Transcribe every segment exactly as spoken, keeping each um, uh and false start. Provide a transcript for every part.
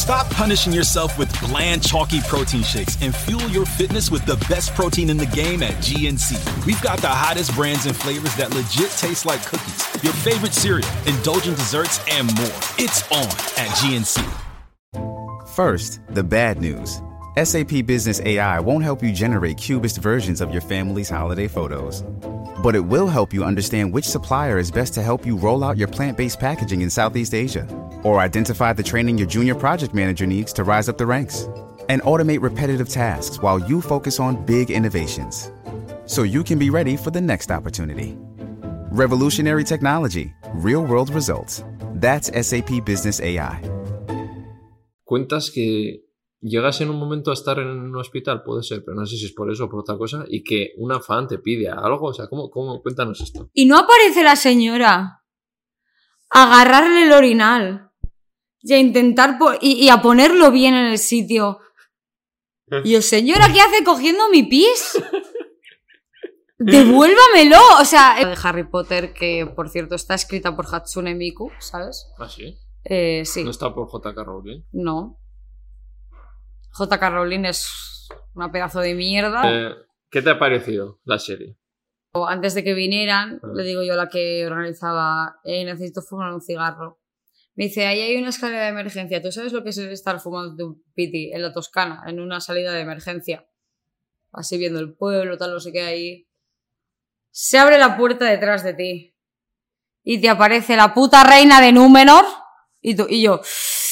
Stop punishing yourself with bland, chalky protein shakes and fuel your fitness with the best protein in the game at G N C. We've got the hottest brands and flavors that legit taste like cookies, your favorite cereal, indulgent desserts, and more. It's on at G N C. First, the bad news. S A P Business A I won't help you generate cubist versions of your family's holiday photos. But it will help you understand which supplier is best to help you roll out your plant-based packaging in Southeast Asia, or identify the training your junior project manager needs to rise up the ranks, and automate repetitive tasks while you focus on big innovations, so you can be ready for the next opportunity. Revolutionary technology, real-world results. That's S A P Business A I. Cuentas que llegas en un momento a estar en un hospital, puede ser, pero no sé si es por eso o por otra cosa, y que una fan te pide algo, o sea, ¿cómo, cómo? Cuéntanos esto. Y no aparece la señora a agarrarle el orinal y a intentar po- y, y a ponerlo bien en el sitio. Y yo, señora, ¿qué hace cogiendo mi pis? ¡Devuélvamelo! O sea, de Harry Potter, que por cierto está escrita por Hatsune Miku, ¿sabes? ¿Ah, sí? Eh, sí. ¿No está por J K Rowling? No. J K Rowling es una pedazo de mierda. Eh, ¿Qué te ha parecido la serie? Antes de que vinieran, Ah. le digo yo a la que organizaba, eh, necesito fumar un cigarro. Me dice, ahí hay una escalera de emergencia. ¿Tú sabes lo que es estar fumando un piti en la Toscana, en una salida de emergencia? Así viendo el pueblo, tal, no sé qué ahí. Se abre la puerta detrás de ti y te aparece la puta reina de Númenor y, tú, y yo...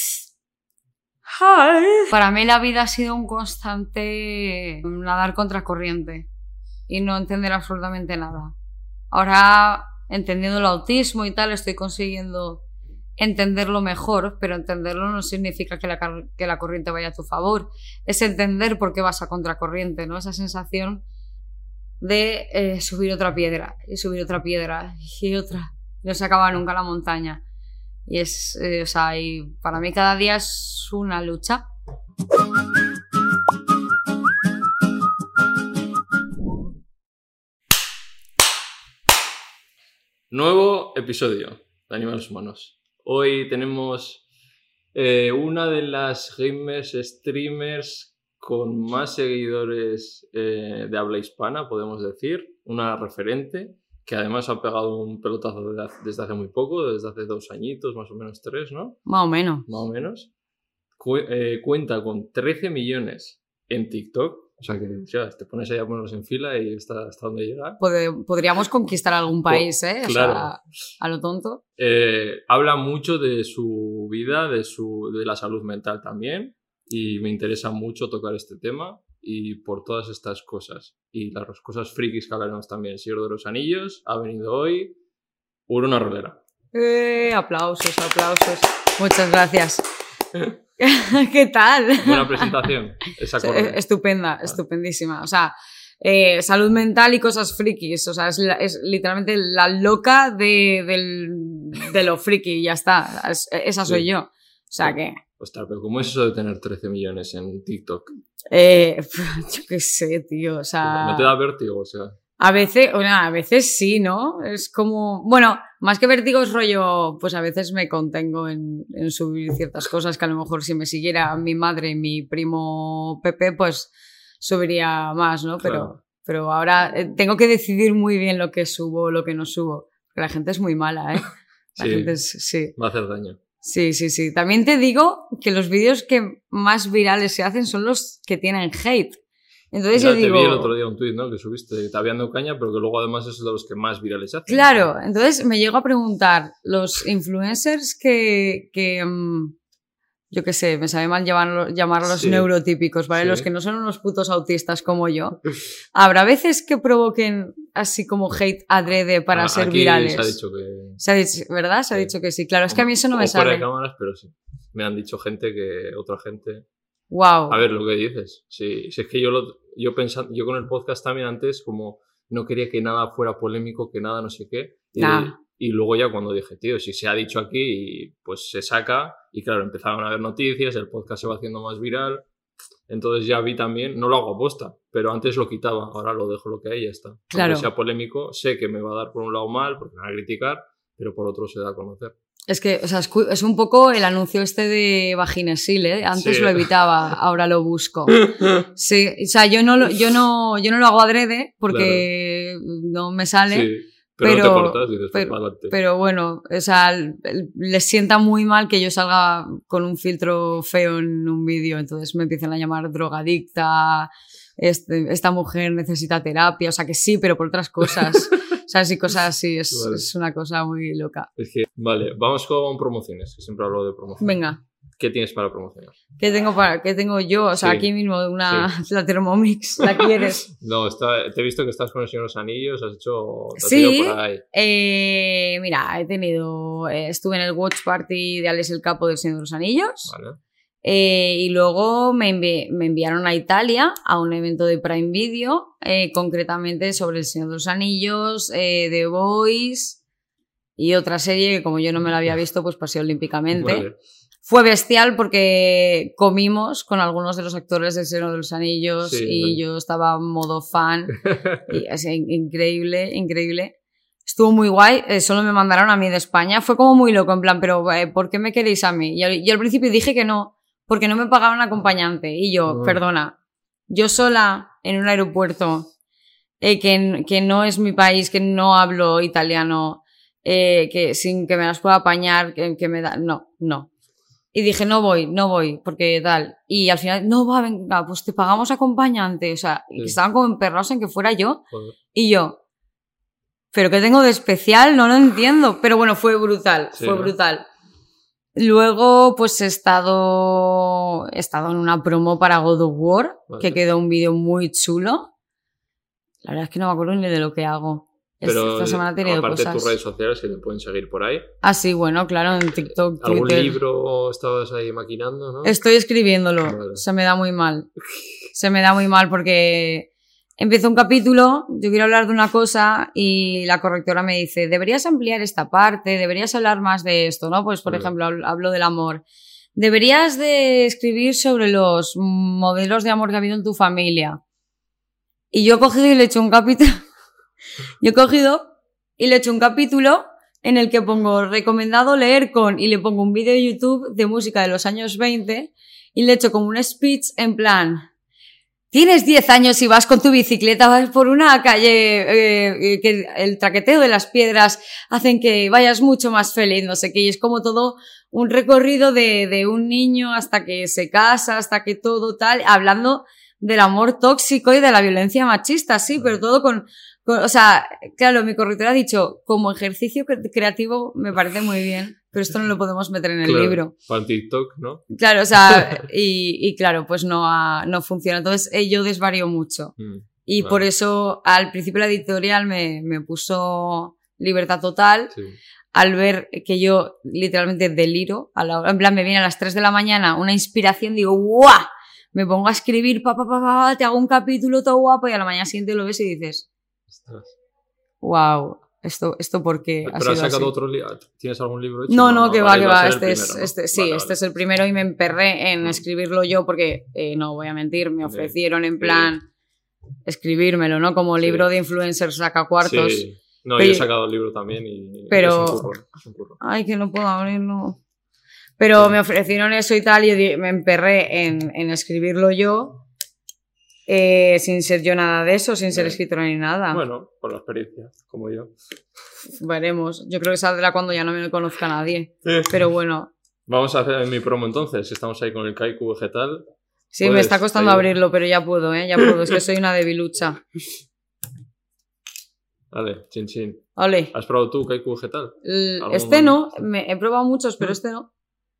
Ay. Para mí la vida ha sido un constante nadar contra corriente y no entender absolutamente nada. Ahora, entendiendo el autismo y tal, estoy consiguiendo entenderlo mejor, pero entenderlo no significa que la, que la corriente vaya a tu favor. Es entender por qué vas a contracorriente, ¿no? Esa sensación de eh, subir otra piedra y subir otra piedra y otra. No se acaba nunca la montaña. Y es, eh, o sea, y para mí cada día es una lucha. Nuevo episodio de Animales Humanos. Hoy tenemos eh, una de las gamers, streamers con más seguidores eh, de habla hispana, podemos decir. Una referente que además ha pegado un pelotazo desde hace muy poco, desde hace dos añitos, más o menos tres, ¿no? Más o menos. Más o menos. Cu- eh, cuenta con trece millones en TikTok. O sea que ya, te pones ahí a ponerlos en fila y está hasta donde llegar. Pod- podríamos conquistar algún país, ¿eh? O Claro. sea, a lo tonto. Eh, habla mucho de su vida, de, su, de la salud mental también. Y me interesa mucho tocar este tema. Y por todas estas cosas. Y las cosas frikis que hablaremos también. Señor de los Anillos ha venido hoy Urona Rolera. Eh, aplausos, aplausos. Muchas gracias. ¿Qué tal? Buena presentación. Esa Eh, Estupenda, estupendísima. O sea, eh, salud mental y cosas frikis. O sea, es, la- es literalmente la loca de, del, de lo friki y ya está. Es- esa soy Sí. yo. O sea que... Ostras, pero ¿cómo es eso de tener trece millones en TikTok? Eh, yo qué sé, tío. O sea... ¿No te da vértigo? O sea, A veces, bueno, a veces sí, ¿no? Es como, bueno, más que vértigo es rollo, pues a veces me contengo en, en subir ciertas cosas que a lo mejor si me siguiera mi madre y mi primo Pepe, pues subiría más, ¿no? Pero, Claro. pero ahora eh, tengo que decidir muy bien lo que subo o lo que no subo. Porque la gente es muy mala, ¿eh? La Sí. gente es, sí. va a hacer daño. Sí, sí, sí. También te digo que los vídeos que más virales se hacen son los que tienen hate. Entonces Ya yo te digo... vi el otro día un tuit, ¿no? Que subiste, que te habían dado caña, pero que luego además es de los que más virales se hacen. Claro, entonces me llego a preguntar, los influencers que, que mm, yo qué sé, me sabe mal llamarlo- llamarlos Sí. neurotípicos, ¿vale? Sí. Los que no son unos putos autistas como yo. ¿Habrá veces que provoquen así como hate adrede para Ah, ser aquí virales? se ha dicho que... Se ha dicho- ¿verdad? Se ha Sí. dicho que sí. Claro, es que a mí eso no me o fuera sale. de cámaras, pero sí. Me han dicho gente que... Otra gente... Wow. A ver, lo que dices. Sí, si es que yo, lo, yo, pensando, yo con el podcast también antes como no quería que nada fuera polémico, que nada no sé qué. Y, Nah. y luego ya cuando dije, tío, si se ha dicho aquí, pues se saca. Y claro, empezaron a haber noticias, el podcast se va haciendo más viral. Entonces ya vi también, no lo hago aposta, pero antes lo quitaba, ahora lo dejo lo que hay y ya está. Claro. Aunque sea polémico, sé que me va a dar por un lado mal, porque me van a criticar, pero por otro se da a conocer. Es que, o sea, es, es un poco el anuncio este de Vaginesil, ¿eh? Antes sí. Lo evitaba, ahora lo busco. Sí, o sea, yo no lo, yo no, yo no lo hago adrede porque claro. No me sale. Sí. Pero, pero, no te cortas y dices, pero, pues, pero bueno, o sea, les sienta muy mal que yo salga con un filtro feo en un vídeo, entonces me empiezan a llamar drogadicta, este, esta mujer necesita terapia, o sea que sí, pero por otras cosas. ¿Sabes? Y cosas así, es, vale. Es una cosa muy loca. Es que, vale, vamos con promociones, que siempre hablo de promociones. Venga. ¿Qué tienes para promocionar? ¿Qué tengo, para, qué tengo yo? O sea, sí. Aquí mismo, una, sí. La Thermomix, ¿la quieres? No, está, te he visto que estás con el Señor de los Anillos, has hecho... Te has sí, por ahí. Eh, mira, he tenido... Eh, estuve en el Watch Party de Alex el Capo del Señor de los Anillos. Vale. Eh, y luego me, envi me enviaron a Italia a un evento de Prime Video, eh, concretamente sobre el Señor de los Anillos, eh, The Boys y otra serie que como yo no me la había visto, pues pasé olímpicamente. Vale. Fue bestial porque comimos con algunos de los actores del Señor de los Anillos sí, y vale. Yo estaba en modo fan. Y, es increíble, increíble. Estuvo muy guay, eh, solo me mandaron a mí de España. Fue como muy loco, en plan, pero eh, ¿por qué me queréis a mí? Y al, yo al principio dije que no, porque no me pagaban acompañante. Y yo, oh. perdona, yo sola en un aeropuerto, eh, que, que no es mi país, que no hablo italiano, eh, que sin que me las pueda apañar, que, que me da... No, no. Y dije, no voy, no voy, porque tal. Y al final, no va, venga, pues te pagamos acompañante. O sea, sí. Estaban como emperrados en que fuera yo. Joder. Y yo, ¿pero qué tengo de especial? No lo entiendo. Pero bueno, fue brutal, sí, fue ¿no? brutal. Luego, pues he estado, he estado en una promo para God of War, vale. Que quedó un vídeo muy chulo. La verdad es que no me acuerdo ni de lo que hago. Pero esta semana he tenido aparte cosas. De tus redes sociales que te pueden seguir por ahí. Ah, sí, bueno, claro, en TikTok, ¿Algún Twitter. libro estabas ahí maquinando, no? Estoy escribiéndolo, vale. Se me da muy mal. Se me da muy mal porque empiezo un capítulo, yo quiero hablar de una cosa y la correctora me dice, deberías ampliar esta parte, deberías hablar más de esto, ¿no? Pues, por vale. ejemplo, hablo del amor. Deberías de escribir sobre los modelos de amor que ha habido en tu familia. Y yo he cogido y le he hecho un capítulo... Yo he cogido y le he hecho un capítulo en el que pongo recomendado leer con y le pongo un vídeo de YouTube de música de los años veinte y le he hecho como un speech en plan, tienes diez años y vas con tu bicicleta, vas por una calle eh, que el traqueteo de las piedras hacen que vayas mucho más feliz, no sé qué, y es como todo un recorrido de, de un niño hasta que se casa, hasta que todo tal, hablando del amor tóxico y de la violencia machista, sí, pero todo con... O sea, claro, mi correctora ha dicho, como ejercicio creativo me parece muy bien, pero esto no lo podemos meter en el claro, libro. Para TikTok, ¿no? Claro, o sea, y, y claro, pues no, ha, no funciona. Entonces eh, yo desvarío mucho. Mm, y vale. Por eso al principio la editorial me, me puso libertad total. Sí. Al ver que yo literalmente deliro, a la, en plan me viene a las tres de la mañana una inspiración, digo, ¡guau! Me pongo a escribir, pa, pa, pa, pa, te hago un capítulo todo guapo y a la mañana siguiente lo ves y dices... Ostras. Wow, esto, esto por qué ha sido así. ¿Pero has sacado otro libro? ¿Tienes algún libro hecho? No, no, no que no, va, vale, que va. va. Este es, primero, ¿no? este, sí, vale, este vale. es el primero y me emperré en escribirlo yo porque, eh, no voy a mentir, me ofrecieron en plan sí. escribírmelo, ¿no? Como libro sí. de influencers saca cuartos. Sí. No, pero, yo he sacado el libro también y pero, es un curro, es un curro. Ay, que no puedo abrirlo. Pero sí. Me ofrecieron eso y tal y me emperré en, en escribirlo yo. Eh, sin ser yo nada de eso, sin ser escritora ni nada. Bueno, por la experiencia, como yo. Veremos. Yo creo que saldrá cuando ya no me conozca nadie. Sí. Pero bueno. Vamos a hacer mi promo entonces. Estamos ahí con el Kaiku vegetal. Sí, me está costando ahí... abrirlo, pero ya puedo, ¿eh? Ya puedo. Es que soy una debilucha. Vale, chin chin. Ole. ¿Has probado tú Kaiku vegetal? El... Este no. Me... He probado muchos, pero este no.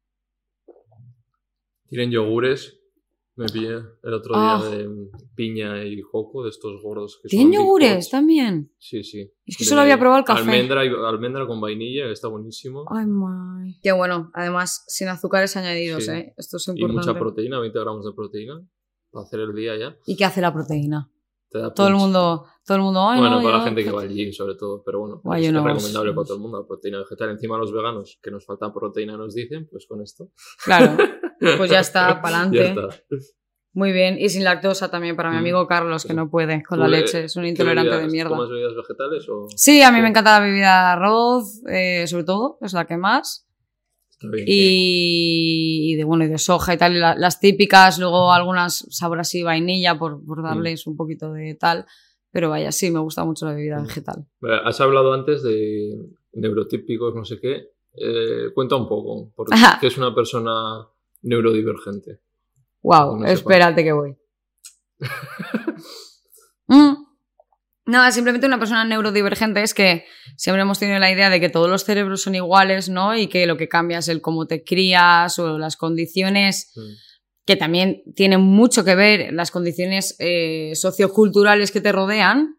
Tienen yogures. Me pillé el otro día oh. de piña y coco, de estos gordos. Que ¿Tienen yogures también? Sí, sí. Es que de solo había probado el café. Almendra, y, almendra con vainilla, que está buenísimo. Ay, my. Qué bueno. Además, sin azúcares añadidos, sí. ¿eh? Esto es importante. Y mucha proteína, veinte gramos de proteína, para hacer el día ya. ¿Y qué hace la proteína? Te da todo el mundo, todo el mundo. Ay, bueno, no, para yo... la gente que va al gym, sobre todo. Pero bueno, Guay, es no. recomendable para todo el mundo la proteína vegetal. Encima los veganos, que nos falta proteína, nos dicen, pues con esto. Claro. Pues ya está, para adelante. Ya está. Muy bien, y sin lactosa también para mi amigo Carlos, que no puede con la leche, es un intolerante de mierda. ¿Tomas bebidas vegetales o...? Sí, a mí me encanta la bebida de arroz, eh, sobre todo, es la que más. Está bien. Y, y de bueno, y de soja y tal, y la, las típicas, luego algunas sabor así vainilla por, por darles mm. un poquito de tal. Pero vaya, sí, me gusta mucho la bebida mm. vegetal. Has hablado antes de neurotípicos, no sé qué. Eh, cuenta un poco, porque ¿qué es una persona neurodivergente? Wow, no espérate que voy. mm. No, simplemente una persona neurodivergente es que siempre hemos tenido la idea de que todos los cerebros son iguales, ¿no? Y que lo que cambia es el cómo te crías o las condiciones, mm. que también tienen mucho que ver las condiciones eh, socioculturales que te rodean.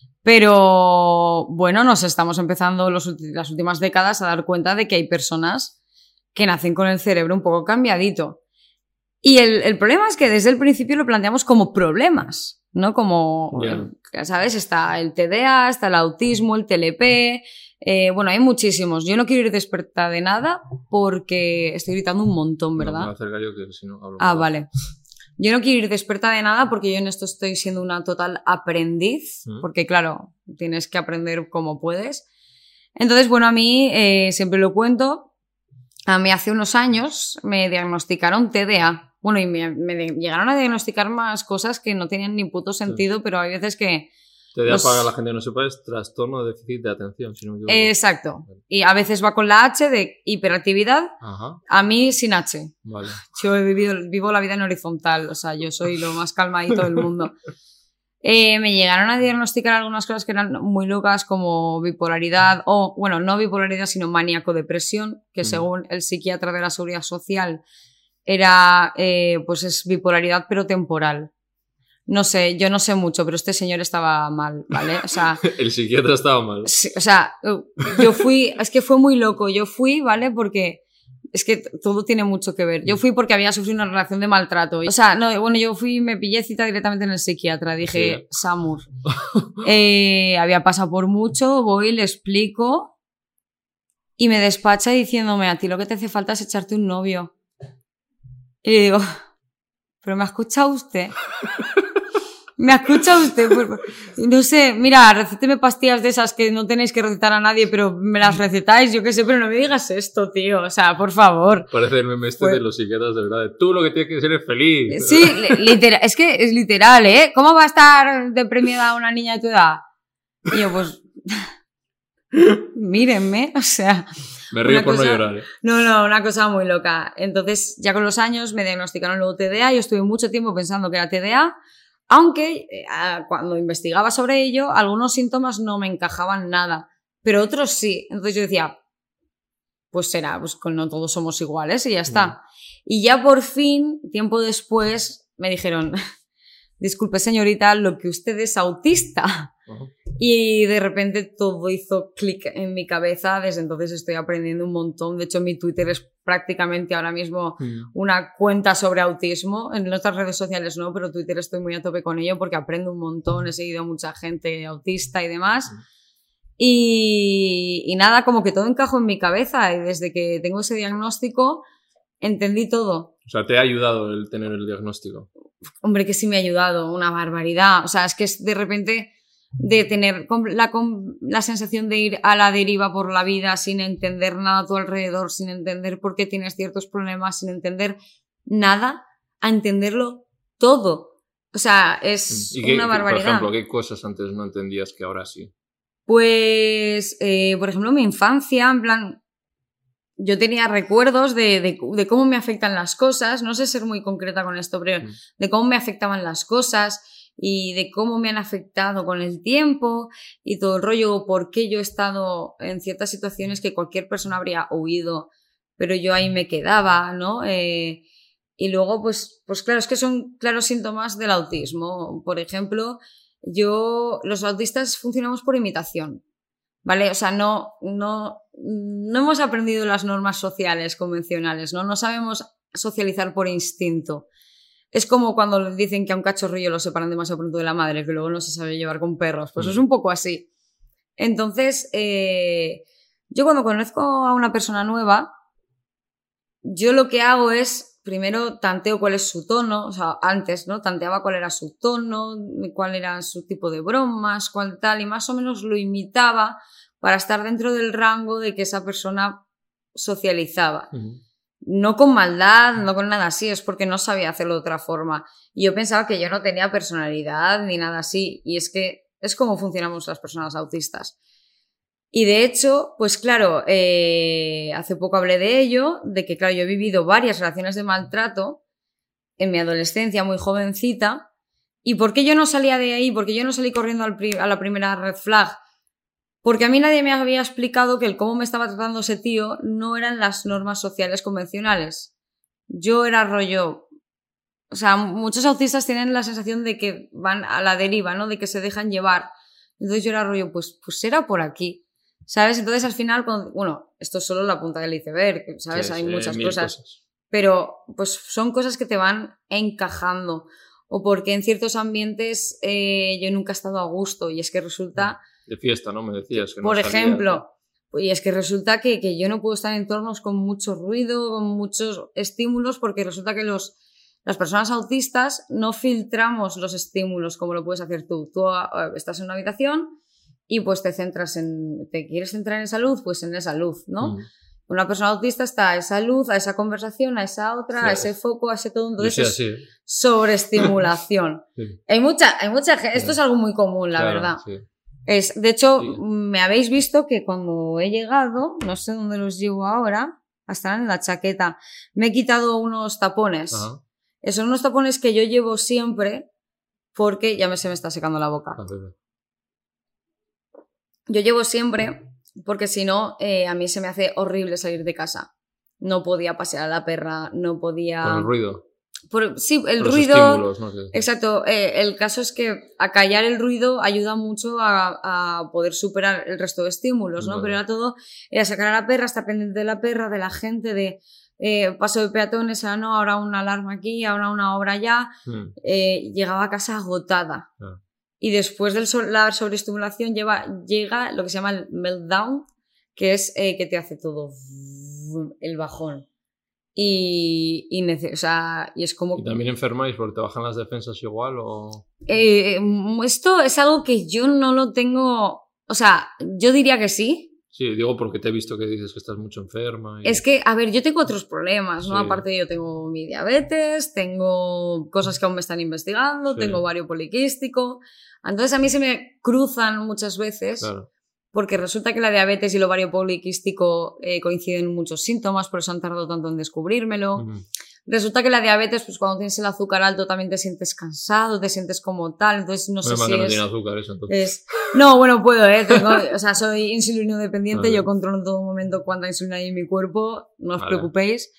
Pero bueno, nos estamos empezando los, las últimas décadas a dar cuenta de que hay personas que nacen con el cerebro un poco cambiadito. Y el, el problema es que desde el principio lo planteamos como problemas, ¿no? Como, yeah. ¿sabes? Está el T D A, está el autismo, el T L P, eh, bueno, hay muchísimos. Yo no quiero ir experta de nada porque estoy gritando un montón, ¿verdad? No, me voy a acercar yo que si no hablo. Ah, vale. Yo no quiero ir de experta de nada porque yo en esto estoy siendo una total aprendiz, ¿Mm? Porque claro, tienes que aprender como puedes. Entonces, bueno, a mí eh, siempre lo cuento, a mí hace unos años me diagnosticaron T D A. Bueno, y me, me llegaron a diagnosticar más cosas que no tenían ni puto sentido, sí. Pero hay veces que... T D A, los... para la gente que no sepa, es trastorno de déficit de atención, si no me equivoco. Exacto. Y a veces va con la H de hiperactividad, Ajá. A mí sin H. Vale. Yo he vivido, vivo la vida en horizontal, o sea, yo soy lo más calmadito del mundo. Eh, me llegaron a diagnosticar algunas cosas que eran muy locas, como bipolaridad, o, bueno, no bipolaridad, sino maníaco-depresión, que mm. según el psiquiatra de la Seguridad Social era, eh, pues es bipolaridad, pero temporal. No sé, yo no sé mucho, pero este señor estaba mal, ¿vale? O sea... El psiquiatra estaba mal. Sí, o sea, yo fui... Es que fue muy loco. Yo fui, ¿vale? Porque... Es que todo tiene mucho que ver. Yo fui porque había sufrido una relación de maltrato. O sea, no, bueno, yo fui y me pillé cita directamente en el psiquiatra. Dije, sí. Samur. Eh, había pasado por mucho, voy, le explico y me despacha diciéndome, a ti lo que te hace falta es echarte un novio. Y le digo, ¿pero me ha escuchado usted? ¿Me escucha usted? No sé, mira, recéteme pastillas de esas que no tenéis que recetar a nadie, pero me las recetáis, yo qué sé, pero no me digas esto, tío. O sea, por favor. Parece el meme este pues... de los psiquiatras, de verdad. Tú lo que tienes que ser es feliz. Sí, literal, es que es literal, ¿eh? ¿Cómo va a estar deprimida una niña de tu edad? Y yo, pues... mírenme, o sea... Me río por cosa... no llorar, ¿eh? No, no, una cosa muy loca. Entonces, ya con los años me diagnosticaron luego T D A. Yo estuve mucho tiempo pensando que era T D A. Aunque eh, cuando investigaba sobre ello, algunos síntomas no me encajaban nada, pero otros sí. Entonces yo decía, pues será, pues no todos somos iguales y ya está. Mm. Y ya por fin, tiempo después, me dijeron, disculpe señorita, lo que usted es autista. Uh-huh. Y de repente todo hizo clic en mi cabeza. Desde entonces estoy aprendiendo un montón. De hecho, mi Twitter es prácticamente ahora mismo mm. una cuenta sobre autismo. En otras redes sociales no, pero Twitter estoy muy a tope con ello porque aprendo un montón. He seguido a mucha gente autista y demás. Mm. Y, y nada, como que todo encajó en mi cabeza. Y desde que tengo ese diagnóstico, entendí todo. O sea, ¿te ha ayudado el tener el diagnóstico? Hombre, que sí me ha ayudado. Una barbaridad. O sea, es que es de repente... de tener la, la sensación de ir a la deriva por la vida sin entender nada a tu alrededor, sin entender por qué tienes ciertos problemas, sin entender nada, a entenderlo todo. O sea, es ¿Y qué, una barbaridad. Por ejemplo, ¿qué cosas antes no entendías que ahora sí? Pues, eh, por ejemplo, mi infancia, en plan... Yo tenía recuerdos de, de, de cómo me afectan las cosas, no sé ser muy concreta con esto, pero mm. de cómo me afectaban las cosas... y de cómo me han afectado con el tiempo y todo el rollo, por qué yo he estado en ciertas situaciones que cualquier persona habría huido, pero yo ahí me quedaba, ¿no? Eh, y luego, pues, pues claro, es que son claros síntomas del autismo. Por ejemplo, yo, los autistas funcionamos por imitación, ¿vale? O sea, no, no, no hemos aprendido las normas sociales convencionales, ¿no? No sabemos socializar por instinto. Es como cuando dicen que a un cachorrillo lo separan demasiado pronto de la madre, que luego no se sabe llevar con perros. Pues mm. es un poco así. Entonces, eh, yo cuando conozco a una persona nueva, yo lo que hago es, primero tanteo cuál es su tono, o sea, antes, ¿no? Tanteaba cuál era su tono, cuál era su tipo de bromas, cuál tal, y más o menos lo imitaba para estar dentro del rango de que esa persona socializaba. Uh-huh. No con maldad, no con nada así, es porque no sabía hacerlo de otra forma. Y yo pensaba que yo no tenía personalidad ni nada así, y es que es como funcionamos las personas autistas. Y de hecho, pues claro, eh, hace poco hablé de ello, de que claro, yo he vivido varias relaciones de maltrato en mi adolescencia, muy jovencita. ¿Y por qué yo no salía de ahí? ¿Por qué yo no salí corriendo al pri- a la primera red flag? Porque a mí nadie me había explicado que el cómo me estaba tratando ese tío no eran las normas sociales convencionales. Yo era rollo... O sea, muchos autistas tienen la sensación de que van a la deriva, ¿no? De que se dejan llevar. Entonces yo era rollo, pues, pues era por aquí, ¿sabes? Entonces al final, cuando, bueno, esto es solo la punta del iceberg, ¿sabes? Sí, Hay sí, muchas mil cosas, cosas. pero pues son cosas que te van encajando. O porque en ciertos ambientes eh, yo nunca he estado a gusto y es que resulta... De fiesta, ¿no? Me decías que no Por salías, ejemplo, ¿no? y es que resulta que, que yo no puedo estar en entornos con mucho ruido, con muchos estímulos, porque resulta que los, las personas autistas no filtramos los estímulos como lo puedes hacer tú. Tú uh, estás en una habitación y pues te centras en... ¿Te quieres centrar en esa luz? Pues en esa luz, ¿no? Mm. Una persona autista está a esa luz, a esa conversación, a esa otra, sí, a ese foco, a ese todo. Entonces sí, es así. sobreestimulación. Sí. Hay mucha, hay mucha gente... Esto sí. Es algo muy común, la claro, verdad. Sí. Es, de hecho, sí. Me habéis visto que cuando he llegado, no sé dónde los llevo ahora, hasta en la chaqueta, me he quitado unos tapones. Ajá. Son unos tapones que yo llevo siempre porque ya me, se me está secando la boca. Ajá. Yo llevo siempre porque si no, eh, a mí se me hace horrible salir de casa. No podía pasear a la perra, no podía... Por el ruido. Por, sí, el Por ruido... Los estímulos, no sé. Exacto. Eh, el caso es que acallar el ruido ayuda mucho a, a poder superar el resto de estímulos, ¿no? Vale. Pero era todo, era sacar a la perra, estar pendiente de la perra, de la gente, de eh, paso de peatones, ahora no, ahora una alarma aquí, ahora una obra allá. Hmm. Eh, llegaba a casa agotada. Ah. Y después de la sobreestimulación lleva, llega lo que se llama el meltdown, que es eh, que te hace todo el bajón. Y, y, nece- o sea, y es como... ¿Y también enfermáis porque te bajan las defensas igual o...? Eh, esto es algo que yo no lo tengo... O sea, yo diría que sí. Sí, digo porque te he visto que dices que estás mucho enferma. Y... Es que, a ver, yo tengo otros problemas, ¿no? Sí. Aparte yo tengo mi diabetes, tengo cosas que aún me están investigando, sí. Tengo ovario poliquístico... Entonces a mí se me cruzan muchas veces, claro. Porque resulta que la diabetes y el ovario poliquístico eh, coinciden en muchos síntomas, por eso han tardado tanto en descubrírmelo. Uh-huh. Resulta que la diabetes, pues cuando tienes el azúcar alto también te sientes cansado, te sientes como tal, entonces no bueno, sé si no es... tiene azúcar eso, entonces. Es... No, bueno, puedo, ¿eh? Tengo, o sea, soy insulino dependiente, vale. Yo controlo en todo momento cuánta insulina hay en mi cuerpo, no os vale. Preocupéis.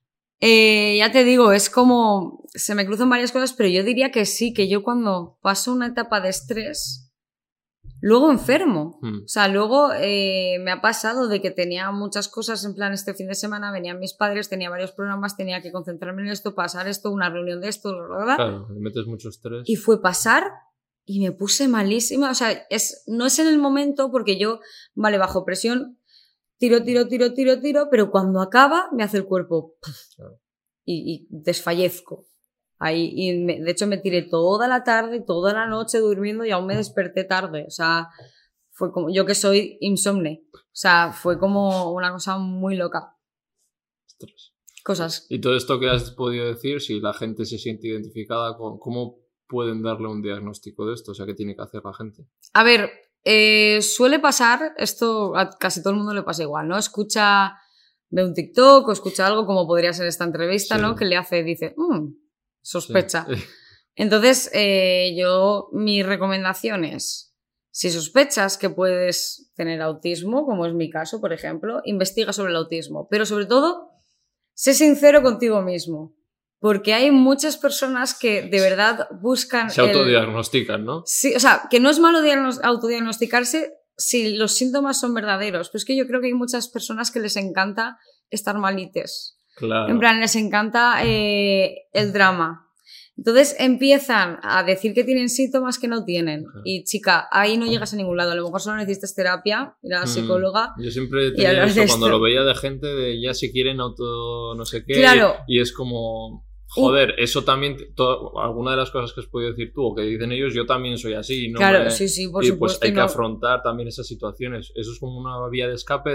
Eh, ya te digo, es como... Se me cruzan varias cosas, pero yo diría que sí, que yo cuando paso una etapa de estrés, luego enfermo. Mm. O sea, luego eh, me ha pasado de que tenía muchas cosas, en plan, este fin de semana venían mis padres, tenía varios programas, tenía que concentrarme en esto, pasar esto, una reunión de esto, ¿verdad? Claro, le metes mucho estrés. Y fue pasar y me puse malísima. O sea, es, no es en el momento porque yo, vale, bajo presión... Tiro, tiro, tiro, tiro, tiro, pero cuando acaba me hace el cuerpo claro. y, y desfallezco. Ahí, y me, de hecho me tiré toda la tarde, toda la noche durmiendo y aún me desperté tarde. O sea, fue como, yo que soy insomne. O sea, fue como una cosa muy loca. Ostras. Cosas. Y todo esto que has podido decir, si la gente se siente identificada, con, ¿cómo pueden darle un diagnóstico de esto? O sea, ¿qué tiene que hacer la gente? A ver... Eh, suele pasar, esto a casi todo el mundo le pasa igual, ¿no? Escucha, ve un TikTok o escucha algo como podría ser esta entrevista, sí. ¿No? Que le hace, dice, mmm, sospecha. Sí. Entonces, eh, yo, mi recomendación es, si sospechas que puedes tener autismo, como es mi caso, por ejemplo, investiga sobre el autismo, pero sobre todo, sé sincero contigo mismo. Porque hay muchas personas que de verdad buscan... Se autodiagnostican, el... ¿no? Sí, o sea, que no es malo diagnos... autodiagnosticarse si los síntomas son verdaderos. Pero es que yo creo que hay muchas personas que les encanta estar malites. Claro. En plan, les encanta eh, el drama. Entonces empiezan a decir que tienen síntomas que no tienen. Ajá. Y chica, ahí no llegas a ningún lado. A lo mejor solo necesitas terapia, ir a la psicóloga. Mm, yo siempre tenía eso cuando lo veía de gente de ya si quieren auto no sé qué. Claro. Y es como... Joder, eso también, todo, alguna de las cosas que has podido decir tú o que dicen ellos, yo también soy así, ¿no? Claro, me, sí, sí, por y supuesto. Pues hay no. que afrontar también esas situaciones. Eso es como una vía de escape de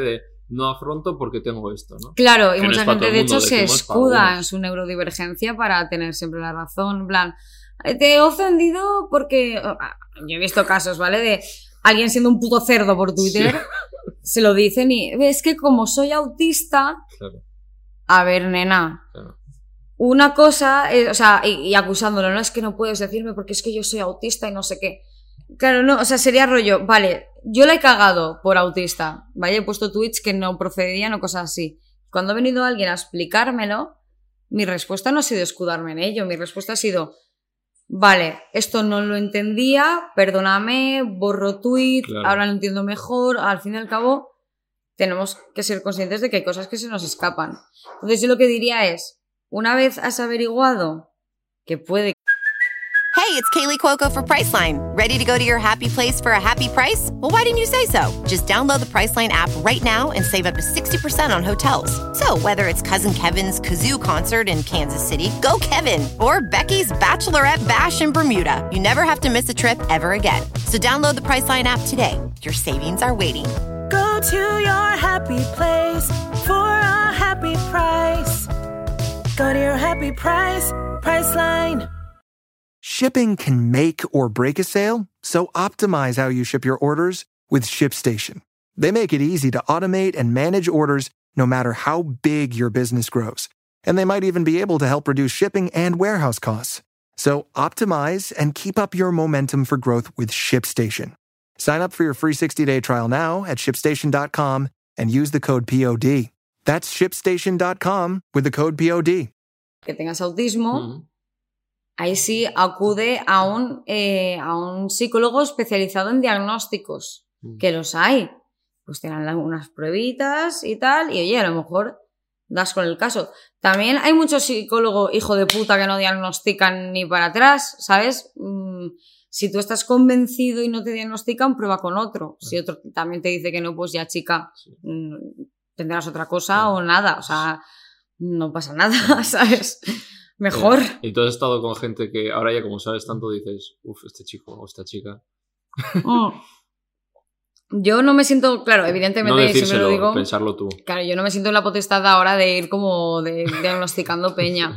no afronto porque tengo esto, ¿no? Claro, y que mucha no gente de hecho se escuda en su neurodivergencia para tener siempre la razón, en plan, te he ofendido porque... Yo he visto casos, ¿vale? De alguien siendo un puto cerdo por Twitter, sí. Se lo dicen y es que como soy autista... Claro. A ver, nena... Claro. Una cosa, eh, o sea, y, y acusándolo, no es que no puedes decirme porque es que yo soy autista y no sé qué. Claro, no, o sea, sería rollo, vale, yo la he cagado por autista, ¿vale? He puesto tweets que no procedían o cosas así. Cuando ha venido alguien a explicármelo, mi respuesta no ha sido escudarme en ello, mi respuesta ha sido, vale, esto no lo entendía, perdóname, borro tweet, claro. Ahora lo entiendo mejor, al fin y al cabo tenemos que ser conscientes de que hay cosas que se nos escapan. Entonces yo lo que diría es, una vez has averiguado que puede... Hey, it's Kaylee Cuoco for Priceline. Ready to go to your happy place for a happy price? Well, why didn't you say so? Just download the Priceline app right now and save up to sixty percent on hotels. So whether it's Cousin Kevin's Kazoo Concert in Kansas City, go Kevin, or Becky's Bachelorette Bash in Bermuda, you never have to miss a trip ever again. So download the Priceline app today. Your savings are waiting. Go to your happy place for a happy price. Go to your happy price, Priceline. Shipping can make or break a sale, so optimize how you ship your orders with ShipStation. They make it easy to automate and manage orders no matter how big your business grows. And they might even be able to help reduce shipping and warehouse costs. So optimize and keep up your momentum for growth with ShipStation. Sign up for your free sixty-day trial now at ship station dot com and use the code P O D. That's ship station dot com with the code P O D. Que tengas autismo, mm. Ahí sí acude a un, eh, a un psicólogo especializado en diagnósticos, mm. Que los hay. Pues te dan unas pruebitas y tal, y oye, a lo mejor das con el caso. También hay muchos psicólogos hijo de puta que no diagnostican ni para atrás, ¿sabes? Mm, si tú estás convencido y no te diagnostican, prueba con otro. Si otro también te dice que no, pues ya, chica, mm, tendrás otra cosa sí. O nada. O sea, no pasa nada, ¿sabes? Mejor. Sí. Y tú has estado con gente que ahora ya como sabes tanto dices, uff, este chico o esta chica. Oh. Yo no me siento, claro, evidentemente, no decírselo, siempre lo digo. Pensarlo tú. Claro, yo no me siento en la potestad ahora de ir como de, diagnosticando peña.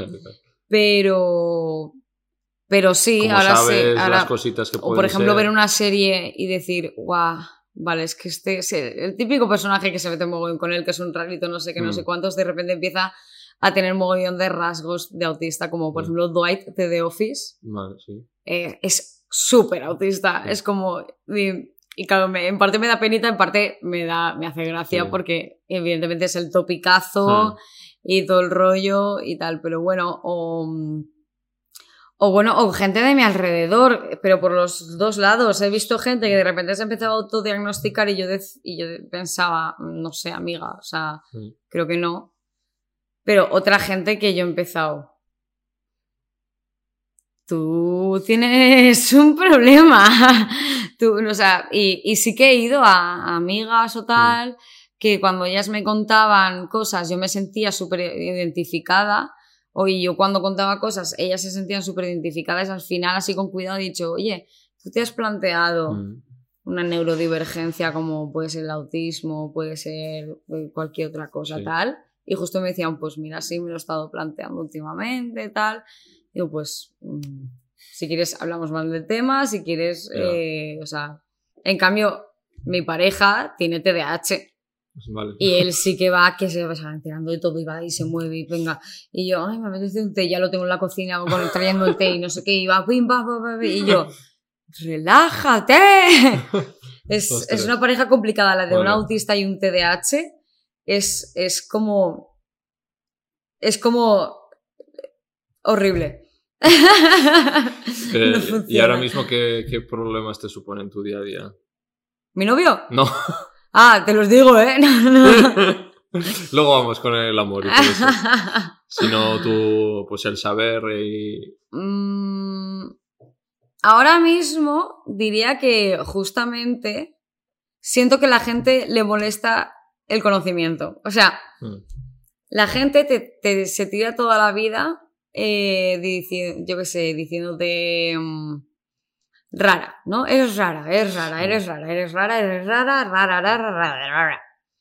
Pero... Pero sí, como ahora sabes sí. Ahora, las cositas que o por ejemplo, ser... ver una serie y decir, guau, vale, es que este es el típico personaje que se mete mogollón con él, que es un rarito, no sé qué, mm. no sé cuántos, de repente empieza a tener mogollón de rasgos de autista, como por mm. ejemplo Dwight de The Office. Vale, sí. Eh, es súper autista, sí. Es como... Y, y claro, me, en parte me da penita, en parte me da me hace gracia, sí. Porque evidentemente es el topicazo mm. y todo el rollo y tal, pero bueno, o... O bueno, o gente de mi alrededor, pero por los dos lados. He visto gente que de repente se empezaba a autodiagnosticar y yo, de, y yo pensaba, no sé, amiga, o sea, sí. Creo que no. Pero otra gente que yo he empezado, tú tienes un problema. Tú, o sea, y, y sí que he ido a, a amigas o tal, sí. Que cuando ellas me contaban cosas yo me sentía súper identificada. O y yo cuando contaba cosas, ellas se sentían súper identificadas, al final así con cuidado he dicho, oye, ¿tú te has planteado mm. una neurodivergencia como puede ser el autismo, puede ser cualquier otra cosa, sí. Tal? Y justo me decían, pues mira, sí, me lo he estado planteando últimamente, tal. Digo, pues, mmm, si quieres hablamos más del tema, si quieres, yeah. eh, o sea, en cambio, mi pareja tiene T D A H. Vale. Y él sí que va, que se va enterando de todo y va y se mueve y venga. Y yo, ay, me apetece un té, ya lo tengo en la cocina con, trayendo el té y no sé qué. Y va, pim, pam, pam, pam, y yo, relájate. Es, es una pareja complicada, la de vale. Un autista y un T D A H. Es, es como... Es como... horrible. Eh, no y ahora mismo, ¿qué, ¿qué problemas te supone en tu día a día? ¿Mi novio? No. Ah, te los digo, ¿eh? No, no. Luego vamos con el amor y todo eso. Sino tú, pues el saber y... Mm, ahora mismo diría que justamente siento que la gente le molesta el conocimiento. O sea, mm. la gente te, te, se tira toda la vida, eh, dici- yo qué sé, diciéndote... Um, rara, ¿no? Eres rara, eres rara, eres rara, eres rara, eres rara, rara, rara, rara, rara,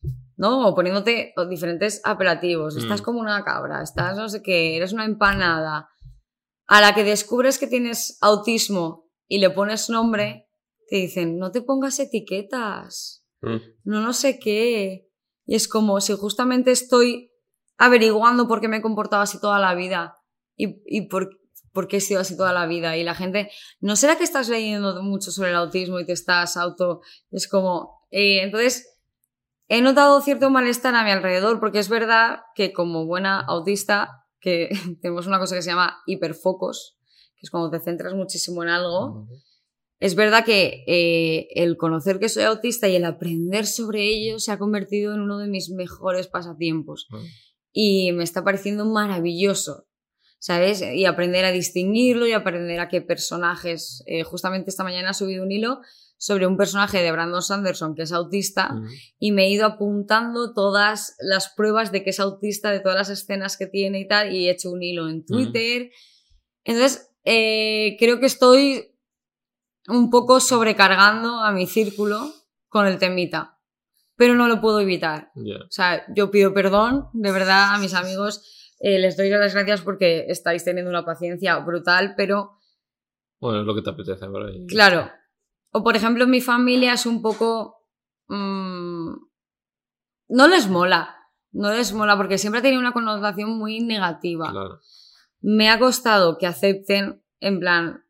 ¿no? O poniéndote diferentes apelativos. Mm. Estás como una cabra, estás no sé qué, eres una empanada. A la que descubres que tienes autismo y le pones nombre, te dicen, no te pongas etiquetas, mm. no no sé qué. Y es como si justamente estoy averiguando por qué me he comportado así toda la vida y, y por, por qué he sido así toda la vida. Y la gente, ¿no será que estás leyendo mucho sobre el autismo y te estás auto...? Es como... Eh, entonces... He notado cierto malestar a mi alrededor porque es verdad que como buena autista que tenemos una cosa que se llama hiperfocos, que es cuando te centras muchísimo en algo. Uh-huh. Es verdad que eh, el conocer que soy autista y el aprender sobre ello se ha convertido en uno de mis mejores pasatiempos. Uh-huh. Y me está pareciendo maravilloso, ¿sabes? Y aprender a distinguirlo y aprender a qué personajes... Eh, justamente esta mañana he subido un hilo sobre un personaje de Brandon Sanderson que es autista uh-huh. y me he ido apuntando todas las pruebas de que es autista de todas las escenas que tiene y tal, y he hecho un hilo en Twitter. Uh-huh. Entonces, eh, creo que estoy un poco sobrecargando a mi círculo con el temita, pero no lo puedo evitar. Yeah. O sea, yo pido perdón, de verdad, a mis amigos, eh, les doy las gracias porque estáis teniendo una paciencia brutal, pero... Bueno, es lo que te apetece, ¿verdad? Y... Claro. O, por ejemplo, mi familia es un poco... Mmm, no les mola. No les mola porque siempre ha tenido una connotación muy negativa. Claro. Me ha costado que acepten, en plan,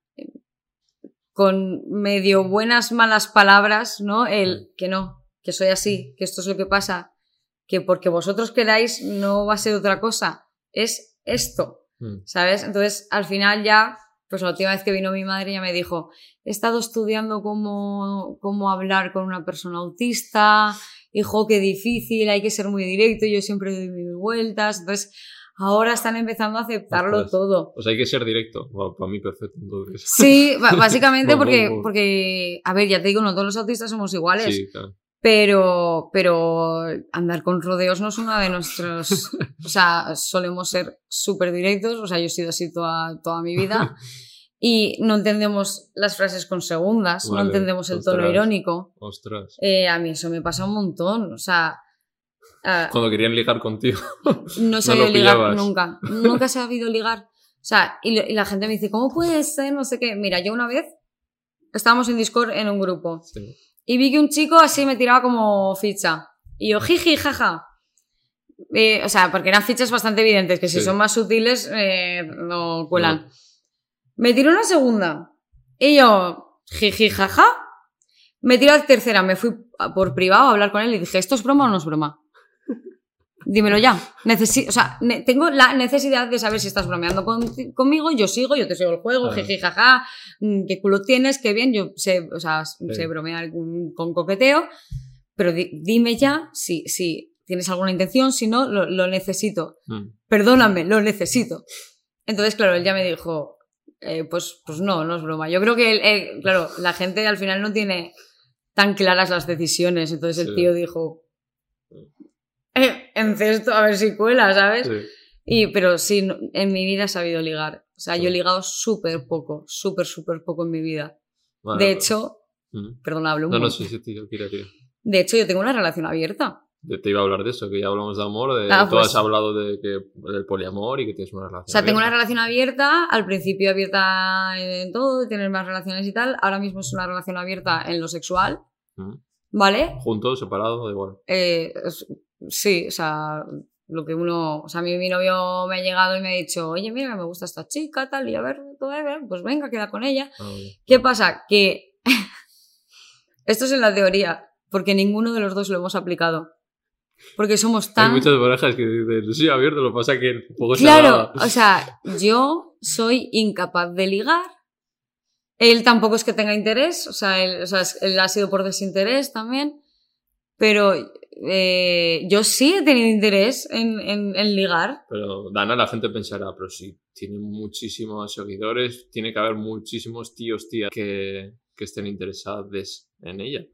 con medio buenas, malas palabras, ¿no? El que no, que soy así, que esto es lo que pasa, que porque vosotros queráis no va a ser otra cosa. Es esto, mm. ¿sabes? Entonces, al final ya... Pues la última vez que vino mi madre ya me dijo, he estado estudiando cómo, cómo hablar con una persona autista, hijo, qué difícil, hay que ser muy directo, yo siempre doy mil vueltas. Entonces, ahora están empezando a aceptarlo Ostras. todo. Pues hay que ser directo, bueno, para mí perfecto. Entonces. Sí, básicamente porque, porque, a ver, ya te digo, no todos los autistas somos iguales. Sí, claro. Pero, pero andar con rodeos no es una de nuestros... O sea, solemos ser súper directos. O sea, yo he sido así toda, toda mi vida. Y no entendemos las frases con segundas. Vale, no entendemos el ostras, tono irónico. Ostras. Eh, a mí eso me pasa un montón. O sea... Uh, Cuando querían ligar contigo. No he sabido no ligar nunca. Nunca he sabido ligar. O sea, y, y la gente me dice, ¿cómo puede ser? No sé qué. Mira, yo una vez estábamos en Discord en un grupo. Sí. Y vi que un chico así me tiraba como ficha. Y yo, jiji, jaja. Eh, o sea, porque eran fichas bastante evidentes, que si sí. son más sutiles, eh, no cuelan. No. Me tiró una segunda. Y yo, jiji, jaja. Me tiró la tercera. Me fui por privado a hablar con él y dije, ¿esto es broma o no es broma? Dímelo ya. Necesi- o sea, ne- tengo la necesidad de saber si estás bromeando con- conmigo. Yo sigo, yo te sigo el juego, ah. jiji, jaja. Qué culo tienes, qué bien. Yo sé, o sea, sí. sé bromear con coqueteo. Pero di- dime ya si, si tienes alguna intención. Si no, lo, lo necesito. Mm. Perdóname, lo necesito. Entonces, claro, él ya me dijo, eh, pues, pues no, no es broma. Yo creo que, él, él, claro, la gente al final no tiene tan claras las decisiones. Entonces sí. el tío dijo... Eh, encesto, a ver si cuela, ¿sabes? Sí. Y, pero sí, no, en mi vida he sabido ligar. O sea, sí. yo he ligado súper poco, súper, súper poco en mi vida. Bueno, de hecho, ¿Mm? perdón, hablo un No, poco. no, sí, sí, tío, tira, tira. De hecho, yo tengo una relación abierta. Te iba a hablar de eso, que ya hablamos de amor, de, ah, tú pues, has hablado de que, del poliamor y que tienes una relación O sea, abierta. tengo una relación abierta, al principio abierta en todo, tener más relaciones y tal. Ahora mismo es una relación abierta en lo sexual, ¿Mm? ¿vale? ¿Juntos, separados, da igual? Eh... Es, Sí, o sea, lo que uno... O sea, a mí mi novio me ha llegado y me ha dicho, oye, mira, me gusta esta chica, tal, y a ver, pues venga, queda con ella. Oh, ¿Qué pasa? Que esto es en la teoría, porque ninguno de los dos lo hemos aplicado. Porque somos tan... Hay muchas parejas que dicen, sí, abierto, lo que pasa es que un poco Claro, o sea, yo soy incapaz de ligar. Él tampoco es que tenga interés, o sea, él, o sea, él ha sido por desinterés también, pero... Eh, yo sí he tenido interés en, en, en ligar. Pero Dana, la gente pensará, pero si tiene muchísimos seguidores, tiene que haber muchísimos tíos, tías que, que estén interesados en ella.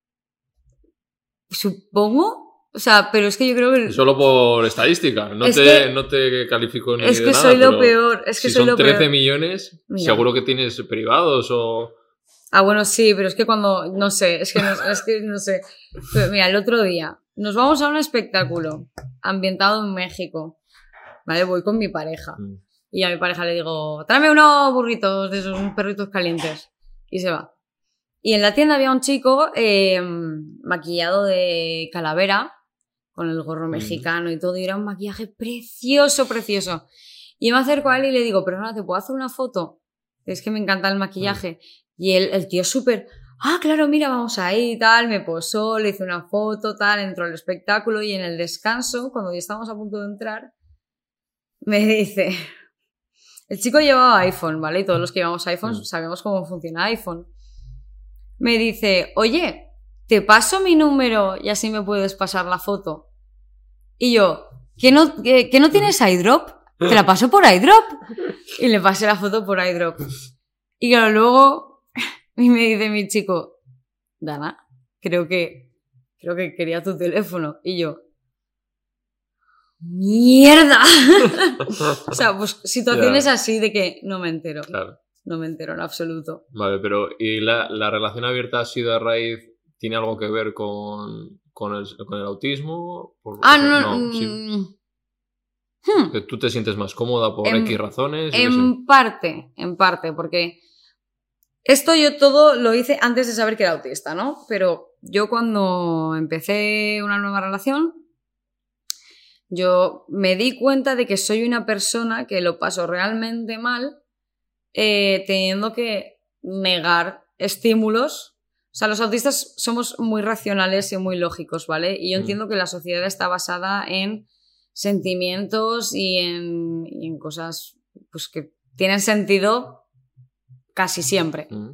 Supongo. O sea, pero es que yo creo que... Solo por estadística. No, te, que... no te califico ni es de que nada. Soy lo peor. Es que si soy son lo trece peor. millones, Mira. seguro que tienes privados o... Ah, bueno, sí, pero es que cuando... No sé, es que no, es que no sé. Pero mira, el otro día nos vamos a un espectáculo ambientado en México. Vale, voy con mi pareja. Mm. Y a mi pareja le digo, tráeme unos burritos de esos, unos perritos calientes. Y se va. Y en la tienda había un chico eh, maquillado de calavera, con el gorro mm. mexicano y todo. Y era un maquillaje precioso, precioso. Y me acerco a él y le digo, pero no, ¿te puedo hacer una foto? Es que me encanta el maquillaje. Mm. Y el, el tío súper, ah, claro, mira, vamos ahí y tal, me posó, le hice una foto, tal, entró al espectáculo y en el descanso, cuando ya estábamos a punto de entrar, me dice, el chico llevaba iPhone, ¿vale? Y todos los que llevamos iPhone mm. sabemos cómo funciona iPhone. Me dice, oye, te paso mi número y así me puedes pasar la foto. Y yo, ¿que no, que, que no tienes iDrop? Te la paso por iDrop. Y le pasé la foto por iDrop. Y claro, luego... Y me dice mi chico, Dana, creo que creo que quería tu teléfono. Y yo, ¡mierda! O sea, pues situaciones yeah. así de que no me entero. Claro. No me entero en absoluto. Vale, pero ¿y la, la relación abierta ha sido a raíz, tiene algo que ver con, con, el, con el autismo? Por, ah, o sea, no. no sí. hmm. ¿Que tú te sientes más cómoda por en, X razones? En parte, en parte, porque... Esto yo todo lo hice antes de saber que era autista, ¿no? Pero yo cuando empecé una nueva relación, yo me di cuenta de que soy una persona que lo paso realmente mal eh, teniendo que negar estímulos. O sea, los autistas somos muy racionales y muy lógicos, ¿vale? Y yo mm. entiendo que la sociedad está basada en sentimientos y en, y en cosas pues, que tienen sentido casi siempre. Mm.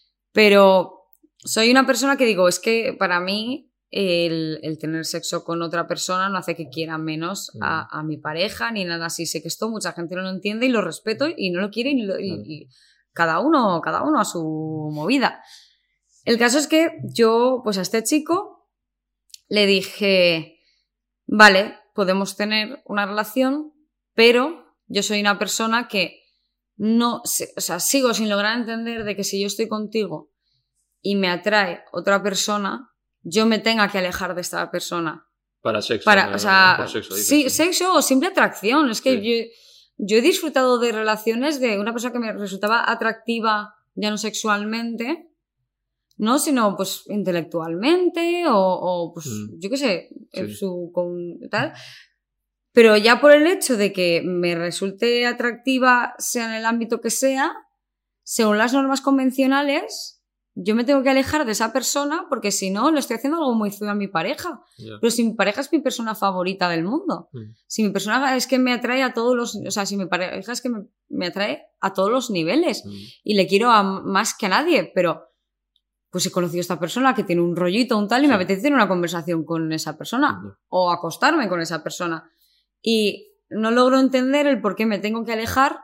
Pero soy una persona que digo, es que para mí el, el tener sexo con otra persona no hace que quiera menos mm. a, a mi pareja ni nada así. Sé que esto mucha gente no lo entiende y lo respeto y no lo quiere y, lo, y, mm. y cada uno, cada uno a su movida. El caso es que yo, pues a este chico le dije, vale, podemos tener una relación, pero yo soy una persona que no, o sea, sigo sin lograr entender de que si yo estoy contigo y me atrae otra persona, yo me tenga que alejar de esta persona. Para sexo. Para, no, o sea, por sexo, sí, sí. sexo o simple atracción. Es que sí. yo, yo he disfrutado de relaciones de una persona que me resultaba atractiva, ya no sexualmente, no, sino pues intelectualmente o, o pues, mm. yo qué sé, sí. su con, tal. Pero ya por el hecho de que me resulte atractiva, sea en el ámbito que sea, según las normas convencionales, yo me tengo que alejar de esa persona porque si no, le estoy haciendo algo muy feo a mi pareja. Yeah. Pero si mi pareja es mi persona favorita del mundo, mm. si mi persona es que me atrae a todos los... O sea, si mi pareja es que me, me atrae a todos los niveles mm. y le quiero a más que a nadie, pero pues he conocido a esta persona que tiene un rollito, un tal, y sí. me apetece tener una conversación con esa persona mm. o acostarme con esa persona. Y no logro entender el por qué me tengo que alejar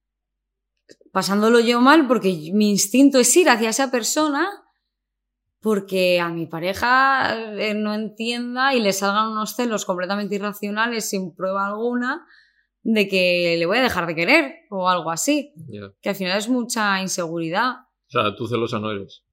pasándolo yo mal porque mi instinto es ir hacia esa persona porque a mi pareja no entienda y le salgan unos celos completamente irracionales sin prueba alguna de que le voy a dejar de querer o algo así. Yeah. Que al final es mucha inseguridad. O sea, tú celosa no eres.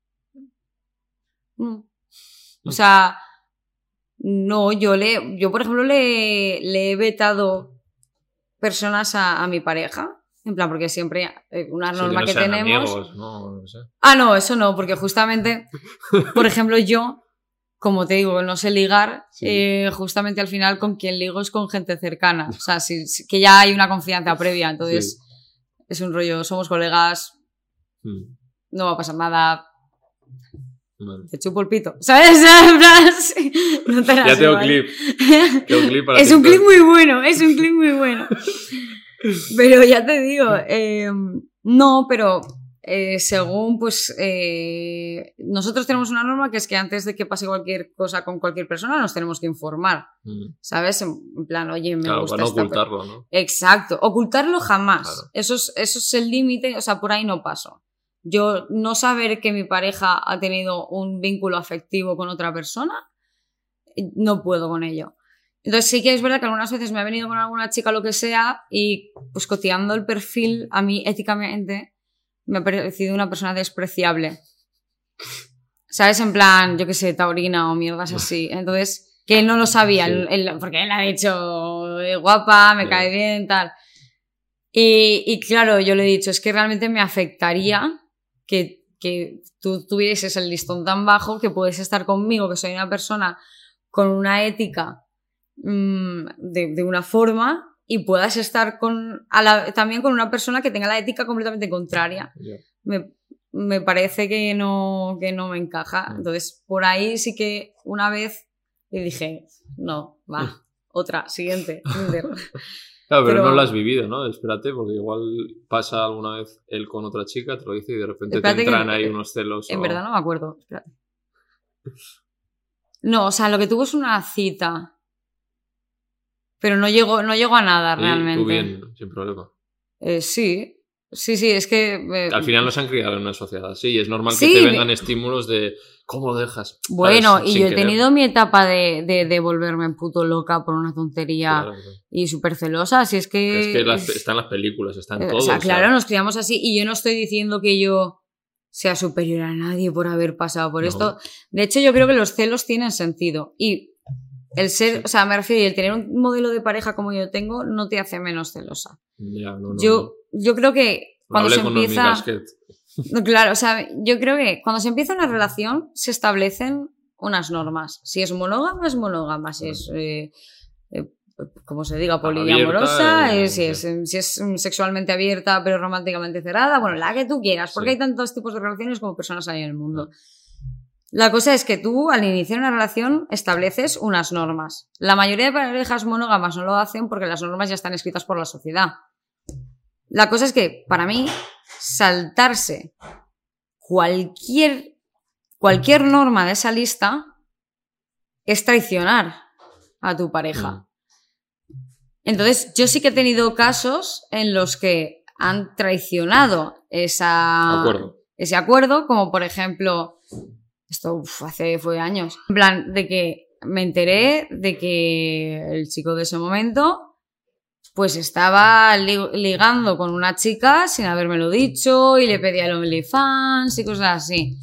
Mm. O sea... No, yo le, yo por ejemplo le, le he vetado personas a, a mi pareja, en plan porque siempre una norma sí, que, no que tenemos. Amigos, no, no sé. Ah, no, eso no, porque justamente, por ejemplo yo, como te digo, no sé ligar, sí. eh, justamente al final con quien ligo es con gente cercana, o sea, si, si, que ya hay una confianza previa, entonces sí. es un rollo, somos colegas, hmm. no va a pasar nada. Vale. Te chupo el pito, ¿sabes? No te ya tengo clip. tengo clip para es un clip muy bueno, es un clip muy bueno. Pero ya te digo, eh, no, pero eh, según pues eh, nosotros tenemos una norma que es que antes de que pase cualquier cosa con cualquier persona nos tenemos que informar, mm. ¿sabes? En, en plan, oye, me claro, gusta para no esta ocultarlo, per- ¿no? Exacto, ocultarlo jamás. Claro. Eso es, eso es el límite, o sea, por ahí no paso. Yo no saber que mi pareja ha tenido un vínculo afectivo con otra persona, no puedo con ello. Entonces sí que es verdad que algunas veces me ha venido con alguna chica o lo que sea y pues coteando el perfil, a mí éticamente me ha parecido una persona despreciable. ¿Sabes? En plan, yo qué sé, taurina o mierdas así. Entonces, que él no lo sabía, Sí. él, él- porque él ha dicho, eh, guapa, me Ya. cae bien, tal. Y, y claro, yo le he dicho, es que realmente me afectaría que, que tú tuvieses el listón tan bajo que puedes estar conmigo, que soy una persona con una ética mmm, de, de una forma, y puedas estar con, a la, también con una persona que tenga la ética completamente contraria. Ya. Me, me parece que no, que no me encaja. Mm. Entonces, por ahí sí que una vez le dije, no, va, Mm. otra, siguiente, Tinder. Claro, pero, Pero- no lo has vivido, ¿no? Espérate, porque igual pasa alguna vez él con otra chica, te lo dice y de repente Espérate te entran que- ahí unos celos. En o- verdad no me acuerdo. Espérate. No, o sea, lo que tuvo es una cita. Pero no llegó, no llegó a nada Y realmente. tú bien, sin problema. Eh, sí, sí, sí, es que... eh, Al final nos han criado en una sociedad así y es normal Sí, que te de- vengan estímulos de ¿cómo lo dejas? Bueno, ¿Sabes? y Sin yo he querer. tenido mi etapa de, de, de volverme puto loca por una tontería Claro, claro. y súper celosa, así es que... Es que las- está en las películas, está en Eh, todo. o sea, claro, nos criamos así y yo no estoy diciendo que yo sea superior a nadie por haber pasado por No. esto. De hecho, yo creo que los celos tienen sentido y el ser, Sí. o sea, me refiero, y el tener un modelo de pareja como yo tengo no te hace menos celosa. Ya, no, no, yo, yo creo que no. cuando Hablé se con Noemí empieza... Gasquet. No, claro, o sea, yo creo que cuando se empieza una relación se establecen unas normas. Si es monógama, es monógama. Si es, eh, eh, como se diga, poliamorosa, Abierta, eh, eh, si, es, si es sexualmente abierta pero románticamente cerrada, bueno, la que tú quieras, porque Sí. hay tantos tipos de relaciones como personas hay en el mundo. La cosa es que tú, al iniciar una relación, estableces unas normas. La mayoría de parejas monógamas no lo hacen porque las normas ya están escritas por la sociedad. La cosa es que, para mí, saltarse cualquier, cualquier norma de esa lista es traicionar a tu pareja. Mm. Entonces, yo sí que he tenido casos en los que han traicionado esa, Acuerdo. ese acuerdo, como por ejemplo, esto uf, hace fue años, en plan de que me enteré de que el chico de ese momento pues estaba li- ligando con una chica sin habérmelo dicho y le pedía el OnlyFans y cosas así.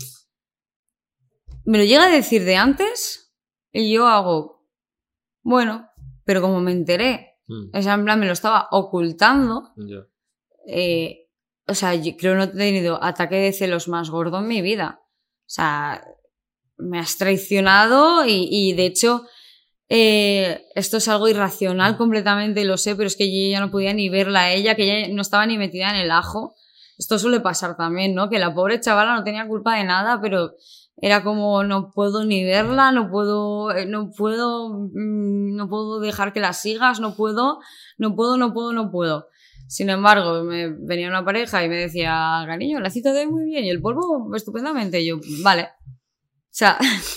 Me lo llega a decir de antes y yo hago, bueno, pero como me enteré, Mm. o sea, en plan me lo estaba ocultando, Ya. eh, o sea, yo creo que no he tenido ataque de celos más gordo en mi vida. O sea, me has traicionado y, y de hecho, eh, esto es algo irracional completamente, lo sé, pero es que yo ya no podía ni verla a ella, que ella no estaba ni metida en el ajo. Esto suele pasar también, ¿no? Que la pobre chavala no tenía culpa de nada, pero era como, no puedo ni verla, no puedo, eh, no puedo, mm, no puedo dejar que la sigas, no puedo, no puedo, no puedo, no puedo. Sin embargo, me venía una pareja y me decía, cariño, la cita de muy bien y el polvo estupendamente. Y yo, vale. O sea,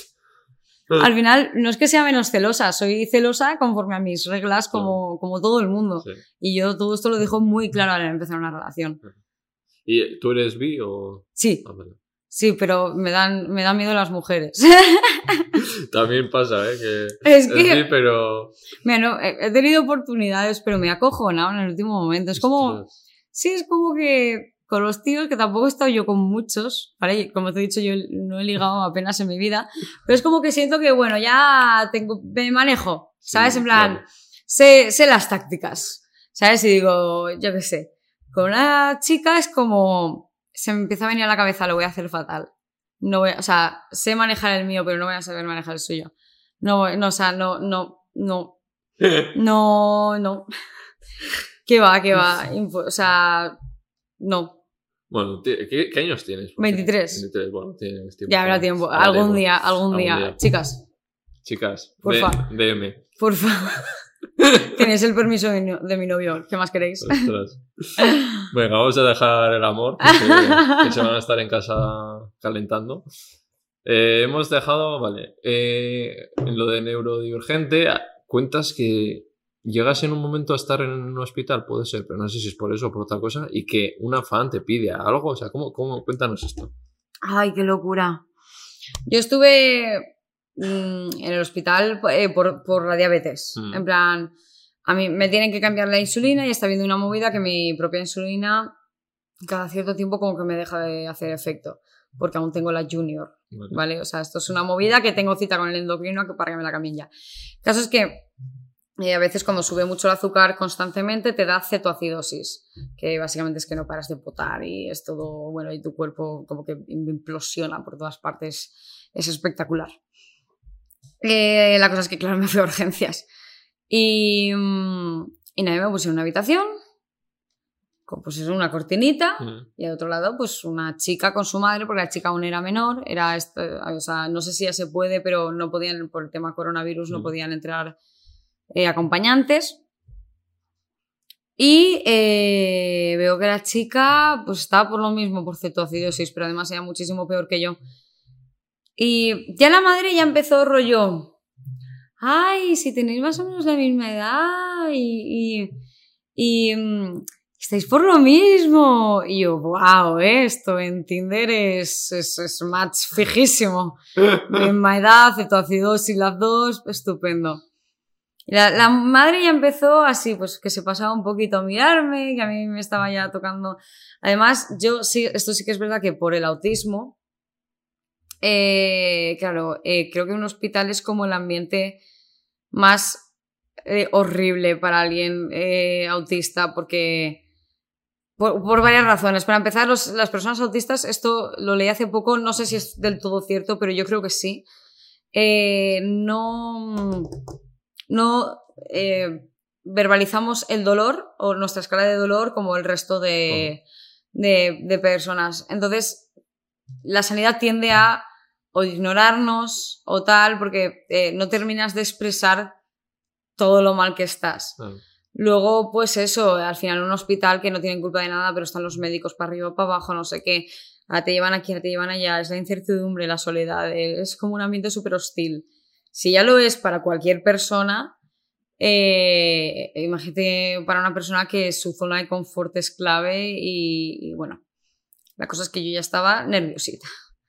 al final no es que sea menos celosa, soy celosa conforme a mis reglas como, como todo el mundo. Sí. Y yo todo esto lo dejo muy claro al empezar una relación. ¿Y tú eres bi o...? Sí, Ah, vale. sí, pero me dan, me dan miedo las mujeres. También pasa, ¿eh? Que Es que- bi, pero... Mira, no, he he tenido oportunidades, pero me ha acojonado en el último momento. Es como, Ostras. sí, es como que con los tíos, que tampoco he estado yo con muchos, ¿vale? Como te he dicho, yo no he ligado apenas en mi vida, pero es como que siento que, bueno, ya tengo, me manejo, ¿sabes? Sí, En plan, claro. sé, sé las tácticas, ¿sabes? Y digo, yo qué sé, con una chica es como, se me empieza a venir a la cabeza, lo voy a hacer fatal. No voy, a- o sea, sé manejar el mío, pero no voy a saber manejar el suyo. No, voy- no, o sea, no, no, no, no, no. ¿Qué va, qué va? Impo- o sea, no. Bueno, ti- ¿qué, qué años tienes? Porque- veintitrés. veintitrés, bueno, tienes tiempo. Ya habrá tiempo. Habrá Algún tiempo. día, algún Algún día. día. Chicas, Chicas, Porfa. D- D M. por favor. Tenéis el permiso de mi, no- de mi novio. ¿Qué más queréis? Ostras. Venga, vamos a dejar el amor, porque que se van a estar en casa calentando. Eh, hemos dejado, vale, eh, en lo de neurodivergente, cuentas que llegas en un momento a estar en un hospital, puede ser, pero no sé si es por eso o por otra cosa, y que una fan te pide algo, o sea, ¿cómo, cómo? Cuéntanos esto. Ay, qué locura. Yo estuve mm, en el hospital eh, por, por la diabetes. Mm. En plan, a mí me tienen que cambiar la insulina y está habiendo una movida que mi propia insulina cada cierto tiempo como que me deja de hacer efecto, porque aún tengo la junior, ¿vale? ¿vale? O sea, esto es una movida que tengo cita con el endocrino para que me la cambien ya. El caso es que eh, a veces cuando sube mucho el azúcar constantemente te da cetoacidosis, que básicamente es que no paras de potar y es todo, bueno, y tu cuerpo como que implosiona por todas partes, es espectacular. Eh, la cosa es que, claro, me fui a urgencias y, y nadie me puso en una habitación, pues es una cortinita mm. y al otro lado pues una chica con su madre, porque la chica aún era menor, era esto, o sea, no sé si ya se puede, pero no podían, por el tema coronavirus, mm. no podían entrar eh, acompañantes. Y eh, veo que la chica pues estaba por lo mismo, por cetoacidosis, pero además era muchísimo peor que yo. Y ya la madre ya empezó rollo, ay, si tenéis más o menos la misma edad y... y, y estáis por lo mismo. Y yo, wow, ¿eh? Esto en Tinder es, es, es match fijísimo. Misma edad, cetoacidosis las dos, estupendo. Y la, la madre ya empezó así, pues que se pasaba un poquito a mirarme, que a mí me estaba ya tocando. Además, yo sí, esto sí que es verdad que por el autismo, eh, claro, eh, creo que un hospital es como el ambiente más eh, horrible para alguien eh, autista, porque... Por, por varias razones. Para empezar, los, las personas autistas, esto lo leí hace poco, no sé si es del todo cierto, pero yo creo que sí. Eh, no no eh, verbalizamos el dolor o nuestra escala de dolor como el resto de, de, de personas. Entonces, la sanidad tiende a o ignorarnos o tal, porque eh, no terminas de expresar todo lo mal que estás. Ah. Luego, pues eso, al final un hospital que no tienen culpa de nada, pero están los médicos para arriba, para abajo, no sé qué. Ahora te llevan aquí, ahora te llevan allá. Es la incertidumbre, la soledad. Es como un ambiente súper hostil. Si ya lo es para cualquier persona, eh, imagínate para una persona que su zona de confort es clave y, y bueno, la cosa es que yo ya estaba nerviosita.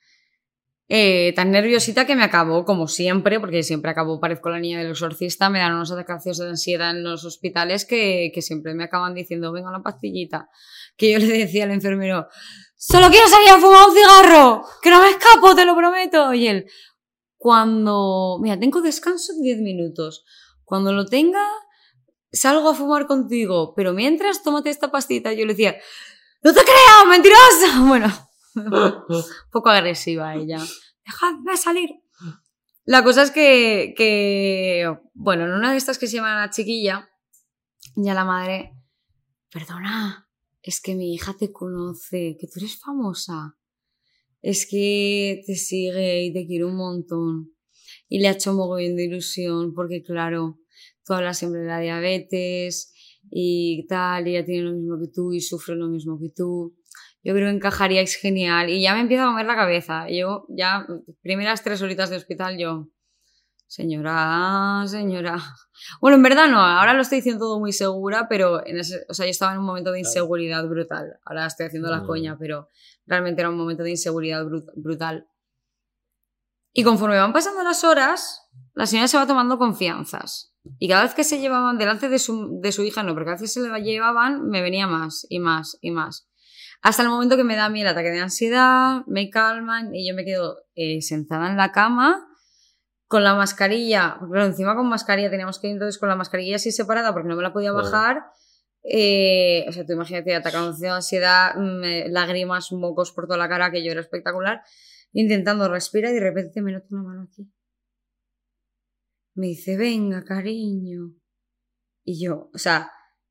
Eh, tan nerviosita que me acabó, como siempre, porque siempre acabo, parezco la niña del exorcista, me dan unos ataques de ansiedad en los hospitales que, que siempre me acaban diciendo, venga, una pastillita. Que yo le decía al enfermero, solo quiero salir a fumar un cigarro, que no me escapo, te lo prometo. Y él, cuando, mira, tengo descanso de diez minutos, cuando lo tenga, salgo a fumar contigo, pero mientras, tómate esta pastita. Y yo le decía, no te creas, mentirosa. Bueno, un poco agresiva ella. Dejadme salir. La cosa es que, que, bueno, en una de estas que se llama La Chiquilla, ya la madre, perdona, es que mi hija te conoce, que tú eres famosa, es que te sigue y te quiere un montón. Y le ha hecho mogollón de ilusión, porque claro, tú hablas siempre de la diabetes y tal, y ella tiene lo mismo que tú y sufre lo mismo que tú. Yo creo que encajaríais genial. Y ya me empieza a mover la cabeza. Yo ya, primeras tres horitas de hospital, yo, señora, señora. Bueno, en verdad no, ahora lo estoy diciendo todo muy segura, pero en ese, o sea, yo estaba en un momento de inseguridad brutal. Ahora estoy haciendo la coña, pero realmente era un momento de inseguridad brut- brutal. Y conforme van pasando las horas, la señora se va tomando confianzas. Y cada vez que se llevaban delante de su, de su hija, no, pero cada vez que se la llevaban, me venía más y más y más. Hasta el momento que me da a mí el ataque de ansiedad, me calman y yo me quedo eh, sentada en la cama con la mascarilla, pero encima con mascarilla teníamos que ir entonces con la mascarilla así separada porque no me la podía bajar. Eh, o sea, tú imagínate, atacando de ansiedad, me, lágrimas, mocos por toda la cara, que yo era espectacular, intentando respirar y de repente me noto una mano aquí. Me dice, venga, cariño. Y yo, o sea...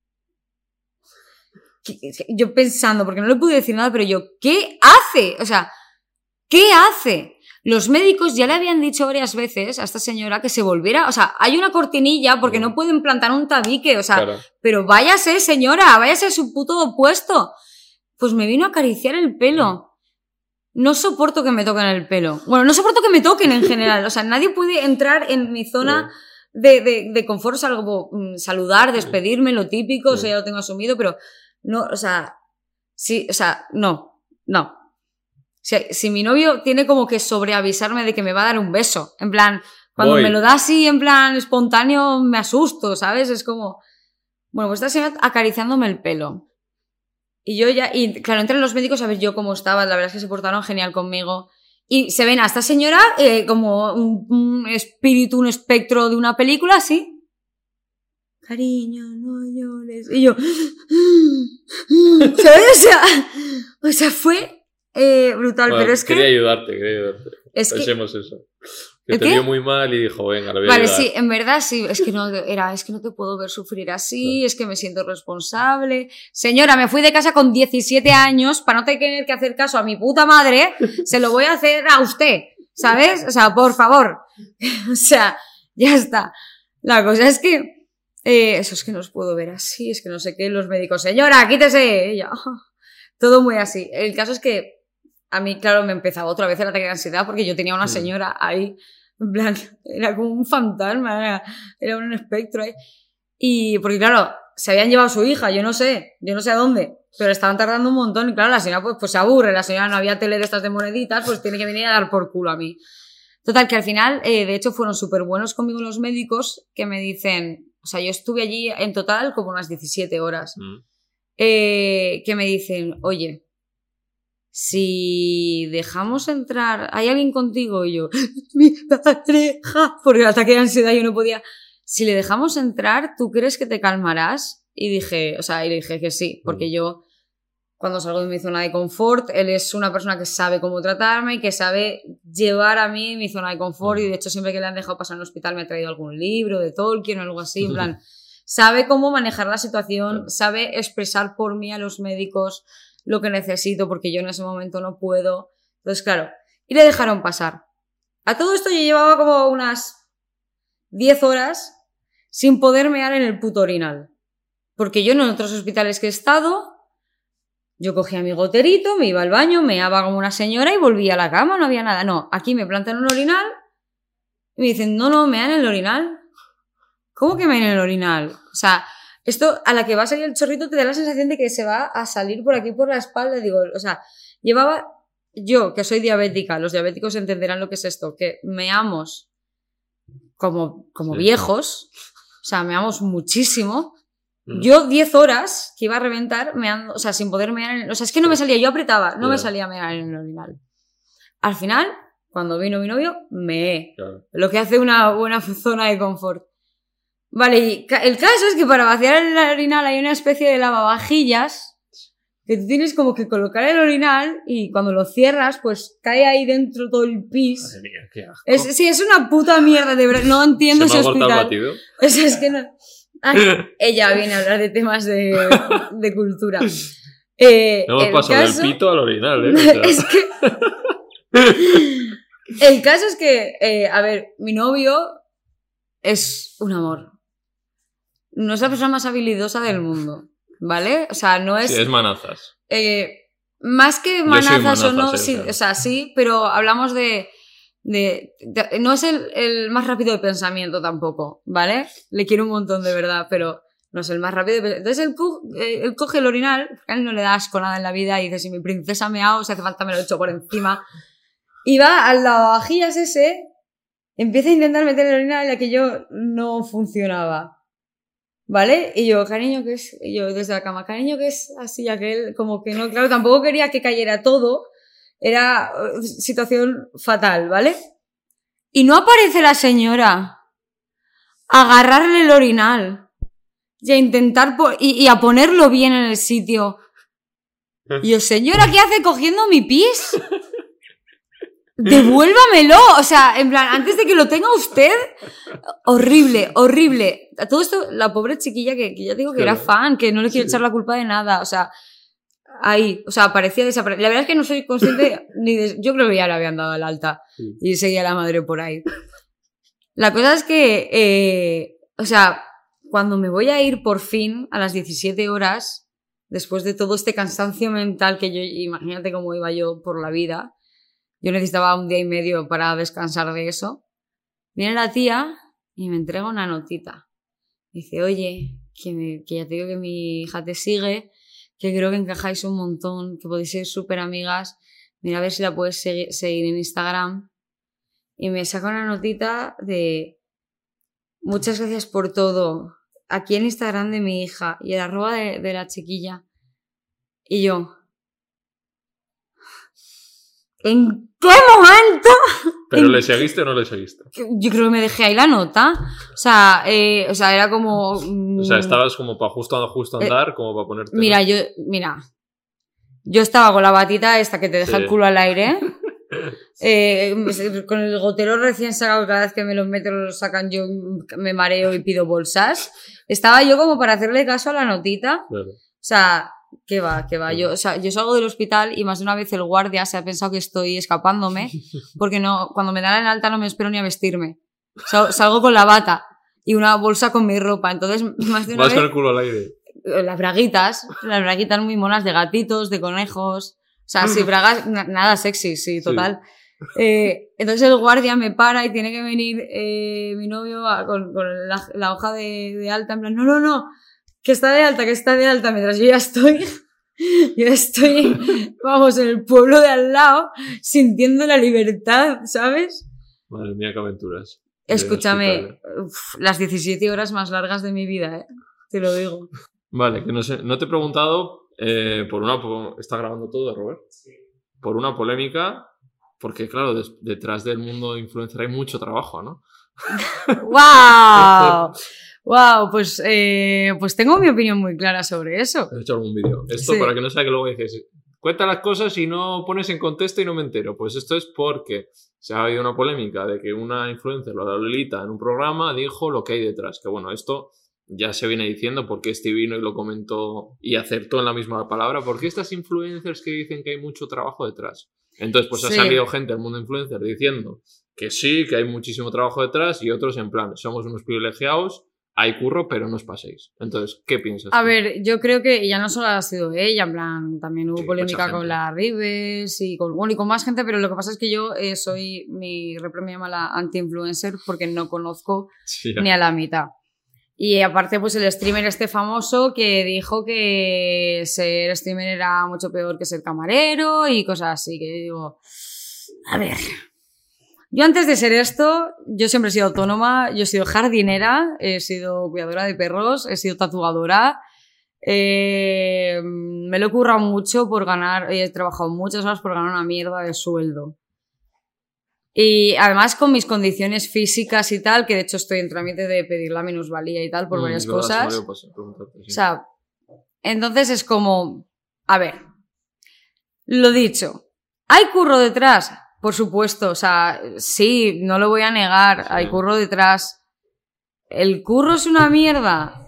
yo pensando, porque no le pude decir nada, pero yo, ¿qué hace? O sea, ¿qué hace? Los médicos ya le habían dicho varias veces a esta señora que se volviera, o sea, hay una cortinilla porque no pueden plantar un tabique, o sea, claro. Pero váyase, señora, váyase a su puto puesto. Pues me vino a acariciar el pelo. No soporto que me toquen el pelo. Bueno, no soporto que me toquen en general, o sea, nadie puede entrar en mi zona de, de, de confort, salvo saludar, despedirme, lo típico, o sea, ya lo tengo asumido, pero no, o sea, sí, o sea, no, no. Si, si mi novio tiene como que sobreavisarme de que me va a dar un beso, en plan, cuando Voy. me lo da así, en plan espontáneo, me asusto, ¿sabes? Es como, bueno, pues esta señora acariciándome el pelo. Y yo ya, y claro, entran los médicos a ver yo cómo estaba, la verdad es que se portaron genial conmigo. Y se ven a esta señora eh, como un, un espíritu, un espectro de una película, así. Cariño, no llores. Y yo, ¿sabes? O sea, o sea fue eh, brutal, Bueno, pero es quería que... ayudarte, quería ayudarte. Es Pensemos que, eso. Que te ¿qué? vio muy mal y dijo, venga, lo voy a Vale, ayudar. sí, en verdad sí, es que no era, es que no te puedo ver sufrir así, Claro. es que me siento responsable. Señora, me fui de casa con diecisiete años para no tener que hacer caso a mi puta madre, se lo voy a hacer a usted, ¿sabes? O sea, por favor. O sea, ya está. La cosa es que eh, eso es que no os puedo ver así, es que no sé qué, los médicos, señora, quítese. Y yo, todo muy así. El caso es que a mí, claro, me empezaba otra vez el ataque de ansiedad porque yo tenía una señora ahí, en plan, era como un fantasma, era, era un espectro ahí. Y porque, claro, se habían llevado a su hija, yo no sé, yo no sé a dónde, pero estaban tardando un montón y, claro, la señora pues, pues se aburre, la señora no había tele de estas de moneditas, pues tiene que venir a dar por culo a mí. Total, que al final, eh, de hecho, fueron súper buenos conmigo los médicos que me dicen, o sea, yo estuve allí en total como unas diecisiete horas, Mm. eh, que me dicen, oye, si dejamos entrar, ¿hay alguien contigo? Y yo, mi pareja, porque el ataque de ansiedad yo no podía. Si le dejamos entrar, ¿tú crees que te calmarás? Y dije, o sea, y le dije que sí, porque yo, cuando salgo de mi zona de confort, él es una persona que sabe cómo tratarme y que sabe llevar a mí mi zona de confort, y de hecho siempre que le han dejado pasar en el hospital me ha traído algún libro de Tolkien o algo así, en plan, sabe cómo manejar la situación, sabe expresar por mí a los médicos lo que necesito, porque yo en ese momento no puedo. Entonces, claro, y le dejaron pasar. A todo esto yo llevaba como unas diez horas sin poder mear en el puto orinal. Porque yo en otros hospitales que he estado, yo cogía mi goterito, me iba al baño, meaba como una señora y volvía a la cama, no había nada. No, aquí me plantan un orinal y me dicen, no, no, mea en el orinal. ¿Cómo que mea en el orinal? O sea, esto a la que va a salir el chorrito te da la sensación de que se va a salir por aquí por la espalda. Digo, o sea, llevaba yo, que soy diabética, los diabéticos entenderán lo que es esto, que meamos como, como Sí. viejos, o sea, meamos muchísimo. Mm. Yo diez horas que iba a reventar meando, o sea, sin poder mear en el, o sea, es que no me salía, yo apretaba, no Ya. me salía a mear en el orinal. Al final, cuando vino mi novio, meé. Claro. Lo que hace una buena zona de confort. Vale, y ca- el caso es que para vaciar el orinal hay una especie de lavavajillas que tú tienes como que colocar el orinal y cuando lo cierras, pues cae ahí dentro todo el pis. Madre mía, qué asco. Es, sí, es una puta mierda, de verdad. No entiendo Se me ese ha cortado el hospital. batido. O sea, es que no. Ay, ella viene a hablar de temas de, de cultura. Eh, No hemos el pasado caso- del pito al orinal, ¿eh? O sea, es que. El caso es que, eh, a ver, mi novio es un amor. No es la persona más habilidosa del mundo, ¿vale? O sea, no es. sí, es manazas. eh, más que Yo soy manazas o manazas, no, eh, sí, o sea. o sea, sí, pero hablamos de. de, de- no es el, el más rápido de pensamiento tampoco, ¿vale? Le quiero un montón de verdad, pero no es el más rápido de pensamiento. Entonces él, co- eh, él coge el orinal, porque a él no le da asco nada en la vida, y dice: si mi princesa me ha, si hace falta me lo echo por encima. Y va al lavavajillas ese, empieza a intentar meter el orinal en la que yo no funcionaba. ¿Vale? Y yo, cariño, que es, y yo desde la cama, cariño, que es así, aquel, como que no, claro, tampoco quería que cayera todo, era eh, situación fatal, ¿vale? Y no aparece la señora a agarrarle el orinal y a intentar, po- y, y a ponerlo bien en el sitio. Y yo, señora, ¿qué hace cogiendo mi pis? Devuélvamelo, o sea, en plan, antes de que lo tenga usted, horrible, horrible. A todo esto, la pobre chiquilla que, que ya digo que era Claro. fan, que no le quiero Sí. echar la culpa de nada, o sea, ahí, o sea, parecía desaparecer. La verdad es que no soy consciente ni de, yo creo que ya le habían dado el alta Sí. y seguía la madre por ahí. La cosa es que, eh, o sea, cuando me voy a ir por fin a las diecisiete horas, después de todo este cansancio mental que yo, imagínate cómo iba yo por la vida, yo necesitaba un día y medio para descansar de eso. Viene la tía y me entrega una notita. Dice, oye, que, me, que ya te digo que mi hija te sigue, que creo que encajáis un montón, que podéis ser súper amigas. Mira a ver si la puedes segui- seguir en Instagram. Y me saca una notita de muchas gracias por todo. Aquí en Instagram de mi hija y el arroba de, de la chiquilla. Y yo... ¿En qué momento? ¿Pero ¿En le seguiste o no le seguiste? Yo creo que me dejé ahí la nota. O sea, eh, o sea era como... Mm, o sea, estabas como para justo, justo andar, eh, como para ponerte... Mira, yo... Mira. Yo estaba con la batita esta que te deja sí. el culo al aire. eh, con el gotero recién sacado, cada vez que me los meto lo sacan, yo me mareo y pido bolsas. Estaba yo como para hacerle caso a la notita. Claro. O sea... ¿Qué va? ¿Qué va? Yo, o sea, yo salgo del hospital y más de una vez el guardia se ha pensado que estoy escapándome porque no, cuando me dan el alta no me espero ni a vestirme. Sal, salgo con la bata y una bolsa con mi ropa. Entonces, más de una ¿Vas vez... con el culo al aire? Las braguitas, las braguitas muy monas de gatitos, de conejos. O sea, si bragas, na, nada sexy, sí, total. Sí. Eh, entonces el guardia me para y tiene que venir eh, mi novio a, con, con la, la hoja de, de alta en plan, no, no, no. Que está de alta, que está de alta, mientras yo ya estoy, yo estoy, vamos, en el pueblo de al lado, sintiendo la libertad, ¿sabes? Madre mía, qué aventuras. Escúchame, uf, las diecisiete horas más largas de mi vida, ¿eh? Te lo digo. Vale, que no sé, no te he preguntado, eh, por una, por, ¿está grabando todo, Robert? Sí. Por una polémica, porque claro, des, detrás del mundo influencer hay mucho trabajo, ¿no? ¡Wow! Wow, pues, eh, pues tengo mi opinión muy clara sobre eso. He hecho algún vídeo. Esto sí. Para que no sea que luego dices, cuenta las cosas y no pones en contexto y no me entero. Pues esto es porque se ha habido una polémica de que una influencer, la Lolita, en un programa dijo lo que hay detrás. Que bueno, esto ya se viene diciendo porque este vino y lo comentó y acertó en la misma palabra. Porque estas influencers que dicen que hay mucho trabajo detrás. Entonces pues sí. Ha salido gente del mundo influencer diciendo que sí, que hay muchísimo trabajo detrás y otros en plan, somos unos privilegiados. Hay curro, pero no os paséis. Entonces, ¿qué piensas? A tú? ver, yo creo que ya no solo ha sido ella, en plan, también hubo sí, polémica con la Ribes y con, bueno, y con más gente, pero lo que pasa es que yo eh, soy, mi repre me llama la anti-influencer porque no conozco sí, ni a la mitad. Y aparte, pues el streamer este famoso que dijo que ser streamer era mucho peor que ser camarero y cosas así, que digo, a ver... Yo antes de ser esto, yo siempre he sido autónoma, yo he sido jardinera, he sido cuidadora de perros, he sido tatuadora, eh, me lo he currado mucho por ganar, he trabajado muchas horas por ganar una mierda de sueldo. Y además con mis condiciones físicas y tal, que de hecho estoy en trámite de pedir la minusvalía y tal por mm, varias cosas. Pasar, sí. O sea, entonces es como, a ver, lo dicho, ¿hay curro detrás? Por supuesto, o sea, sí, no lo voy a negar, sí. Hay curro detrás. ¿El curro es una mierda?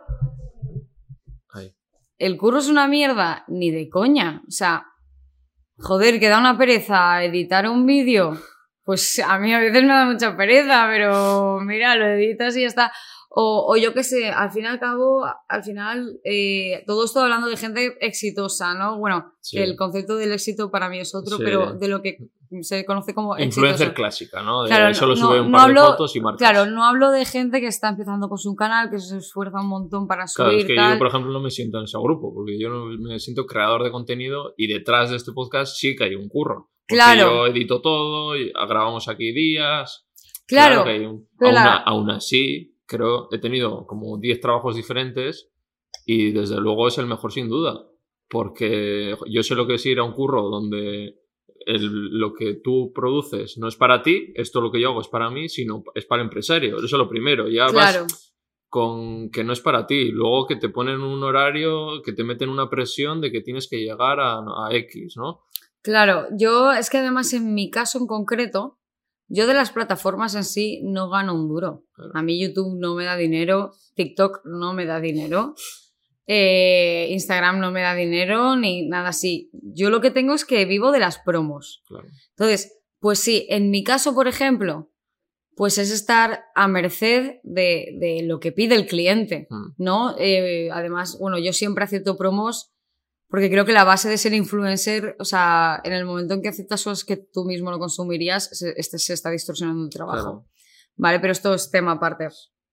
Ay. ¿El curro es una mierda? Ni de coña. O sea, joder, que da una pereza editar un vídeo. Pues a mí a veces me da mucha pereza, pero mira, lo editas y ya está. O, o yo qué sé, al fin y al cabo, al final, eh, todo esto hablando de gente exitosa, ¿no? Bueno, sí. El concepto del éxito para mí es otro, sí. Pero de lo que se conoce como influencer exitoso. Clásica, ¿no? De claro, solo no, sube un no par hablo, de fotos y marcas. Claro, no hablo de gente que está empezando con su canal, que se esfuerza un montón para subir. Claro, es que tal. Yo, por ejemplo, no me siento en ese grupo, porque yo no me siento creador de contenido y detrás de este podcast sí que hay un curro. Porque claro. Yo edito todo, y grabamos aquí días. Claro. Claro que hay un, aún, a, aún así, creo, he tenido como diez trabajos diferentes y desde luego es el mejor sin duda. Porque yo sé lo que es ir a un curro donde el, lo que tú produces no es para ti, esto lo que yo hago es para mí, sino es para el empresario. Eso es lo primero. Ya claro. Vas con que no es para ti. Luego que te ponen un horario, que te meten una presión de que tienes que llegar a, a X, ¿no? Claro. Yo, es que además en mi caso en concreto, yo de las plataformas en sí no gano un duro. Claro. A mí YouTube no me da dinero, TikTok no me da dinero, eh, Instagram no me da dinero, ni nada así. Yo lo que tengo es que vivo de las promos. Claro. Entonces, pues sí, en mi caso, por ejemplo, pues es estar a merced de, de lo que pide el cliente, mm. ¿no? Eh, además, bueno, yo siempre acepto promos porque creo que la base de ser influencer, o sea, en el momento en que aceptas cosas que tú mismo no consumirías, se, este, se está distorsionando el trabajo. Claro. Vale, pero esto es tema aparte.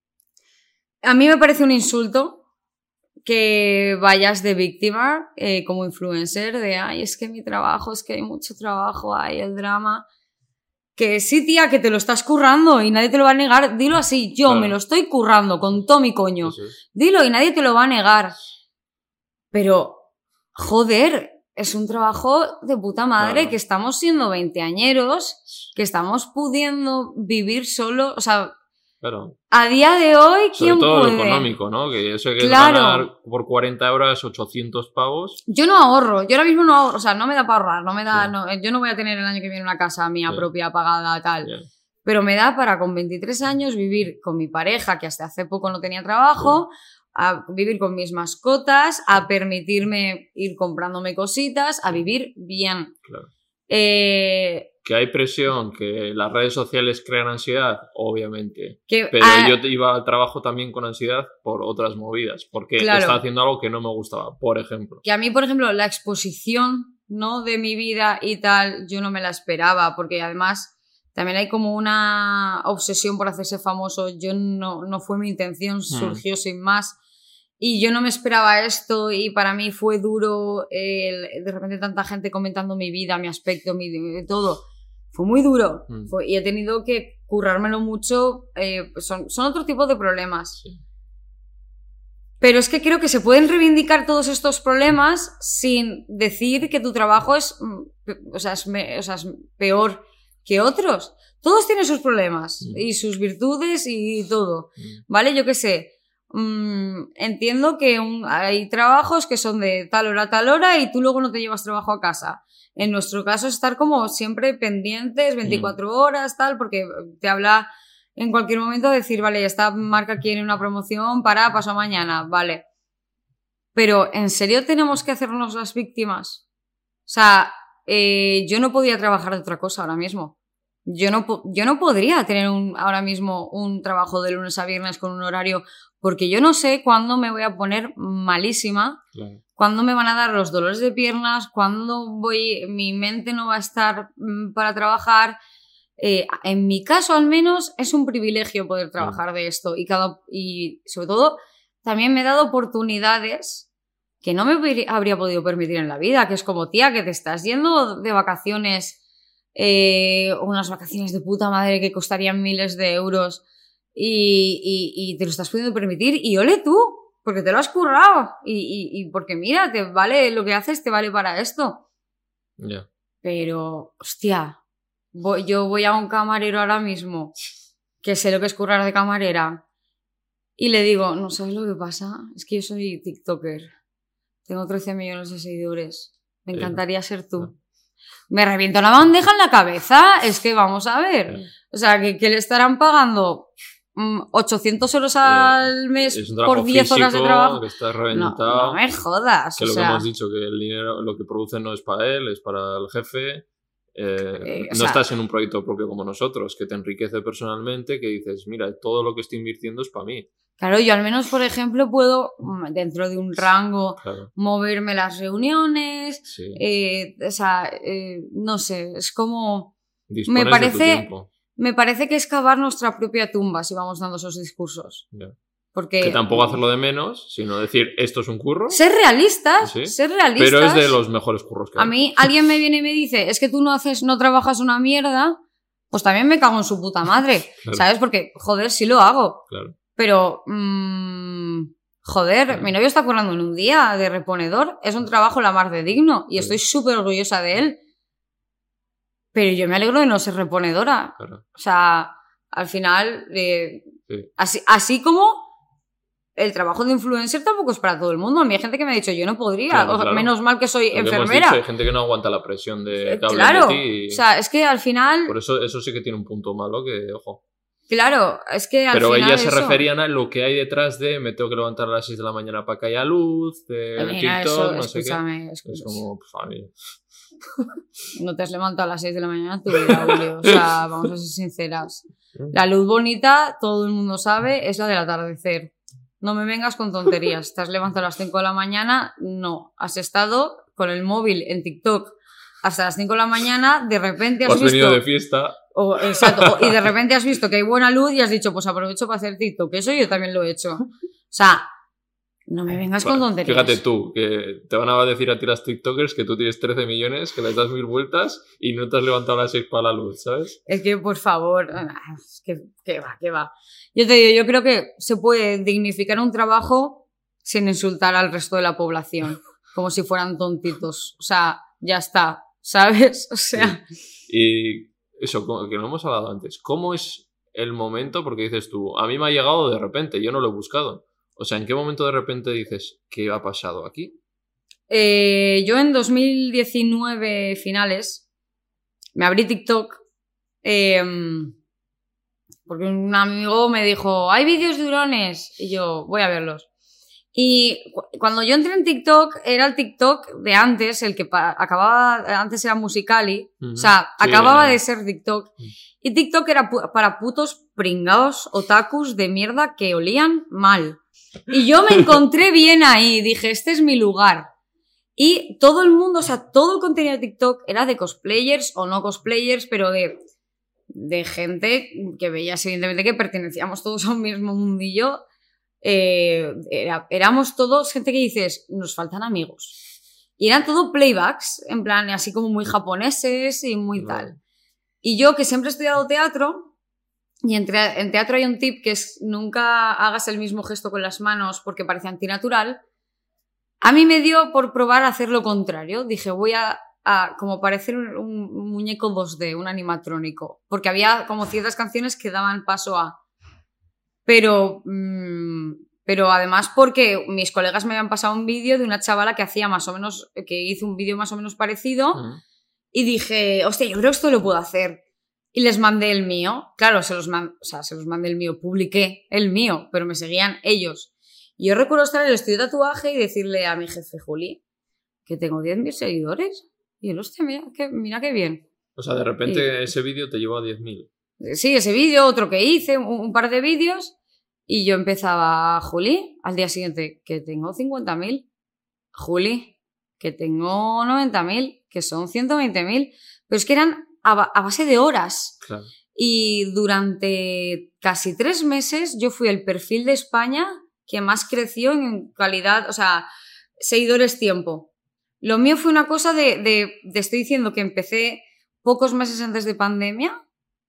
A mí me parece un insulto que vayas de víctima eh, como influencer, de, ay, es que mi trabajo, es que hay mucho trabajo, hay el drama. Que sí, tía, que te lo estás currando y nadie te lo va a negar. Dilo así, yo claro. Me lo estoy currando con todo mi coño. Sí, sí. Dilo y nadie te lo va a negar. Pero... joder, es un trabajo de puta madre, Claro. que estamos siendo veinteañeros, que estamos pudiendo vivir solo, o sea, Claro. a día de hoy, Sobre ¿quién todo puede? lo económico, ¿no? Que eso hay que Claro. ganar por cuarenta euros ochocientos pavos. Yo no ahorro, yo ahora mismo no ahorro, o sea, no me da para ahorrar, no me da, Sí. no, yo no voy a tener el año que viene una casa mía Sí. propia pagada, tal. Yeah. Pero me da para con veintitrés años vivir con mi pareja, que hasta hace poco no tenía trabajo, a vivir con mis mascotas, a permitirme ir comprándome cositas, a vivir bien. Claro. Eh, Que hay presión, que las redes sociales crean ansiedad, obviamente. que, Pero ah, yo iba al trabajo también con ansiedad por otras movidas, porque Claro. estaba haciendo algo que no me gustaba, por ejemplo. que a mí, por ejemplo, la exposición, ¿no?, de mi vida y tal, yo no me la esperaba, porque además también hay como una obsesión por hacerse famoso. Yo no, no fue mi intención, surgió sin más. Y yo no me esperaba esto y para mí fue duro el, de repente tanta gente comentando mi vida, mi aspecto, mi todo. Fue muy duro. Mm. Fue, y he tenido que currármelo mucho. Eh, son, son otro tipo de problemas. Sí. Pero es que creo que se pueden reivindicar todos estos problemas sin decir que tu trabajo es, mm, pe- o sea, es, me- o sea, es peor que otros. Todos tienen sus problemas Mm. y sus virtudes y todo, Mm. ¿vale? Yo qué sé. Mm, entiendo que un- hay trabajos que son de tal hora a tal hora y tú luego no te llevas trabajo a casa. En nuestro caso, estar como siempre pendientes, veinticuatro horas, tal, porque te habla en cualquier momento decir, vale, esta marca quiere una promoción para pasado mañana, vale. Pero, ¿en serio tenemos que hacernos las víctimas? O sea, eh, yo no podía trabajar de otra cosa ahora mismo. Yo no, po- yo no podría tener un, ahora mismo un trabajo de lunes a viernes con un horario, porque yo no sé cuándo me voy a poner malísima, Claro. cuándo me van a dar los dolores de piernas, cuándo voy, mi mente no va a estar mm, para trabajar. Eh, en mi caso, al menos, es un privilegio poder trabajar de esto y, cada, y sobre todo también me he dado oportunidades que no me hubiera- habría podido permitir en la vida, que es como, tía, que te estás yendo de vacaciones, eh, unas vacaciones de puta madre que costarían miles de euros y, y, y te lo estás pudiendo permitir y ole tú, porque te lo has currado y, y, y porque mira, te vale lo que haces, te vale para esto. Ya. Pero, hostia, voy- yo voy a un camarero ahora mismo, que sé lo que es currar de camarera, y le digo, no sabes lo que pasa, es que yo soy TikToker, tengo trece millones de seguidores, me Sí. encantaría ser tú. Me reviento la bandeja en la cabeza, es que vamos a ver, Ya. o sea, que, que le estarán pagando mm, ochocientos euros al mes Es un trabajo por diez horas de físico, trabajo. que estás No, reventado. no me jodas, Que o lo que sea, hemos dicho, que el dinero, lo que produce no es para él, es para el jefe. Eh, Eh, o no sea- estás en un proyecto propio como nosotros, que te enriquece personalmente, que dices, mira, todo lo que estoy invirtiendo es para mí. claro, yo al menos, por ejemplo, puedo, mm, dentro de un rango, Claro, moverme las reuniones, sí. eh, o sea, eh, no sé, es como... Dispones me de tu parece- tiempo. Me parece que es cavar nuestra propia tumba si vamos dando esos discursos. Ya. Porque... Que tampoco hacerlo de menos, sino decir, esto es un curro, Ser realistas, Sí, ser realistas. pero es de los mejores curros que A hay. mí alguien me viene y me dice, es que tú no haces, no trabajas una mierda, pues también me cago en su puta madre, Claro. ¿sabes? Porque, joder, sí lo hago. Claro. Pero, mmm, joder, Claro. mi novio está currando en un día de reponedor, es un trabajo la mar de digno y Sí. estoy súper orgullosa de él. Pero yo me alegro de no ser reponedora. Claro. O sea, al final, eh, Sí. así, así como el trabajo de influencer tampoco es para todo el mundo. A mí hay gente que me ha dicho, yo no podría, Claro, o- claro. menos mal que soy Lo que hemos enfermera. dicho, hay gente que no aguanta la presión de Eh, que hablen claro, de ti. y- o sea, es que al final, Por eso, eso sí que tiene un punto malo, que, ojo. claro, es que al Pero final ellas se eso- referían a lo que hay detrás de me tengo que levantar a las seis de la mañana para que haya luz, de Mira, TikTok, eso, no sé qué. escúchame, Es escúchame. como, pues, a mí- No te has levantado a las seis de la mañana en tu vida, Julio. O sea, vamos a ser sinceras. La luz bonita, todo el mundo sabe, es la del atardecer. No me vengas con tonterías. ¿Te has levantado a las cinco de la mañana? No. Has estado con el móvil en TikTok hasta las cinco de la mañana, de repente o has has visto... venido de fiesta. o- exacto, o- y de repente has visto que hay buena luz y has dicho, pues aprovecho para hacer TikTok. Eso yo también lo he hecho. O sea, no me vengas con tonterías. Fíjate tú, que te van a decir a ti las TikTokers que tú tienes trece millones, que les das mil vueltas y no te has levantado a las seis para la luz, ¿sabes? Es que, por favor, ah, es que, que va, que va. Yo te digo, yo creo que se puede dignificar un trabajo sin insultar al resto de la población. como si fueran tontitos. O sea, ya está, ¿sabes? O sea... Sí. Y eso, que no hemos hablado antes, ¿cómo es el momento? Porque dices tú, a mí me ha llegado de repente, yo no lo he buscado. O sea, ¿en qué momento de repente dices, ¿qué ha pasado aquí? Eh, yo en dos mil diecinueve finales me abrí TikTok eh, porque un amigo me dijo, hay vídeos de hurones, y yo voy a verlos. Y cu- cuando yo entré en TikTok era el TikTok de antes, el que pa- acababa, antes era Musical.ly, Uh-huh. o sea, Sí, acababa eh. de ser TikTok. Y TikTok era pu- para putos pringados otakus de mierda que olían mal. Y yo me encontré bien ahí, dije, este es mi lugar. Y todo el mundo, o sea, todo el contenido de TikTok era de cosplayers o no cosplayers, pero de, de gente que veías evidentemente que pertenecíamos todos a un mismo mundillo. Eh, era- éramos todos gente que dices, nos faltan amigos. Y eran todo playbacks, en plan, así como muy japoneses y muy Vale. tal. Y yo, que siempre he estudiado teatro, y en, tea- en teatro hay un tip que es nunca hagas el mismo gesto con las manos porque parece antinatural. A mí me dio por probar a hacer lo contrario. Dije, voy a, a como parecer un, un muñeco dos D, un animatrónico. Porque había como ciertas canciones que daban paso a... Pero, mmm, pero además porque mis colegas me habían pasado un vídeo de una chavala que hacía más o menos, que hizo un vídeo más o menos parecido. Uh-huh. Y dije, hostia, yo creo que esto lo puedo hacer. Y les mandé el mío. Claro, se los, man- o sea, se los mandé el mío. Publiqué el mío, pero me seguían ellos. Y yo recuerdo estar en el estudio de tatuaje y decirle a mi jefe, Juli, que tengo diez mil seguidores. Y él, hostia, mira, qué, mira qué bien. O sea, de repente Y- ese vídeo te llevó a diez mil. Sí, ese vídeo, otro que hice, un, un par de vídeos. Y yo empezaba, Juli, al día siguiente, que tengo cincuenta mil. Juli, que tengo noventa mil, que son ciento veinte mil. Pero es que eran a, ba- a base de horas. Claro. Y durante casi tres meses yo fui el perfil de España que más creció en calidad, o sea, seguidores tiempo. Lo mío fue una cosa de, de, de estoy diciendo que empecé pocos meses antes de pandemia.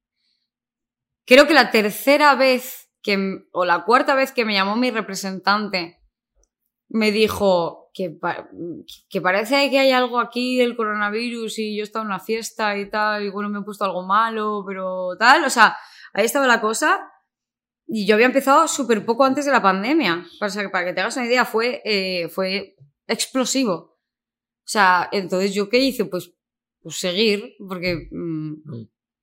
Creo que la tercera vez que, o la cuarta vez que me llamó mi representante me dijo que, pa- que parece que hay algo aquí del coronavirus y yo estaba en una fiesta y tal, y bueno, me he puesto algo malo, pero tal, o sea, ahí estaba la cosa. Y yo había empezado súper poco antes de la pandemia. Para, o sea, para que te hagas una idea, fue, eh, fue explosivo. O sea, entonces, ¿yo qué hice? Pues, pues seguir, porque... mmm,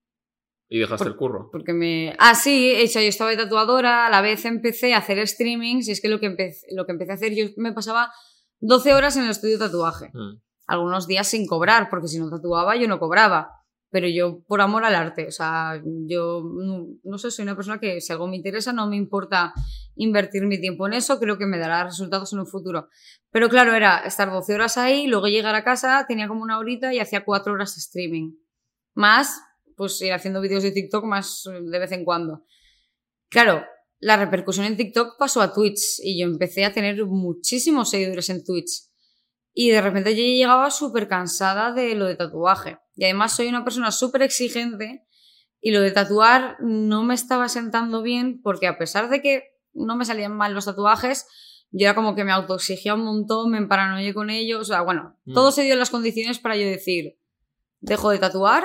Y dejaste Por- el curro. porque me... Ah, sí, o sea, yo estaba de tatuadora, a la vez empecé a hacer streamings, y es que lo que, empecé, lo que empecé a hacer, yo me pasaba doce horas en el estudio de tatuaje. Mm. Algunos días sin cobrar, porque si no tatuaba yo no cobraba. Pero yo por amor al arte, o sea, yo no, no sé, soy una persona que si algo me interesa no me importa invertir mi tiempo en eso, creo que me dará resultados en un futuro. Pero claro, era estar doce horas ahí, luego llegar a casa, tenía como una horita y hacía cuatro horas de streaming. Más, pues ir haciendo vídeos de TikTok más de vez en cuando. Claro, la repercusión en TikTok pasó a Twitch y yo empecé a tener muchísimos seguidores en Twitch. Y de repente yo llegaba súper cansada de lo de tatuaje. Y además soy una persona súper exigente y lo de tatuar no me estaba sentando bien porque a pesar de que no me salían mal los tatuajes, yo era como que me autoexigía un montón, me emparanoié con ellos. O sea, bueno, Mm. todo se dio en las condiciones para yo decir, dejo de tatuar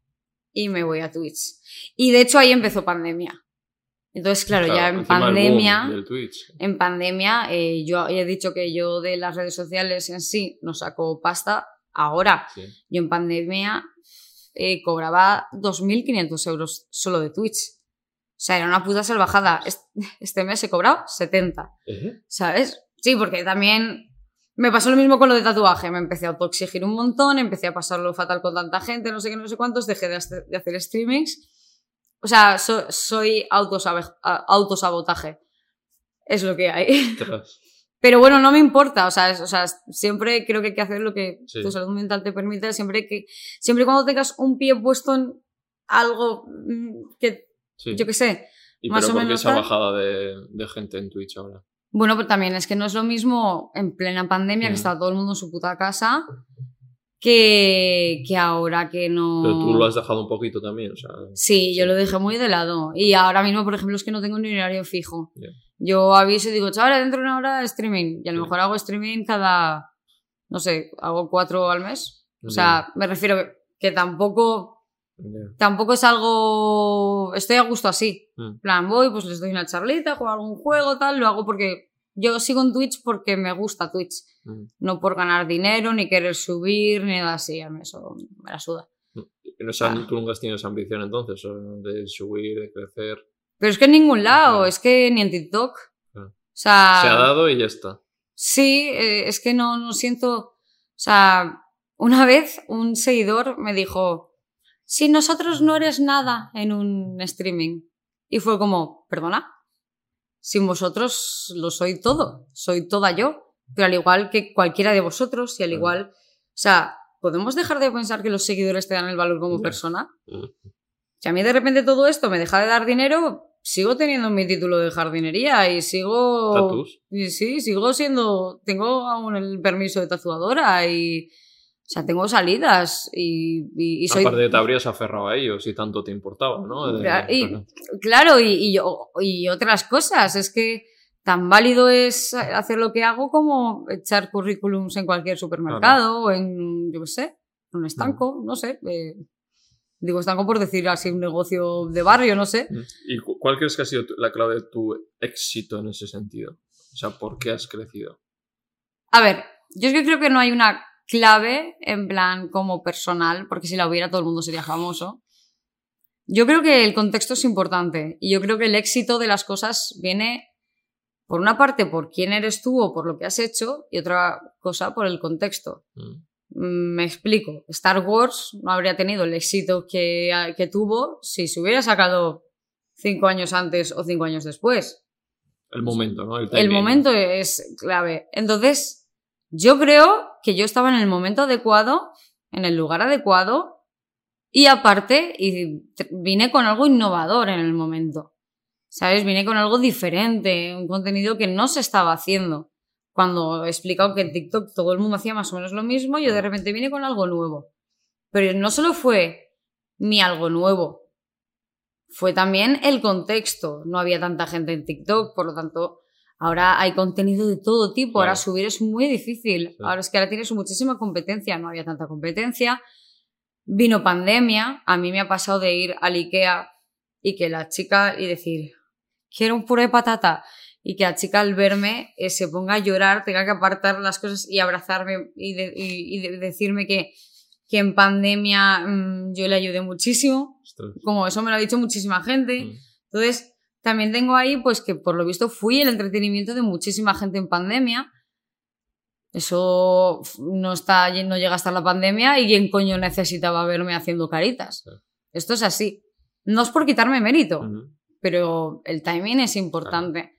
y me voy a Twitch. Y de hecho ahí empezó pandemia. Entonces, claro, ya en encima el boom pandemia... del Twitch. En pandemia, eh, yo he dicho que yo de las redes sociales en sí no saco pasta ahora. Sí. Yo en pandemia eh, cobraba dos mil quinientos euros solo de Twitch. O sea, era una puta salvajada. Este, este mes he cobrado setenta, ¿Eh? ¿sabes? Sí, porque también me pasó lo mismo con lo de tatuaje. Me empecé a autoexigir un montón, empecé a pasarlo fatal con tanta gente, no sé qué, no sé cuántos, dejé de hacer, de hacer streamings. O sea, so, soy autosabe- autosabotaje. Es lo que hay. Ostras. Pero bueno, no me importa. O sea, es- o sea, siempre creo que hay que hacer lo que Sí. tu salud mental te permite. Siempre que, siempre y cuando tengas un pie puesto en algo mm, que, Sí. yo qué sé. ¿Y más pero o por qué menos esa tal. bajada de, de gente en Twitch ahora? Bueno, pero también es que no es lo mismo en plena pandemia, que Mm. estaba todo el mundo en su puta casa, que, que ahora que no... Pero tú lo has dejado un poquito también, o sea... Sí, yo lo dejé muy de lado. Y ahora mismo, por ejemplo, es que no tengo ni horario fijo. Yeah. Yo aviso y digo, chaval, dentro de una hora streaming. Y a lo Sí. mejor hago streaming cada no sé, hago cuatro al mes. O Yeah. sea, me refiero que, que tampoco, Yeah. tampoco es algo... Estoy a gusto así. Mm. En plan, voy, pues les doy una charlita, juego algún juego, tal, lo hago porque... Yo sigo en Twitch porque me gusta Twitch. Mm. No por ganar dinero, ni querer subir, ni nada así. A mí eso me la suda. ¿Y no sabes, tú nunca has tenido esa ambición entonces, o de subir, de crecer? Pero es que en ningún lado, Claro. es que ni en TikTok. Claro. O sea... Se ha dado y ya está. Sí, eh, es que no, no siento... O sea, una vez un seguidor me dijo, si nosotros no eres nada en un streaming. Y fue como, ¿perdona? Sin vosotros lo soy todo, soy toda yo. Pero al igual que cualquiera de vosotros y al igual... O sea, ¿podemos dejar de pensar que los seguidores te dan el valor como Ya. persona? Mm. Si a mí de repente todo esto me deja de dar dinero, sigo teniendo mi título de jardinería y sigo... ¿Tatus? Y sí, sigo siendo... Tengo aún el permiso de tatuadora y... O sea, tengo salidas y, y, y soy... Aparte te habrías aferrado a ellos si tanto te importaba, ¿no? De- Claro, y, claro. claro, y, y, yo- y otras cosas. Es que tan válido es hacer lo que hago como echar currículums en cualquier supermercado o en, yo qué sé, un estanco, no sé. eh, digo estanco por decir así un negocio de barrio, no sé. ¿Y cu- cuál crees que ha sido tu- la clave de tu éxito en ese sentido? O sea, ¿por qué has crecido? A ver, yo es que creo que no hay una clave en plan como personal, porque si la hubiera todo el mundo sería famoso. Yo creo que el contexto es importante y yo creo que el éxito de las cosas viene por una parte por quién eres tú o por lo que has hecho y otra cosa por el contexto. Mm. Mm, Me explico. Star Wars no habría tenido el éxito que, que tuvo si se hubiera sacado cinco años antes o cinco años después. El momento, ¿no? El, El timing. momento es clave. Entonces, yo creo que yo estaba en el momento adecuado, en el lugar adecuado, y aparte, y t- vine con algo innovador en el momento. ¿Sabes? Vine con algo diferente, un contenido que no se estaba haciendo. Cuando he explicado que en TikTok todo el mundo hacía más o menos lo mismo, yo de repente vine con algo nuevo. Pero no solo fue mi algo nuevo, fue también el contexto. No había tanta gente en TikTok, por lo tanto, ahora hay contenido de todo tipo. Claro. Ahora subir es muy difícil. Sí. Ahora es que ahora tienes muchísima competencia. No había tanta competencia. Vino pandemia. A mí me ha pasado de ir al IKEA y que la chica y decir, quiero un puré de patata. Y que la chica al verme eh, se ponga a llorar, tenga que apartar las cosas y abrazarme y, de- y- y de- decirme que, que en pandemia mmm, yo le ayudé muchísimo. Ostras. Como eso me lo ha dicho muchísima gente. Mm. Entonces, también tengo ahí, pues que por lo visto fui el entretenimiento de muchísima gente en pandemia. Eso uf, no está, no llega hasta la pandemia y quién coño necesitaba verme haciendo caritas. Claro. Esto es así. No es por quitarme mérito, Ujú. pero el timing es importante.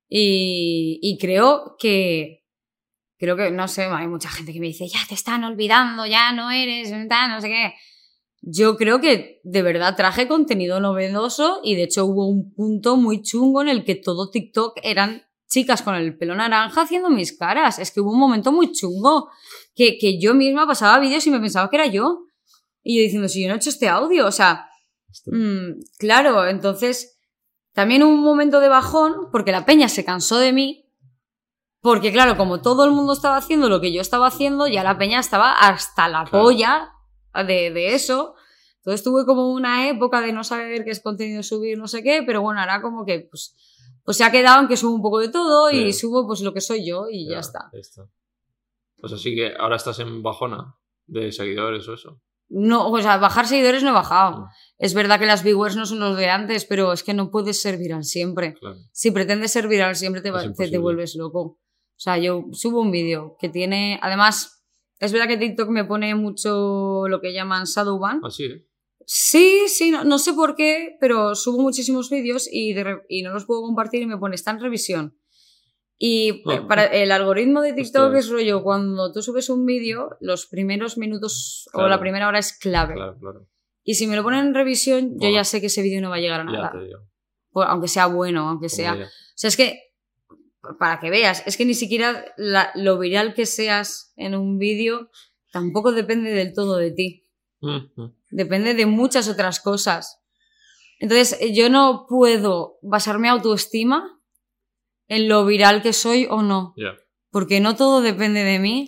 Y, y creo que, creo que, no sé, hay mucha gente que me dice, ya te están olvidando, ya no eres, tal, no sé qué. Yo creo que de verdad traje contenido novedoso y de hecho hubo un punto muy chungo en el que todo TikTok eran chicas con el pelo naranja haciendo mis caras. Es que hubo un momento muy chungo que, que yo misma pasaba vídeos y me pensaba que era yo. Y yo diciendo, si yo no he hecho este audio, o sea, mm, claro, entonces también hubo un momento de bajón porque la peña se cansó de mí. Porque claro, como todo el mundo estaba haciendo lo que yo estaba haciendo, ya la peña estaba hasta la Claro. polla de, de eso. Entonces tuve como una época de no saber qué es contenido subir, no sé qué, pero bueno, ahora como que pues, pues se ha quedado en que subo un poco de todo Sí. y subo pues lo que soy yo y ya, está. ahí está. Pues así que ahora estás en bajona de seguidores o eso. No, o sea, bajar seguidores no he bajado. Mm. Es verdad que las viewers no son los de antes, pero es que no puedes ser viral siempre. Claro. Si pretendes ser viral siempre te, va- Es te, imposible. te vuelves loco. O sea, yo subo un vídeo que tiene... Además, es verdad que TikTok me pone mucho lo que llaman shadow ban. Así, ¿eh? Sí, sí, no, no sé por qué, pero subo muchísimos vídeos y, de re- y no los puedo compartir y me pone, está en revisión. Y Oh. eh, para el algoritmo de TikTok Ostras. es rollo, cuando tú subes un vídeo, los primeros minutos o Claro. la primera hora es clave. Claro, claro. Y si me lo ponen en revisión, yo Buah. ya sé que ese vídeo no va a llegar a Ya nada. te digo. Pues, aunque sea bueno, aunque Como sea... ya. O sea, es que, para que veas, es que ni siquiera la- lo viral que seas en un vídeo tampoco depende del todo de ti. Mm, mm. Depende de muchas otras cosas. Entonces, yo no puedo basar mi autoestima en lo viral que soy o no. Ya. Porque no todo depende de mí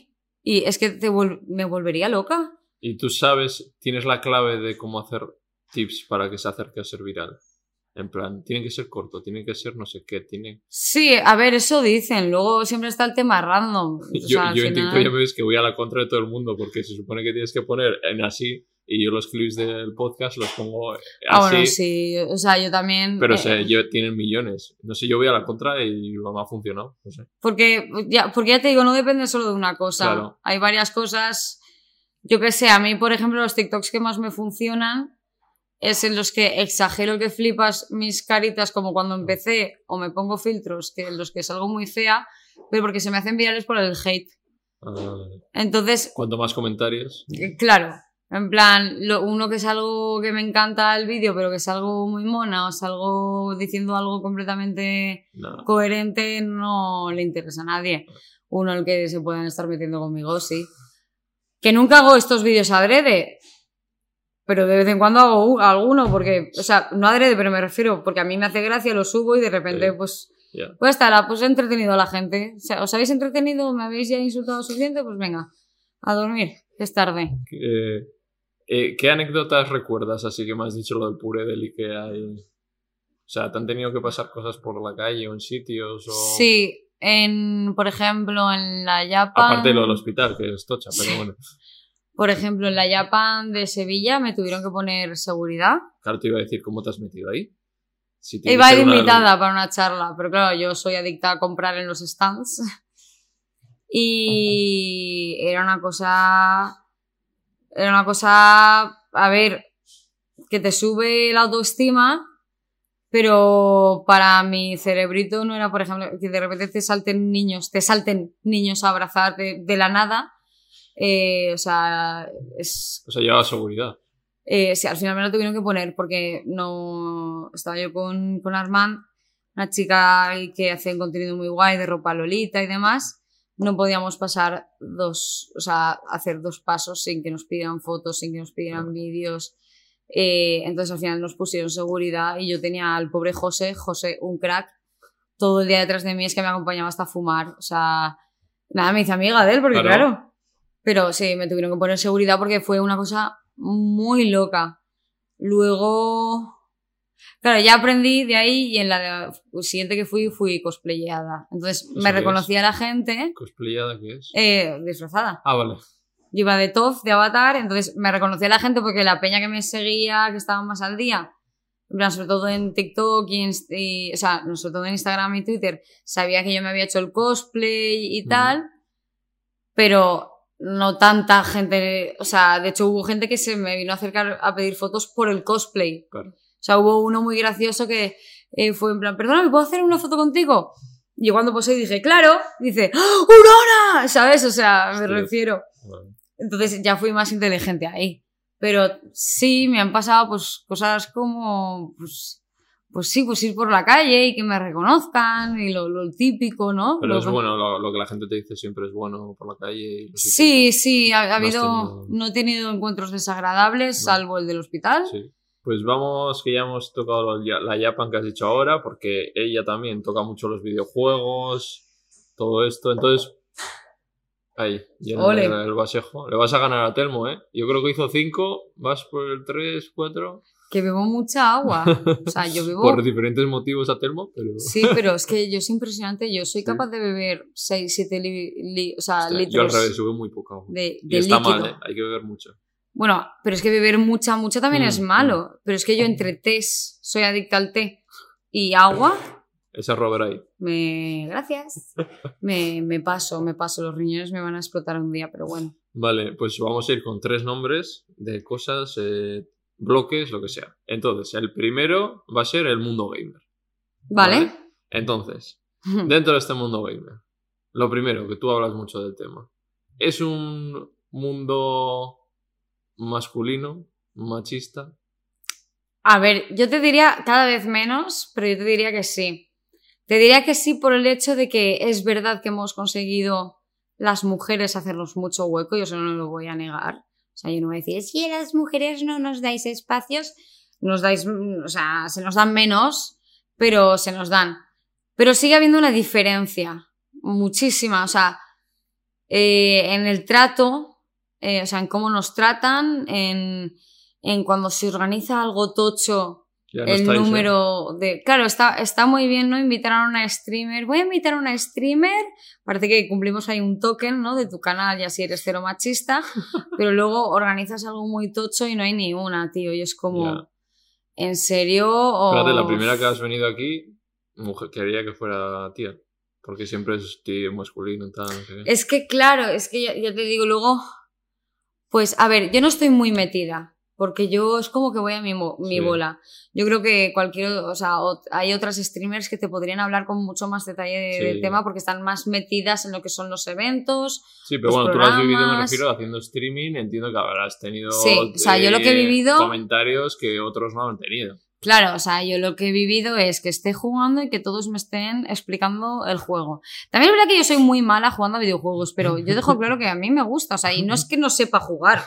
Y es que te vol- me volvería loca. Y tú sabes, tienes la clave de cómo hacer tips para que se acerque a ser viral. En plan, tiene que ser corto, tiene que ser no sé qué, tiene... Sí, a ver, eso dicen. Luego siempre está el tema random. O Yo, sea, al yo en final- TikTok ya me ves que voy a la contra de todo el mundo porque se supone que tienes que poner en así y yo los clips del podcast los pongo así. Ah, bueno, sí. O sea, yo también... Pero eh, o sea, yo, tienen millones. No sé, yo voy a la contra y me ha funcionado. No sé. Porque ya, porque ya te digo, no depende solo de una cosa. Claro. Hay varias cosas. Yo que sé, a mí, por ejemplo, los TikToks que más me funcionan es en los que exagero que flipas mis caritas como cuando empecé, o me pongo filtros que en los que salgo muy fea, pero porque se me hacen virales por el hate. Ah, Entonces, cuanto más comentarios. eh, claro, en plan, lo, uno que es algo que me encanta el vídeo, pero que es algo muy mona, o salgo diciendo algo completamente No. coherente, no le interesa a nadie. Uno el que se puedan estar metiendo conmigo, sí. Que nunca hago estos vídeos adrede, pero de vez en cuando hago u- alguno, porque, o sea, no adrede, pero me refiero, porque a mí me hace gracia, lo subo y de repente, Sí. pues, Ya. pues estará, pues he entretenido a la gente. O sea, ¿os habéis entretenido? ¿Me habéis ya insultado suficiente? Pues venga, a dormir, que es tarde. Eh, eh, ¿Qué anécdotas recuerdas así que me has dicho lo del puré del Ikea? Y... O sea, ¿te han tenido que pasar cosas por la calle o en sitios? O... Sí, en, por ejemplo, en la Japan... Aparte de lo del hospital, que es tocha, pero bueno. Por ejemplo, en la Japan de Sevilla me tuvieron que poner seguridad. Claro, te iba a decir cómo te has metido ahí. Si tiene Iba que a ir ser una- invitada para una charla, pero claro, yo soy adicta a comprar en los stands. Y era una cosa... Era una cosa... A ver, que te sube la autoestima, pero para mi cerebrito no era, por ejemplo, que de repente te salten niños, te salten niños a abrazarte de la nada. Eh, o sea, es... O sea, llevaba seguridad. Eh, sí, al final me lo tuvieron que poner porque no... Estaba yo con, con Armand, una chica que hace un contenido muy guay de ropa lolita y demás. No podíamos pasar dos... O sea, hacer dos pasos sin que nos pidieran fotos, sin que nos pidieran vídeos. Eh, entonces al final nos pusieron seguridad y yo tenía al pobre José, José, un crack, todo el día detrás de mí, es que me acompañaba hasta fumar. O sea, nada, me hice amiga de él porque Claro. claro... Pero sí, me tuvieron que poner seguridad porque fue una cosa muy loca. Luego... Claro, ya aprendí de ahí y en la de- siguiente que fui, fui cosplayada. Entonces ¿Eso me qué reconocía la gente ¿Cosplayada qué es? eh, disfrazada. Ah, vale. Yo iba de T O F, de Avatar, entonces me reconocía la gente porque la peña que me seguía, que estaba más al día, en plan, sobre todo en TikTok y, en, y- o sea, no, sobre todo en Instagram y Twitter, sabía que yo me había hecho el cosplay y tal, pero no tanta gente, o sea, de hecho hubo gente que se me vino a acercar a pedir fotos por el cosplay. Claro. O sea, hubo uno muy gracioso que eh, fue en plan, perdona, ¿me puedo hacer una foto contigo? Y yo cuando posé dije, claro, dice, ¡Oh, ¡Aurora! ¿Sabes? O sea, me Hostia. refiero. Vale. Entonces ya fui más inteligente ahí. Pero sí, me han pasado pues cosas como, pues, pues sí, pues ir por la calle y que me reconozcan y lo, lo típico, ¿no? Pero Lo es que- bueno, lo, lo que la gente te dice siempre es bueno por la calle. Y los Sí, sitios. sí, ha, ha No has habido, tenido- no he tenido encuentros desagradables, No. salvo el del hospital. Sí. Pues vamos, que ya hemos tocado la la Japan que has dicho ahora, porque ella también toca mucho los videojuegos, todo esto. Entonces, ahí, lleno Ole. el, el vasejo. Le vas a ganar a Telmo, ¿eh? Yo creo que hizo cinco, vas por el tres, cuatro. Que bebo mucha agua. O sea, yo bebo... Por diferentes motivos a Telmo, pero. Sí, pero es que yo soy impresionante. Yo soy Sí. capaz de beber seis, siete li- li- o sea, Hostia, litros yo al revés, sube muy poco agua. de, Y de está líquido. mal, ¿eh? Hay que beber mucho. Bueno, pero es que beber mucha, mucha también Mm, es malo. Pero es que yo entre tés, soy adicta al té y agua, Ese Robert ahí. me... Gracias. Me, me paso, me paso. Los riñones me van a explotar un día, pero bueno. Vale, pues vamos a ir con tres nombres de cosas, eh, bloques, lo que sea. Entonces, el primero va a ser el mundo gamer. ¿Vale? Entonces, dentro de este mundo gamer, lo primero, que tú hablas mucho del tema, ¿es un mundo masculino, machista? A ver, yo te diría cada vez menos, pero yo te diría que sí. Te diría que sí por el hecho de que es verdad que hemos conseguido las mujeres hacernos mucho hueco, y eso no lo voy a negar. O sea, yo no voy a decir, si a las mujeres no nos dais espacios, nos dais, o sea, se nos dan menos, pero se nos dan. Pero sigue habiendo una diferencia, muchísima. O sea, eh, en el trato, eh, o sea, en cómo nos tratan, en, en cuando se organiza algo tocho. Ya no el estáis, número ¿eh? de... Claro, está, está muy bien, ¿no? Invitar a una streamer. Voy a invitar a una streamer. Parece que cumplimos ahí un token, ¿no? De tu canal, ya si eres cero machista. Pero luego organizas algo muy tocho y no hay ni una, tío. Y es como... Ya. ¿En serio? O... Fíjate, la primera que has venido aquí, mujer, quería que fuera tía. Porque siempre es tío masculino y tal. No sé qué. Es que, claro, es que ya, ya te digo, luego... Pues, a ver, yo no estoy muy metida. Porque yo es como que voy a mi, mo- mi Sí. bola. Yo creo que cualquier, o sea, o- hay otras streamers que te podrían hablar con mucho más detalle de- Sí. del tema porque están más metidas en lo que son los eventos. Sí, pero los bueno, tú lo has vivido, me programas. refiero, haciendo streaming. Entiendo que habrás tenido Sí, o sea, yo lo que he eh, vivido- comentarios que otros no han tenido. Claro, o sea, yo lo que he vivido es que esté jugando y que todos me estén explicando el juego. También es verdad que yo soy muy mala jugando a videojuegos, pero yo dejo claro que a mí me gusta, o sea, y no es que no sepa jugar.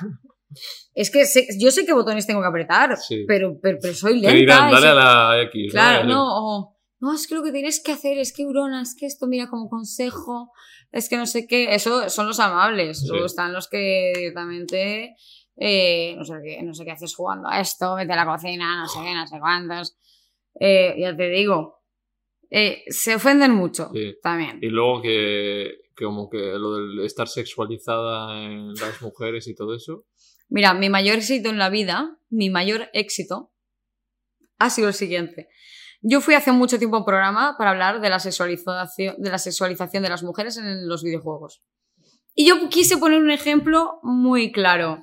Es que sé- yo sé qué botones tengo que apretar, Sí. pero, pero, pero soy Te lenta. dirán, y dale soy- a la X. Claro, ¿no? no, o, no, es que lo que tienes que hacer es que Eurona, es que esto, mira, como consejo, es que no sé qué, eso son los amables, Sí. luego están los que directamente, eh, no sé qué, no sé qué haces jugando a esto, vete a la cocina, no sé qué, no sé cuántos, eh, ya te digo, eh, se ofenden mucho Sí. también. Y luego que, que como que lo del estar sexualizada en las mujeres y todo eso. Mira, mi mayor éxito en la vida, mi mayor éxito, ha sido el siguiente. Yo fui hace mucho tiempo a un programa para hablar de la sexualización, de la sexualización de las mujeres en los videojuegos. Y yo quise poner un ejemplo muy claro.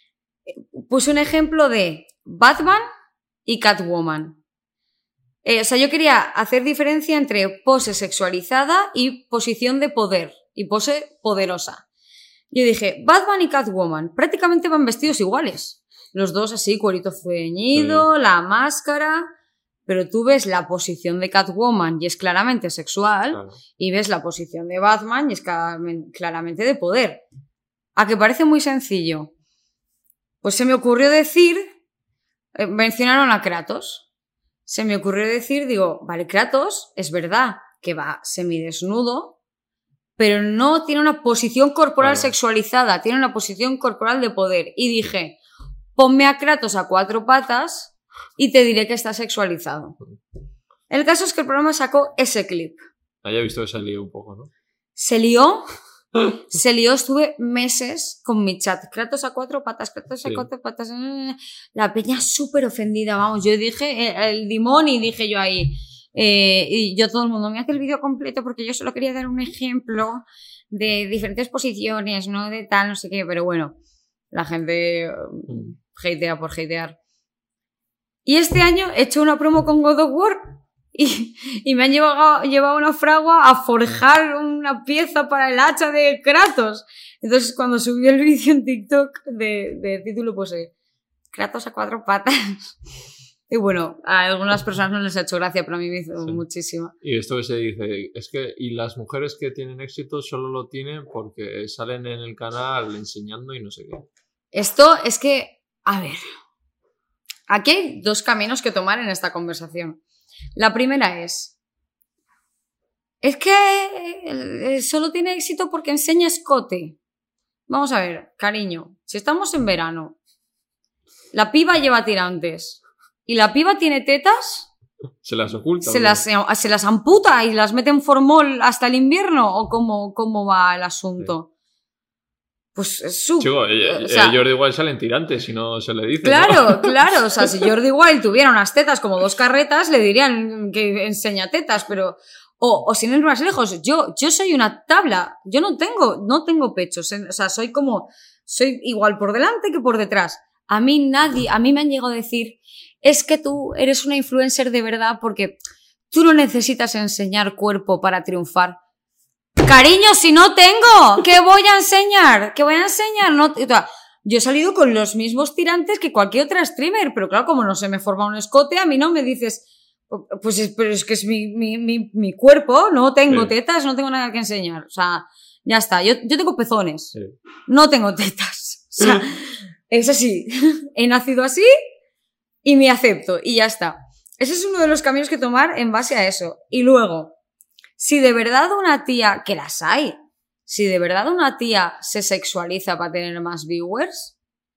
Puse un ejemplo de Batman y Catwoman. Eh, o sea, yo quería hacer diferencia entre pose sexualizada y posición de poder, y pose poderosa. Yo dije, Batman y Catwoman prácticamente van vestidos iguales. Los dos así, cuerito ceñido, Sí. la máscara... Pero tú ves la posición de Catwoman y es claramente sexual, Claro. y ves la posición de Batman y es claramente- claramente de poder. ¿A que parece muy sencillo? Pues se me ocurrió decir, eh, mencionaron a Kratos. Se me ocurrió decir, digo, vale, Kratos es verdad que va semidesnudo, pero no tiene una posición corporal Claro. sexualizada, tiene una posición corporal de poder. Y dije, ponme a Kratos a cuatro patas y te diré que está sexualizado. El caso es que el programa sacó ese clip. Haya visto que salió un poco, ¿no? Se lió, se lió, estuve meses con mi chat. Kratos a cuatro patas, Kratos a Sí. cuatro patas. La peña súper ofendida, vamos. Yo dije, el, el dimón y dije yo ahí. Eh, y yo todo el mundo, me hace el vídeo completo porque yo solo quería dar un ejemplo de diferentes posiciones, ¿no? De tal, no sé qué, pero bueno, la gente Mm. hatea por hatear. Y este año he hecho una promo con God of War y, y me han llevado, llevado una fragua a forjar una pieza para el hacha de Kratos. Entonces cuando subí el vídeo en TikTok de, de título puse Kratos a cuatro patas. Y bueno, a algunas personas no les ha hecho gracia, pero a mí me hizo Sí. muchísima. Y esto que se dice, es que y las mujeres que tienen éxito solo lo tienen porque salen en el canal enseñando y no sé qué. Esto es que, a ver, aquí hay dos caminos que tomar en esta conversación. La primera es, es que eh, solo tiene éxito porque enseña escote. Vamos a ver, cariño, si estamos en verano, la piba lleva tirantes y la piba tiene tetas, Se las oculta. ¿se ¿no? las, se las amputa y las mete en formol hasta el invierno? ¿O cómo, cómo va el asunto? Pues es su... Chico, eh, o sea, eh, Jordi igual salen tirantes si no se le dice. Claro, ¿no? claro. O sea, si Jordi Wild tuviera unas tetas como dos carretas, le dirían que enseña tetas, pero... O, o sin ir más lejos, yo, yo soy una tabla. Yo no tengo, no tengo pechos. O sea, soy como... Soy igual por delante que por detrás. A mí nadie... A mí me han llegado a decir, es que tú eres una influencer de verdad porque tú no necesitas enseñar cuerpo para triunfar. Cariño, si no tengo, ¿qué voy a enseñar? ¿Qué voy a enseñar? No, o sea, yo he salido con los mismos tirantes que cualquier otra streamer, pero claro, como no se me forma un escote, a mí no me dices, pues es, pero es que es mi, mi, mi, mi cuerpo, no tengo Sí. tetas, no tengo nada que enseñar. O sea, ya está, yo, yo tengo pezones, Sí. no tengo tetas. O sea, es así, he nacido así y me acepto y ya está. Ese es uno de los caminos que tomar en base a eso. Y luego, si de verdad una tía, que las hay, si de verdad una tía se sexualiza para tener más viewers,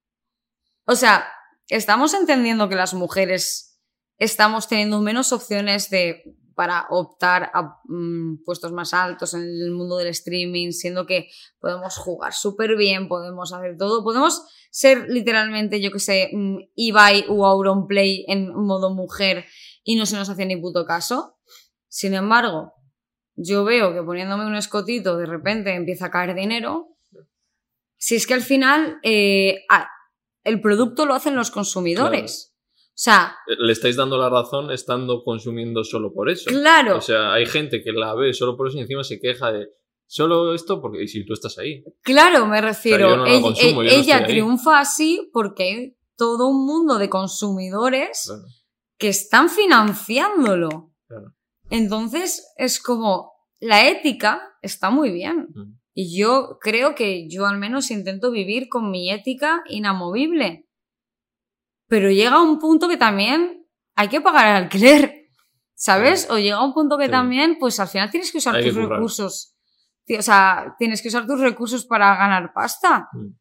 o sea, estamos entendiendo que las mujeres estamos teniendo menos opciones de, para optar a um, puestos más altos en el mundo del streaming, siendo que podemos jugar súper bien, podemos hacer todo, podemos ser literalmente, yo que sé, um, Ibai o Auronplay en modo mujer y no se nos hace ni puto caso. Sin embargo, yo veo que poniéndome un escotito de repente empieza a caer dinero. Si es que al final eh, el producto lo hacen los consumidores. Claro. O sea, le estáis dando la razón estando consumiendo solo por eso. Claro. O sea, hay gente que la ve solo por eso y encima se queja de solo esto porque y si tú estás ahí. Claro, me refiero. O sea, yo no la consumo, ella yo no estoy ella triunfa así porque hay todo un mundo de consumidores claro. que están financiándolo. Claro. Entonces es como la ética está muy bien. Mm. Y yo creo que yo al menos intento vivir con mi ética inamovible. Pero llega un punto que también hay que pagar el alquiler, ¿sabes? Sí. O llega un punto que sí. también, pues al final tienes que usar hay tus que recursos. O sea, tienes que usar tus recursos para ganar pasta. Mm.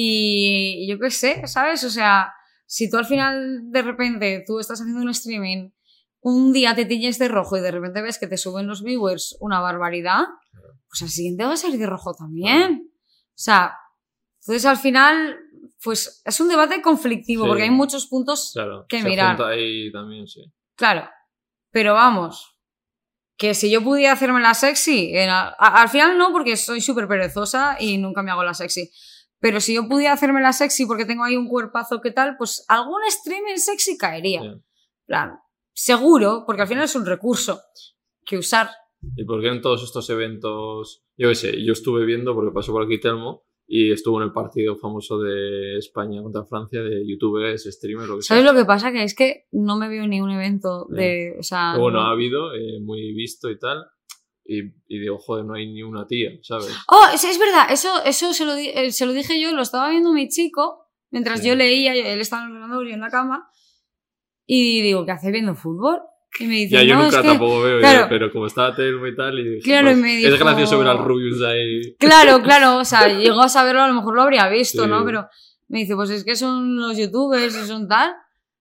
Y yo qué sé, ¿sabes? O sea, si tú al final de repente tú estás haciendo un streaming, un día te tiñes de rojo y de repente ves que te suben los viewers una barbaridad, pues al siguiente va a salir de rojo también. O sea, entonces al final... Pues es un debate conflictivo, sí. porque hay muchos puntos claro, que se mirar. Junta ahí también, sí. Claro, pero vamos, que si yo pudiera hacerme la sexy, era, a, al final no, porque soy súper perezosa y nunca me hago la sexy, pero si yo pudiera hacerme la sexy porque tengo ahí un cuerpazo que tal, pues algún streaming sexy caería. Sí. Plan, seguro, porque al final es un recurso que usar. ¿Y por qué en todos estos eventos, yo qué sé, yo estuve viendo, porque pasó por aquí Telmo, y estuvo en el partido famoso de España contra Francia de youtubers, streamers, lo que sea. ¿Sabes lo que pasa? Que es que no me veo ni un evento de... O sea, Pero bueno, no... ha habido, eh, muy visto y tal, y, y digo, joder, no hay ni una tía, ¿sabes? Oh, es, es verdad, eso, eso se, lo di, eh, se lo dije yo, lo estaba viendo mi chico, mientras sí. yo leía, él estaba en el ordenador y en la cama, y digo, ¿qué hace viendo fútbol? Y me dice, ya, yo no, nunca es que... tampoco veo, claro, yo, pero como estaba Telmo y tal, y dije, claro, pues, y me dijo... es gracioso ver al Rubius ahí. Claro, claro, o sea, llegó a saberlo, a lo mejor lo habría visto, sí. ¿no? Pero me dice, pues es que son los youtubers y son tal.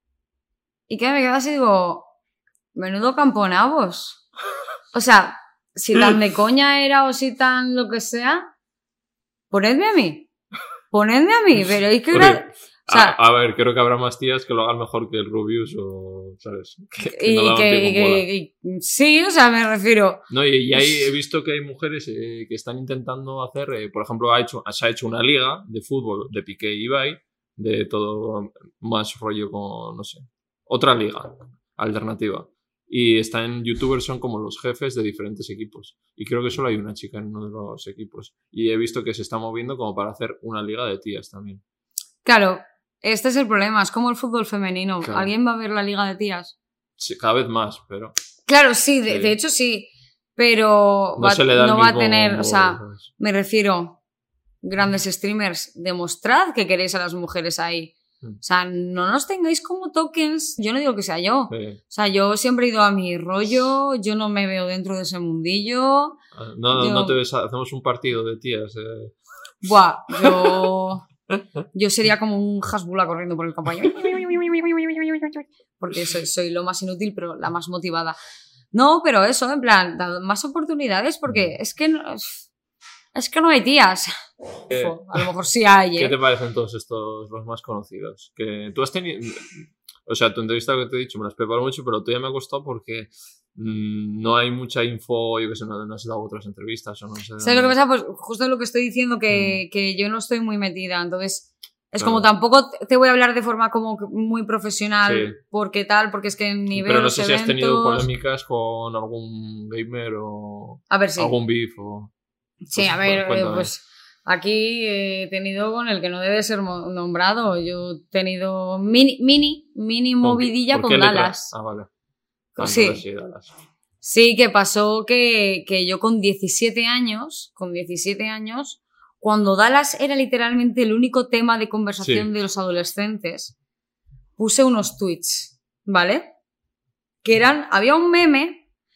Y que me quedo así y digo, menudo camponabos. O sea, si tan de coña era o si tan lo que sea, ponedme a mí. Ponedme a mí, pero es que... Era... O sea, a, a ver, creo que habrá más tías que lo hagan mejor que el Rubius o, ¿sabes? Que, que y, no que, y, que, y sí, o sea, me refiero... No, y, y ahí he visto que hay mujeres eh, que están intentando hacer, eh, por ejemplo, ha hecho, se ha hecho una liga de fútbol de Piqué y Ibai, de todo más rollo con, no sé, otra liga alternativa. Y están youtubers, son como los jefes de diferentes equipos. Y creo que solo hay una chica en uno de los equipos. Y he visto que se está moviendo como para hacer una liga de tías también. Claro. Este es el problema, es como el fútbol femenino. Claro. ¿Alguien va a ver la liga de tías? Sí, cada vez más, pero... Claro, sí, de, sí. de hecho sí, pero no, va, se le da no el va mismo a tener, modo, o sea, ¿sabes? Me refiero, grandes streamers, demostrad que queréis a las mujeres ahí. Mm. O sea, no nos tengáis como tokens, yo no digo que sea yo. Sí. O sea, yo siempre he ido a mi rollo, yo no me veo dentro de ese mundillo. No, yo... no te ves, hacemos un partido de tías. Eh. Buah, yo... Yo sería como un Hasbula corriendo por el campo. Porque soy, soy lo más inútil, pero la más motivada. No, pero eso, en plan, más oportunidades, porque es que no, es que no hay tías. ¿Qué, a lo mejor sí hay, ¿eh? ¿Qué te parecen todos estos, los más conocidos? Que tú has tenido... O sea, tu entrevista que te he dicho me las preparo mucho, pero todavía me ha costado porque mmm, no hay mucha info, yo que sé, no, no has dado otras entrevistas o no sé. ¿Sabes lo que pasa? Pues justo lo que estoy diciendo, que, mm. que yo no estoy muy metida, entonces es claro. como tampoco te voy a hablar de forma como muy profesional, sí. porque tal, porque es que ni veo Pero no los sé eventos... si has tenido polémicas con algún gamer o a ver, sí. algún beef o... Sí, pues, a ver, cuéntame. Pues... Aquí he tenido con el que no debe ser nombrado. Yo he tenido mini, mini, mini movidilla con Dallas. Ah, vale. Ah, sí. sí, Dallas. Sí, que pasó que, que yo con diecisiete años, con diecisiete años, cuando Dallas era literalmente el único tema de conversación sí. de los adolescentes, puse unos tweets, ¿vale? Que eran, había un meme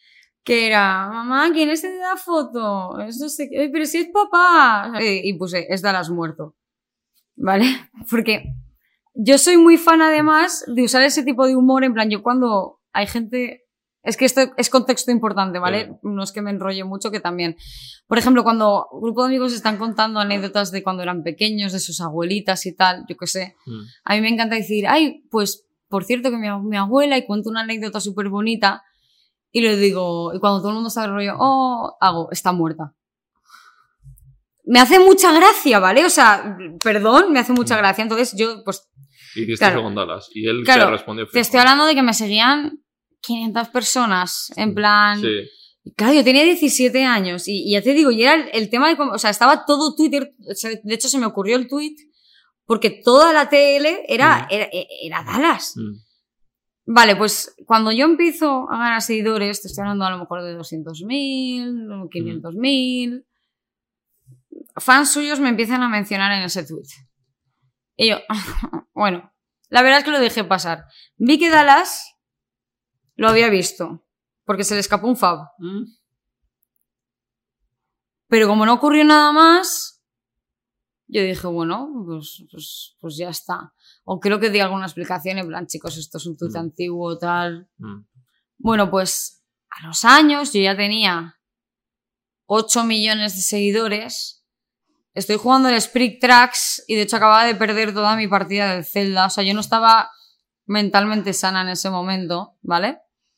que era, mamá, ¿quién es el de la foto? Es no sé qué, pero si es papá. Y puse, es Dallas muerto. ¿Vale? Porque yo soy muy fan, además, de usar ese tipo de humor. En plan, yo cuando hay gente... Es que esto es contexto importante, ¿vale? Sí. No es que me enrolle mucho, que también... Por ejemplo, cuando un grupo de amigos están contando anécdotas de cuando eran pequeños, de sus abuelitas y tal, yo qué sé. Mm. A mí me encanta decir, ay, pues, por cierto, que mi, mi abuela, y cuento una anécdota súper bonita, y le digo, y cuando todo el mundo está de rollo, oh, hago, está muerta. Me hace mucha gracia, ¿vale? O sea, perdón, me hace mucha gracia. Entonces yo, pues... Y que claro, con Dallas. Y él claro, te respondió. Te estoy hablando de que me seguían quinientas personas, en plan... Sí. Claro, yo tenía diecisiete años y, y ya te digo, y era el, el tema de... O sea, estaba todo Twitter... O sea, de hecho, se me ocurrió el tweet porque toda la T L era, mm. era, era Dallas. Mm. Vale, pues cuando yo empiezo a ganar seguidores, te estoy hablando a lo mejor de doscientos mil, quinientos mil... Fans suyos me empiezan a mencionar en ese tweet. Y yo, bueno, la verdad es que lo dejé pasar. Vi que Dallas lo había visto, porque se le escapó un fab. ¿Mm? Pero como no ocurrió nada más, yo dije, bueno, pues, pues, pues ya está. O creo que di alguna explicación en plan, chicos, esto es un tweet mm. antiguo, tal. Mm. Bueno, pues a los años yo ya tenía ocho millones de seguidores. Estoy jugando el Spring Tracks y de hecho acababa de perder toda mi partida del Zelda. O sea, yo no estaba mentalmente sana en ese momento, ¿vale?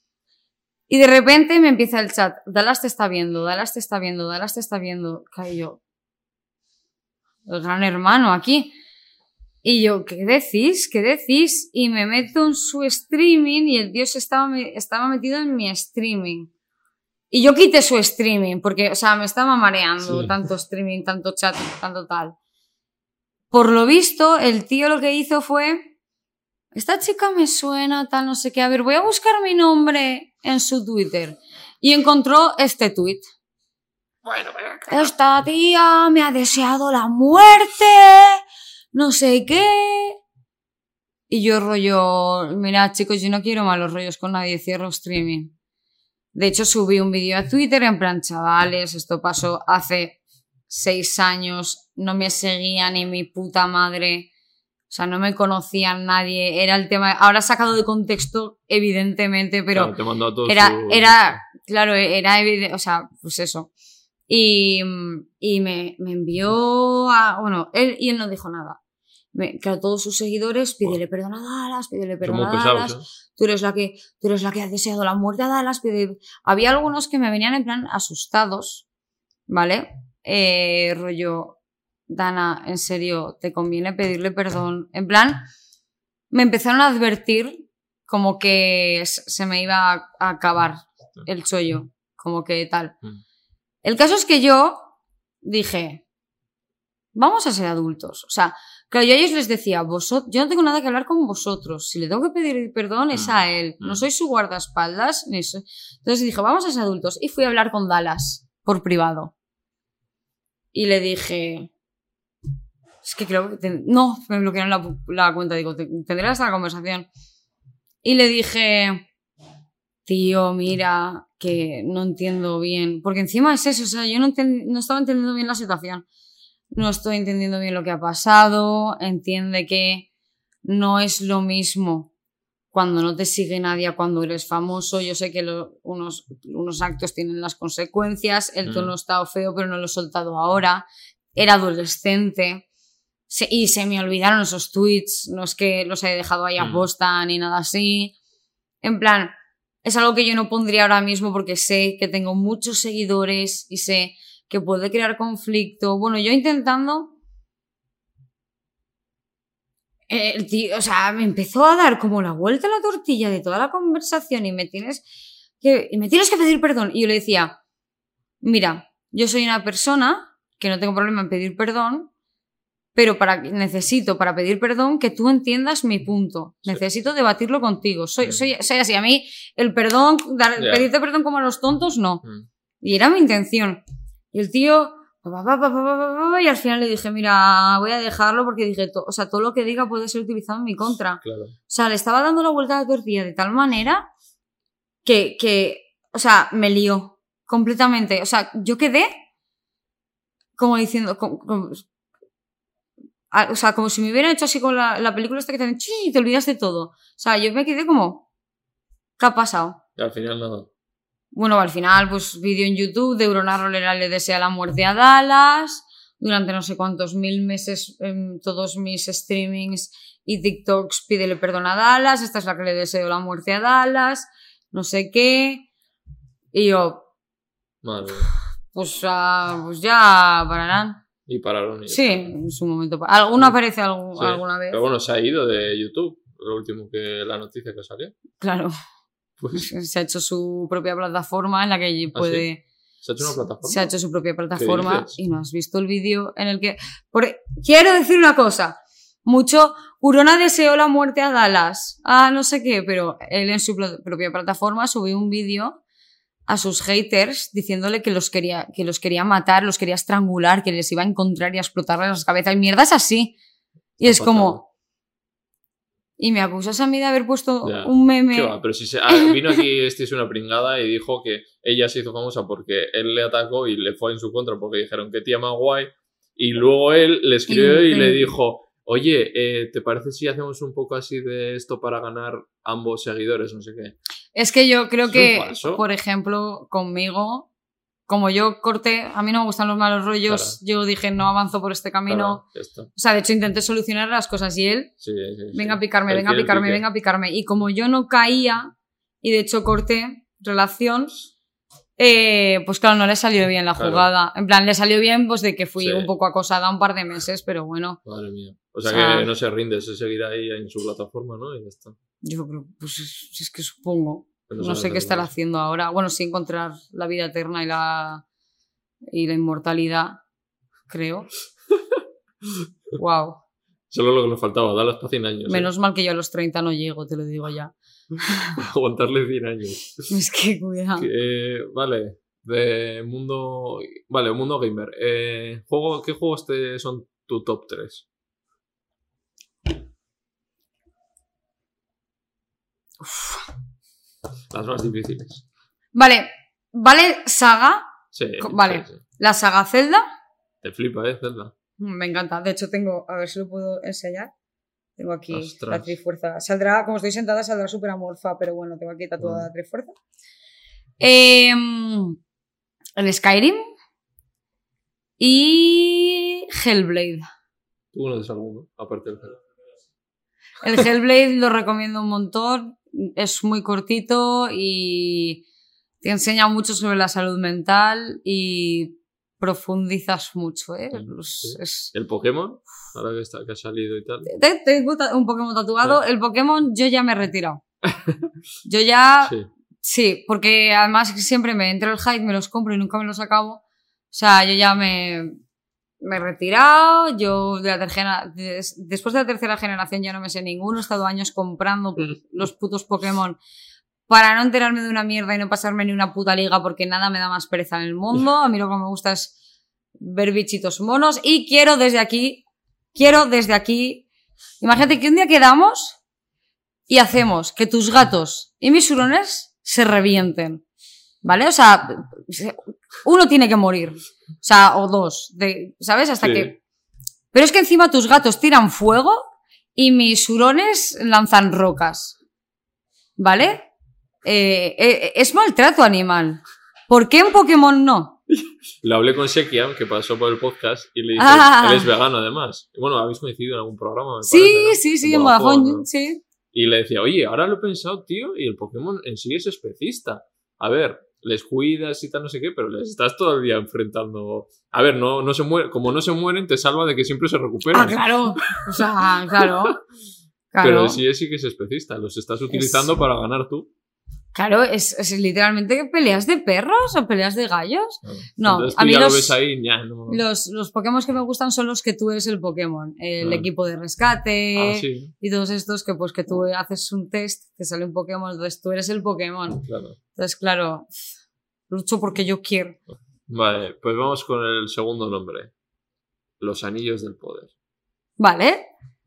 Y de repente me empieza el chat. Dallas te está viendo, Dallas te está viendo, Dallas te está viendo. Y yo, el gran hermano aquí. Y yo, ¿qué decís? ¿Qué decís? Y me meto en su streaming y el tío se estaba, estaba metido en mi streaming. Y yo quité su streaming, porque, o sea, me estaba mareando sí. tanto streaming, tanto chat, tanto tal. Por lo visto, el tío lo que hizo fue, esta chica me suena, tal, no sé qué, a ver, voy a buscar mi nombre en su Twitter. Y encontró este tweet. Bueno, pero... Esta tía me ha deseado la muerte, no sé qué. Y yo rollo, mira, chicos, yo no quiero malos rollos con nadie, cierro streaming. De hecho, subí un vídeo a Twitter en plan, chavales, esto pasó hace seis años, no me seguía ni mi puta madre, o sea, no me conocía nadie, era el tema, ahora sacado de contexto, evidentemente, pero claro, te mandó a todos era, su... era, claro, era evidente, o sea, pues eso. Y, y me, me envió a, bueno, él, y él no dijo nada. Me, claro, todos sus seguidores, pídele perdón a Dallas, pídele perdón a Dallas, pesados, ¿eh? tú, eres la que, tú eres la que ha deseado la muerte a Dallas, pide... Había algunos que me venían en plan asustados, ¿vale? Eh, rollo, Dana, en serio, te conviene pedirle perdón. En plan, me empezaron a advertir como que se me iba a acabar el chollo, como que tal. El caso es que yo dije, vamos a ser adultos, o sea... Claro, yo a ellos les decía, vosotros, yo no tengo nada que hablar con vosotros. Si le tengo que pedir perdón es a él. No soy su guardaespaldas. Ni soy... Entonces dije, vamos a ser adultos. Y fui a hablar con Dallas por privado. Y le dije... Es que creo que... Ten... No, me bloquearon la, la cuenta. Digo, tendré esta conversación. Y le dije... Tío, mira, que no entiendo bien. Porque encima es eso. O sea, yo no, enten... no estaba entendiendo bien la situación. No estoy entendiendo bien lo que ha pasado, entiende que no es lo mismo cuando no te sigue nadie a cuando eres famoso. Yo sé que lo, unos, unos actos tienen las consecuencias, el tono mm. estaba feo pero no lo he soltado ahora, era adolescente se, y se me olvidaron esos tweets, no es que los haya dejado ahí a posta mm. ni nada así. En plan, es algo que yo no pondría ahora mismo porque sé que tengo muchos seguidores y sé que puede crear conflicto. Bueno, yo intentando... El tío, o sea, me empezó a dar como la vuelta a la tortilla de toda la conversación y me tienes que, y me tienes que pedir perdón. Y yo le decía, mira, yo soy una persona que no tengo problema en pedir perdón, pero para, necesito para pedir perdón que tú entiendas mi punto. Sí. Necesito debatirlo contigo. Soy, sí. soy, soy así. A mí el perdón, dar, yeah. pedirte perdón como a los tontos, no. Mm. Y era mi intención. Y el tío, y al final le dije, mira, voy a dejarlo porque dije, to, o sea, todo lo que diga puede ser utilizado en mi contra. Claro. O sea, le estaba dando la vuelta a la tortilla de tal manera que, que o sea, me lió completamente. O sea, yo quedé como diciendo, como, como, o sea, como si me hubieran hecho así con la, la película esta que te hacen, ¡chi! Te olvidas de todo. O sea, yo me quedé como, ¿qué ha pasado? Y al final nada. Bueno, al final, pues vídeo en YouTube de Eurona Rolera le desea la muerte a Dallas. Durante no sé cuántos mil meses en todos mis streamings y TikToks pídele perdón a Dallas. Esta es la que le deseo la muerte a Dallas. No sé qué. Y yo... Madre. Pues, uh, pues ya pararán. Y pararon. Y sí, en su momento. ¿Alguno aparece algún, sí. alguna vez? Pero bueno, se ha ido de YouTube. Lo último que la noticia que salió. Claro. Pues... Se ha hecho su propia plataforma en la que puede... ¿Ah, sí? ¿Se ha hecho una plataforma? Se ha hecho su propia plataforma y no has visto el vídeo en el que... Por... Quiero decir una cosa. Mucho... Eurona deseó la muerte a Dallas. Ah, no sé qué, pero él en su pl- propia plataforma subió un vídeo a sus haters diciéndole que los quería, que los quería matar, los quería estrangular, que les iba a encontrar y a explotarles las cabezas. Y mierda es así. Y es como... Y me acusas a mí de haber puesto ya. un meme... ¿Qué va? Pero si se... ah, vino aquí este es una pringada y dijo que ella se hizo famosa porque él le atacó y le fue en su contra porque dijeron que tía más guay. Y luego él le escribió y, y le dijo... Oye, eh, ¿te parece si hacemos un poco así de esto para ganar ambos seguidores? No sé qué. Es que yo creo que, por ejemplo, conmigo, como yo corté, a mí no me gustan los malos rollos, claro. Yo dije no avanzo por este camino. Claro, o sea, de hecho intenté solucionar las cosas y él, sí, sí, venga sí. a picarme, venga a picarme, venga a picarme. Y como yo no caía, y de hecho corté relación... Eh, pues claro, no le salió bien la jugada. Claro. En plan, le salió bien pues de que fui sí. un poco acosada un par de meses, pero bueno. Madre mía. O sea, o sea que no se rinde, se seguirá ahí en su plataforma, ¿no? Y ya está. Yo creo, pues es, es que supongo. No, no sé qué estará haciendo ahora. Bueno, sí encontrar la vida eterna y la y la inmortalidad, creo. Wow. Solo lo que nos faltaba, darle hasta cien años. Menos ¿eh? mal que yo a los treinta no llego, te lo digo ya. Aguantarle cien años. Es que cuidado. Eh, vale, de mundo... Vale, mundo gamer. Eh, juego, ¿Qué juegos te son tu top tres? Uf. Las más difíciles. Vale, ¿vale saga? Sí. Vale, sí, sí. La saga Zelda. Te flipa, ¿eh? Zelda. Me encanta. De hecho, tengo... A ver si lo puedo enseñar. Tengo aquí Ostras. La Trifuerza. Saldrá, como estoy sentada, saldrá súper amorfa, pero bueno, tengo aquí tatuada mm. la Trifuerza. Eh, el Skyrim. Y Hellblade. ¿Tú conoces alguno? Aparte del Hellblade. El Hellblade lo recomiendo un montón. Es muy cortito y te enseña mucho sobre la salud mental y profundizas mucho, ¿eh? Sí. Es... ¿El Pokémon? Ahora que, está, que ha salido y tal. Tengo un Pokémon tatuado. Sí. El Pokémon yo ya me he retirado. Yo ya... Sí. Sí, porque además siempre me entro el hype, me los compro y nunca me los acabo. O sea, yo ya me, me he retirado. Yo de la tercera, des, después de la tercera generación ya no me sé ninguno. He estado años comprando los putos Pokémon para no enterarme de una mierda y no pasarme ni una puta liga porque nada me da más pereza en el mundo. A mí lo que me gusta es ver bichitos monos y quiero desde aquí... Quiero desde aquí... Imagínate que un día quedamos y hacemos que tus gatos y mis hurones se revienten. ¿Vale? O sea, uno tiene que morir. O sea, o dos. De, ¿sabes? Hasta sí. que... Pero es que encima tus gatos tiran fuego y mis hurones lanzan rocas. ¿Vale? Eh, eh, es maltrato animal. ¿Por qué en Pokémon no? Lo hablé con Shekiam, que pasó por el podcast, y le dije, ah. él es vegano además. Bueno, habéis coincidido en algún programa, me Sí, parece, ¿no? sí, sí, en Vodafone, ¿no? Sí. Y le decía, oye, ahora lo he pensado, tío, y el Pokémon en sí es especista. A ver, les cuidas y tal, no sé qué, pero les estás todo el día enfrentando... A ver, no, no se mueren, como no se mueren, te salva de que siempre se recuperan. Ah, claro. O sea, claro. claro. Pero sí, sí que es especista. Los estás utilizando es... para ganar tú. Claro, es, es literalmente peleas de perros o peleas de gallos. No, Entonces, a mí ya los, lo ves ahí, ya, no... los, los Pokémon que me gustan son los que tú eres el Pokémon. El ah. equipo de rescate ah, sí. y todos estos que pues que tú haces un test, te sale un Pokémon, entonces tú eres el Pokémon. Claro. Entonces, claro, lucho porque yo quiero. Vale, pues vamos con el segundo nombre. Los Anillos del Poder. Vale.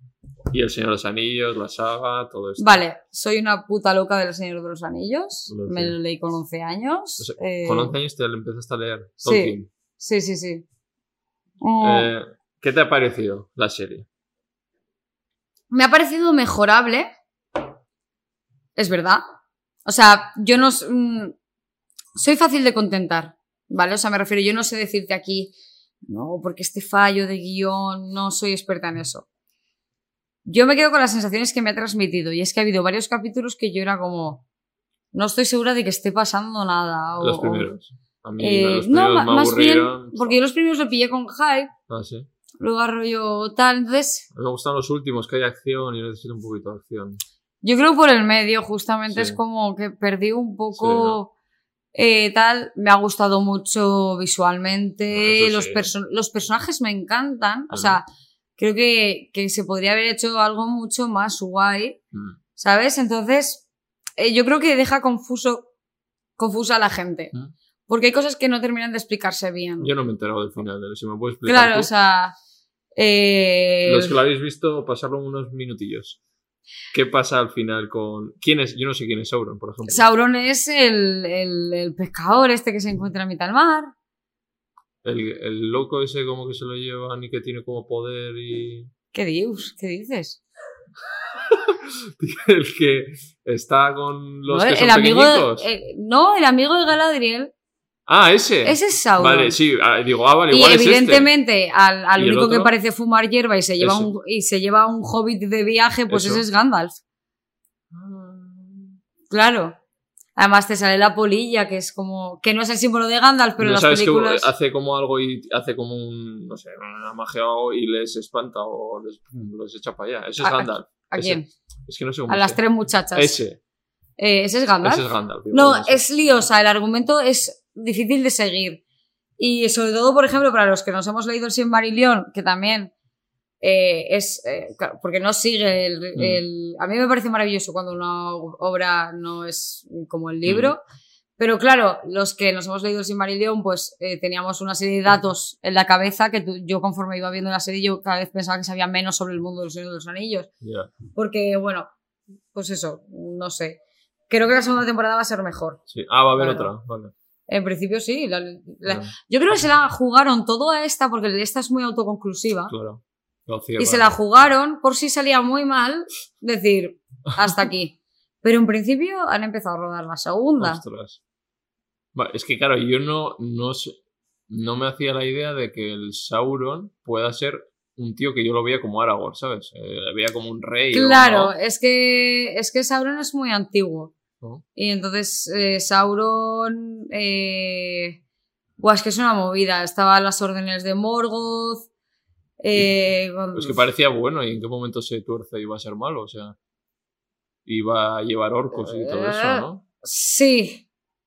Y El Señor de los Anillos, la saga, todo esto. Vale, soy una puta loca del Señor de los Anillos. Lo Me sé. lo leí con once años. O sea, eh, Con once años te lo empezaste a leer. sí. Tolkien. Sí, sí, sí. Mm, Eh, ¿Qué te ha parecido la serie? Me ha parecido mejorable. Es verdad. O sea, yo no... s- mm, soy fácil de contentar, ¿vale? O sea, me refiero, yo no sé decirte aquí, no, porque este fallo de guión, no soy experta en eso. Yo me quedo con las sensaciones que me ha transmitido, y es que ha habido varios capítulos que yo era como, no estoy segura de que esté pasando nada. O, Los primeros. A mí eh, los no, primeros ma- me más bien, aburrieron. porque yo los primeros lo pillé con hype, Ah, sí. luego rollo tal, entonces... A mí me gustan los últimos, que hay acción y necesito un poquito de acción. Yo creo por el medio, justamente Sí. es como que perdí un poco Sí, ¿no? eh, tal. Me ha gustado mucho visualmente. Eso Los, sí. perso- los personajes me encantan. O Ujú. sea, creo que, que se podría haber hecho algo mucho más guay, Mm. ¿sabes? Entonces, eh, yo creo que deja confuso, confusa a la gente. Mm. Porque hay cosas que no terminan de explicarse bien. Yo no me he enterado del final, ¿eh? Si me puedes explicar Claro, tú. o sea... eh, Los que lo habéis visto, pasarlo unos minutillos. ¿Qué pasa al final con... ¿Quién es? Yo no sé quién es Sauron, por ejemplo. Sauron es el, el, el pescador este que se encuentra a mitad del mar. El, el loco ese como que se lo llevan y que tiene como poder y... ¿Qué dios? ¿Qué dices? El que está con los No, que el, son el amigo, pequeñicos. eh, no, el amigo de Galadriel. Ah, ese. Ese es Sauron. Vale, sí. ah, Digo, ah, vale, Y igual es este. evidentemente al, al ¿Y el único que otro? parece fumar hierba y se lleva Ese. un, y se lleva un hobbit de viaje, pues Eso. ese es Gandalf. Claro. Además te sale la polilla, que es como... Que no es el símbolo de Gandalf, pero ¿No en las sabes que películas... hace como algo y hace como un... No sé, una magia o algo y les espanta o les, los echa para allá? Ese es ¿A- a- Gandalf. ¿A Ese. quién? Es que no sé cómo A las se- tres muchachas. Ese. Eh, ese es Gandalf. Ese es Gandalf. digo, No, sé. es liosa, el argumento es difícil de seguir. Y sobre todo, por ejemplo, para los que nos hemos leído el Silmarillion, que también eh, es... eh, claro, porque no sigue el, Mm. el- A mí me parece maravilloso cuando una obra no es como el libro. Mm. Pero claro, los que nos hemos leído el Silmarillion, pues eh, teníamos una serie de datos en la cabeza que tú- yo conforme iba viendo la serie, yo cada vez pensaba que sabía menos sobre el mundo del Señor de los Anillos. Ya, Porque, bueno, pues eso, no sé. Creo que la segunda temporada va a ser mejor. sí. Ah, va a haber Bueno. otra. Vale. En principio sí. la- la- Ya, yo creo que se la jugaron todo a esta porque esta es muy autoconclusiva. claro. Lo Y cierran. se la jugaron por si salía muy mal, decir, hasta aquí. Pero en principio han empezado a rodar la segunda. Ostras. Vale, es que claro, yo no, no, sé- no me hacía la idea de que el Sauron pueda ser un tío que yo lo veía como Aragorn, ¿sabes? Eh, lo veía como un rey. o Claro, no, es que es que Sauron es muy antiguo. ¿no? Y entonces eh, Sauron... Eh... Buah, es que es una movida. Estaban las órdenes de Morgoth. Eh, con- Es que parecía bueno y en qué momento se tuerce y va a ser malo, o sea. Iba a llevar orcos y todo eso, ¿no? Sí.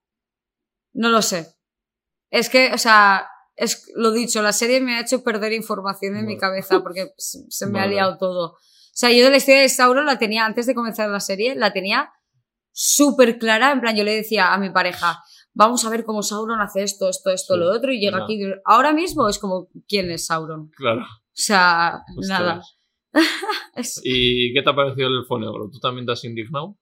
No lo sé. Es que, o sea, es lo dicho, la serie me ha hecho perder información en mi Vale. cabeza porque se, se me ha Vale. liado todo. O sea, yo de la historia de Sauron la tenía, antes de comenzar la serie, la tenía súper clara. En plan, yo le decía a mi pareja, vamos a ver cómo Sauron hace esto, esto, esto, Sí, lo otro, y llega ya. aquí. Ahora mismo es como, ¿quién es Sauron? Claro. O sea, Ostras. nada. Es- ¿Y qué te ha parecido el elfo negro? ¿Tú también te has indignado?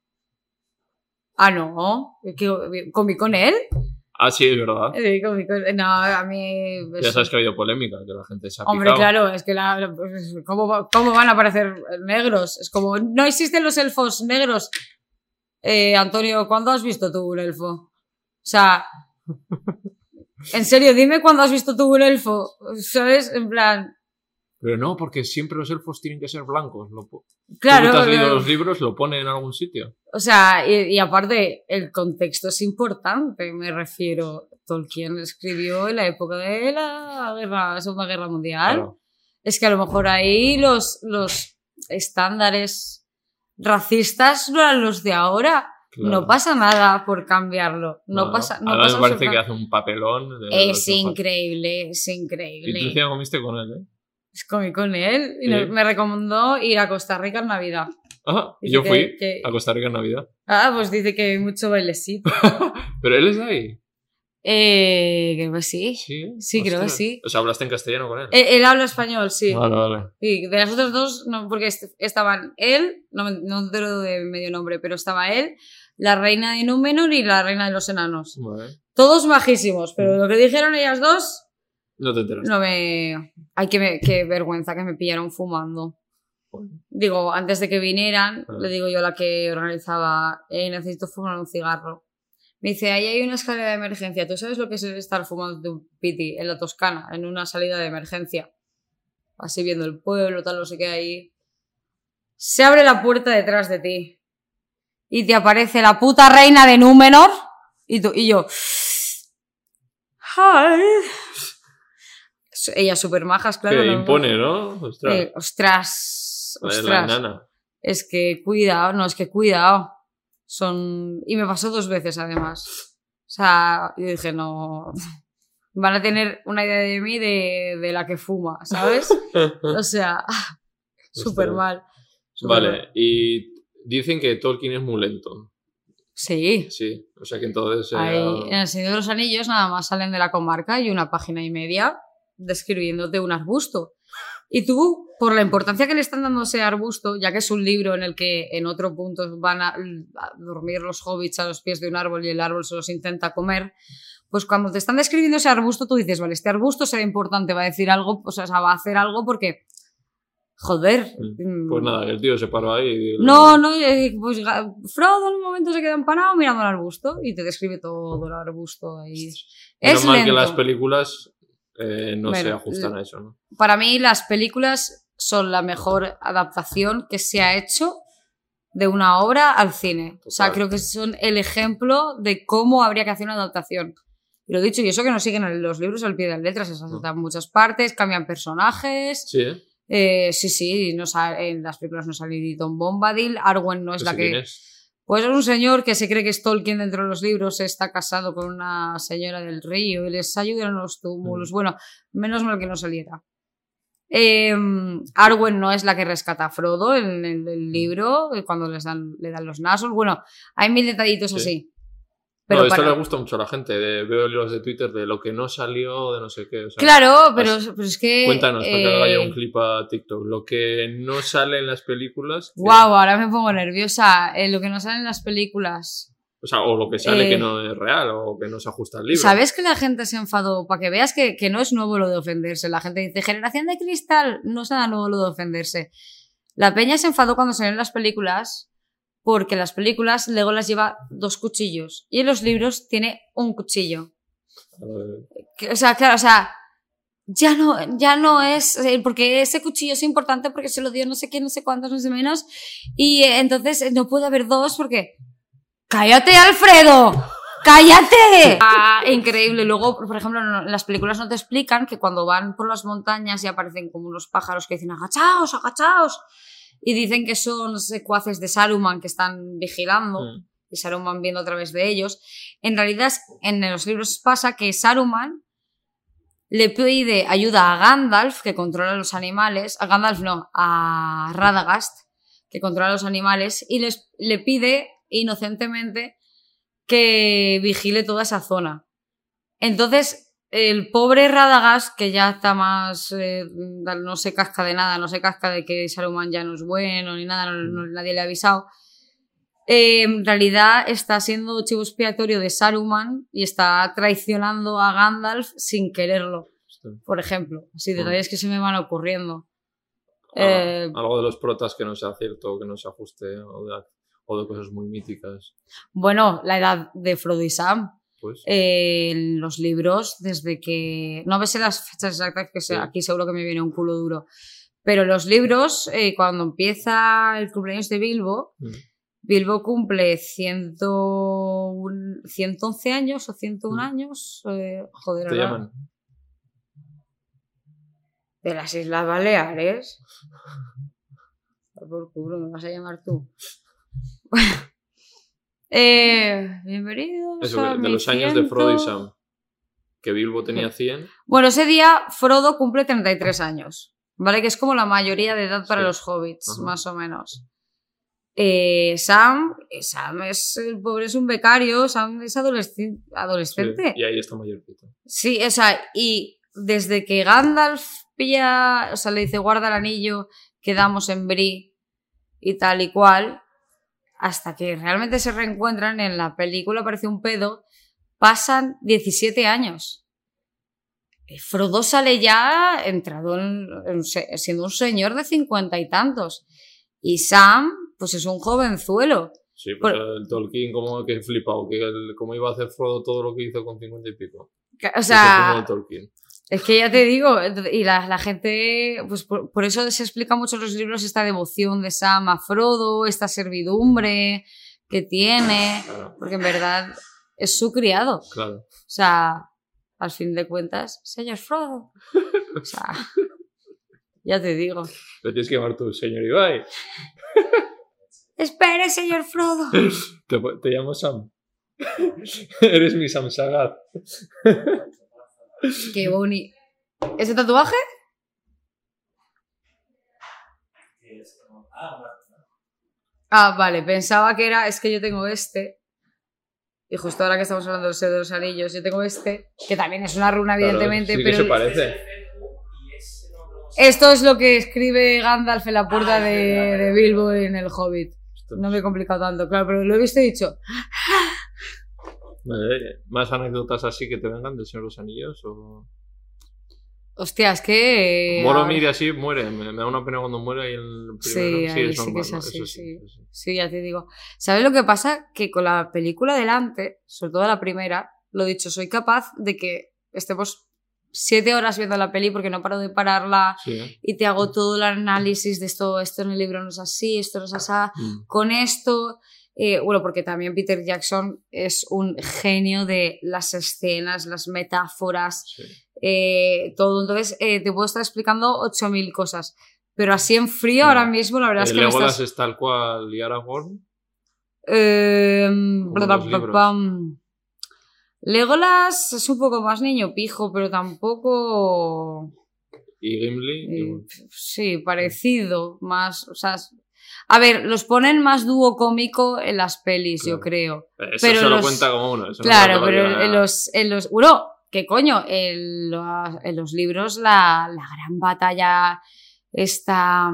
Ah, no. ¿Que- ¿Comí con él? Ah, sí, es verdad. Sí, comí con- No, a mí... Ya sabes que ha habido polémica, que la gente se ha Hombre, picado. claro, es que la, pues, ¿cómo, va- ¿cómo van a aparecer negros? Es como, no existen los elfos negros. Eh, Antonio, ¿cuándo has visto tú un elfo? O sea, en serio, dime cuándo has visto tú un elfo, ¿sabes? En plan, Pero no, porque siempre los elfos tienen que ser blancos. Lo po- claro. Tú que te has leído claro. los libros, lo pone en algún sitio. O sea, y, y aparte, el contexto es importante, me refiero. Tolkien escribió en la época de la guerra, la Segunda Guerra Mundial. Claro. Es que a lo mejor ahí los, los estándares racistas no eran los de ahora. Claro. No pasa nada por cambiarlo. No, No, pasa no Además pasa me parece que absolutamente- hace un papelón. De Es increíble, es Y tú increíble. encima comiste con él, ¿eh? Es comí con él y Sí. nos- me recomendó ir a Costa Rica en Navidad. Ah, y Dice yo que- fui que- a Costa Rica en Navidad. Ah, pues dice que hay mucho bailecito. Pero él es de ahí. Eh, creo que sí. Sí, Sí, creo que ostras. sí. O sea, hablaste en castellano con él. Él, él habla español, sí. Vale, vale. Y de las otras dos, no, porque est- estaban él, no, me- no entero de medio nombre, pero estaba él, la reina de Númenor y la reina de los enanos. Vale. Todos majísimos, pero lo que dijeron ellas dos, No te enteras. no me... Ay, qué, me- qué vergüenza que me pillaron fumando. Digo, antes de que vinieran, Ah. le digo yo a la que organizaba, eh, necesito fumar un cigarro. Me dice, ahí hay una escalera de emergencia. ¿Tú sabes lo que es estar fumando un piti en la Toscana, en una salida de emergencia? Así viendo el pueblo, tal, no sé qué ahí. Se abre la puerta detrás de ti. Y te aparece la puta reina de Númenor. Y, tú, y yo... Hi. Ella súper majas, claro. Que no- impone, ¿no? Ostras. Eh, ostras, La de la ostras. enana. Es que cuidado, no, es que cuidado. Son... Y me pasó dos veces, además. O sea, yo dije, no... Van a tener una idea de mí de, de la que fuma, ¿sabes? O sea, súper mal. súper Vale, mal. y dicen que Tolkien es muy lento. Sí. Sí, o sea que entonces... eh, Ahí, en el Señor de los Anillos nada más salen de la comarca y una página y media describiéndote un arbusto. Y tú, por la importancia que le están dando a ese arbusto, ya que es un libro en el que en otro punto van a, a dormir los hobbits a los pies de un árbol y el árbol se los intenta comer, pues cuando te están describiendo ese arbusto tú dices, vale, este arbusto será importante, va a decir algo, o sea, va a hacer algo porque... Joder. Pues nada, que el tío se paró ahí y... No, no, eh, pues ga- Frodo en un momento se queda empanado mirando al arbusto y te describe todo el arbusto ahí. Menos Es mal lento. que las películas eh, no se Bueno, ajustan a eso, ¿no? Para mí las películas son la mejor adaptación que se ha hecho de una obra al cine. O sea, Total. creo que son el ejemplo de cómo habría que hacer una adaptación. Y lo dicho, y eso que no siguen los libros al pie de las letras, se saltan muchas partes, cambian personajes. Sí, ¿eh? Eh, sí, sí, no sa- en las películas no sale ni Tom Bombadil, Arwen no es No la sé que... quién es. Pues es un señor que se cree que es Tolkien dentro de los libros, está casado con una señora del río y les ayudan en los túmulos. Mm. Bueno, menos mal que no saliera. Eh, Arwen no es la que rescata a Frodo en el, el libro, eh, cuando les dan, le dan los nasos. Bueno, hay mil detallitos Sí. así. Pero no, esto para- le gusta mucho a la gente. De, veo libros de Twitter de lo que no salió, de no sé qué. O sea, Claro, pero, Pues, pero es que... cuéntanos, para que haga yo eh, un clip a TikTok. Lo que no sale en las películas. que- Guau, ahora me pongo nerviosa. Eh, lo que no sale en las películas. O sea, o lo que sale Eh, que no es real o que no se ajusta al libro. ¿Sabes que la gente se enfadó? Para que veas que, que no es nuevo lo de ofenderse. La gente dice, generación de cristal, no es nada nuevo lo de ofenderse. La peña se enfadó cuando salieron las películas porque en las películas Legolas lleva dos cuchillos y en los libros tiene un cuchillo. Eh, Que- O sea, claro, o sea, ya no, ya no es, eh, porque ese cuchillo es importante porque se lo dio no sé quién, no sé cuántos, no sé menos, y eh, entonces eh, no puede haber dos porque... ¡Cállate, Alfredo! ¡Cállate! Ah, increíble. Luego, por ejemplo, no- en las películas no te explican que cuando van por las montañas y aparecen como unos pájaros que dicen agachaos, agachaos, y dicen que son secuaces de Saruman que están vigilando, Mm. y Saruman viendo a través de ellos. En realidad, es- en los libros pasa que Saruman le pide ayuda a Gandalf, que controla los animales, a Gandalf no, a Radagast, que controla los animales, y les, le pide inocentemente que vigile toda esa zona. Entonces, el pobre Radagast, que ya está más... eh, no se casca de nada, no se casca de que Saruman ya no es bueno ni nada, no- no- nadie le ha avisado. Eh, en realidad está siendo chivo expiatorio de Saruman y está traicionando a Gandalf sin quererlo, Hostia. por ejemplo. Así, Mm. detalles que se me van ocurriendo. Ah, Eh, algo de los protas que no sea cierto, que no se ajuste, o de, o de cosas muy míticas. bueno, la edad de Frodo y Sam. Pues, Eh, en los libros, desde que... No me sé las fechas exactas, que sé, Sí. aquí seguro que me viene un culo duro. Pero los libros, eh, cuando empieza el cumpleaños de Bilbo, mm, Bilbo cumple ciento once años o ciento uno Mm. años. eh, joder, te ahora- llaman. De las Islas Baleares. Por culo, me vas a llamar tú. eh, bienvenidos Eso, a que de mi los años de Frodo y ciento- Sam. Que Bilbo tenía cien. Bueno, ese día Frodo cumple treinta y tres años, ¿vale? Que es como la mayoría de edad para Sí. los hobbits, Ajá. más o menos. Eh, Sam, Sam es, el pobre es un becario, Sam es adolescente. adolescente. Sí, y ahí está mayorcito. Sí, o sea, y desde que Gandalf pilla, o sea, le dice guarda el anillo, quedamos en Bree y tal y cual, hasta que realmente se reencuentran en la película, parece un pedo, pasan diecisiete años. Frodo sale ya entrado en, en, siendo un señor de cincuenta y tantos. Y Sam, pues es un jovenzuelo. Sí, pues Por, el Tolkien como que flipado, que el, cómo iba a hacer Frodo todo lo que hizo con cincuenta y pico. O sea, el Tolkien. Es que ya te digo, y la, la gente, pues por, por eso se explica mucho en los libros esta devoción de Sam a Frodo, esta servidumbre que tiene, claro. Porque en verdad es su criado. Claro. O sea, al fin de cuentas, señor Frodo. O sea, ya te digo. Pero tienes que llamar tú, señor Ibai. Espere, señor Frodo. Te, te llamo Sam. Eres mi Sam Sagat. Qué bonito. ¿Ese tatuaje? Ah, vale, pensaba que era, es que yo tengo este, y justo ahora que estamos hablando de los anillos, yo tengo este, que también es una runa, claro, evidentemente, sí, pero... que se parece. Esto es lo que escribe Gandalf en la puerta de, de Bilbo en el Hobbit. No me he complicado tanto, claro, pero lo he visto y he dicho... Vale, ¿más anécdotas así que te vengan del Señor de los Anillos? O... Hostia, es que... Boromir así muere, me, me da una pena cuando muere y el primero sí, sí, ahí es sí normal, que es ¿no? así, Eso sí. Sí, sí. Sí, ya te digo. ¿Sabes lo que pasa? Que con la película delante, sobre todo la primera, lo dicho, soy capaz de que estemos siete horas viendo la peli porque no paro de pararla, sí. Y te hago todo el análisis de esto, esto en el libro no es así, esto no es así, mm. con esto... Eh, bueno, porque también Peter Jackson es un genio de las escenas, las metáforas, sí. eh, todo. Entonces, eh, te puedo estar explicando ocho mil cosas. Pero así en frío, no. ahora mismo, la verdad eh, es que Legolas me estás... es tal cual y Aragorn. Eh, bla, Legolas es un poco más niño pijo, pero tampoco... Y Gimli. Eh, y... Sí, parecido, más... O sea, a ver, los ponen más dúo cómico en las pelis, claro. Yo creo. Eso pero se lo los... cuenta como uno. Eso claro, no pero en, en los, en los... Bueno, ¿qué coño? En los, en los libros la, la gran batalla está...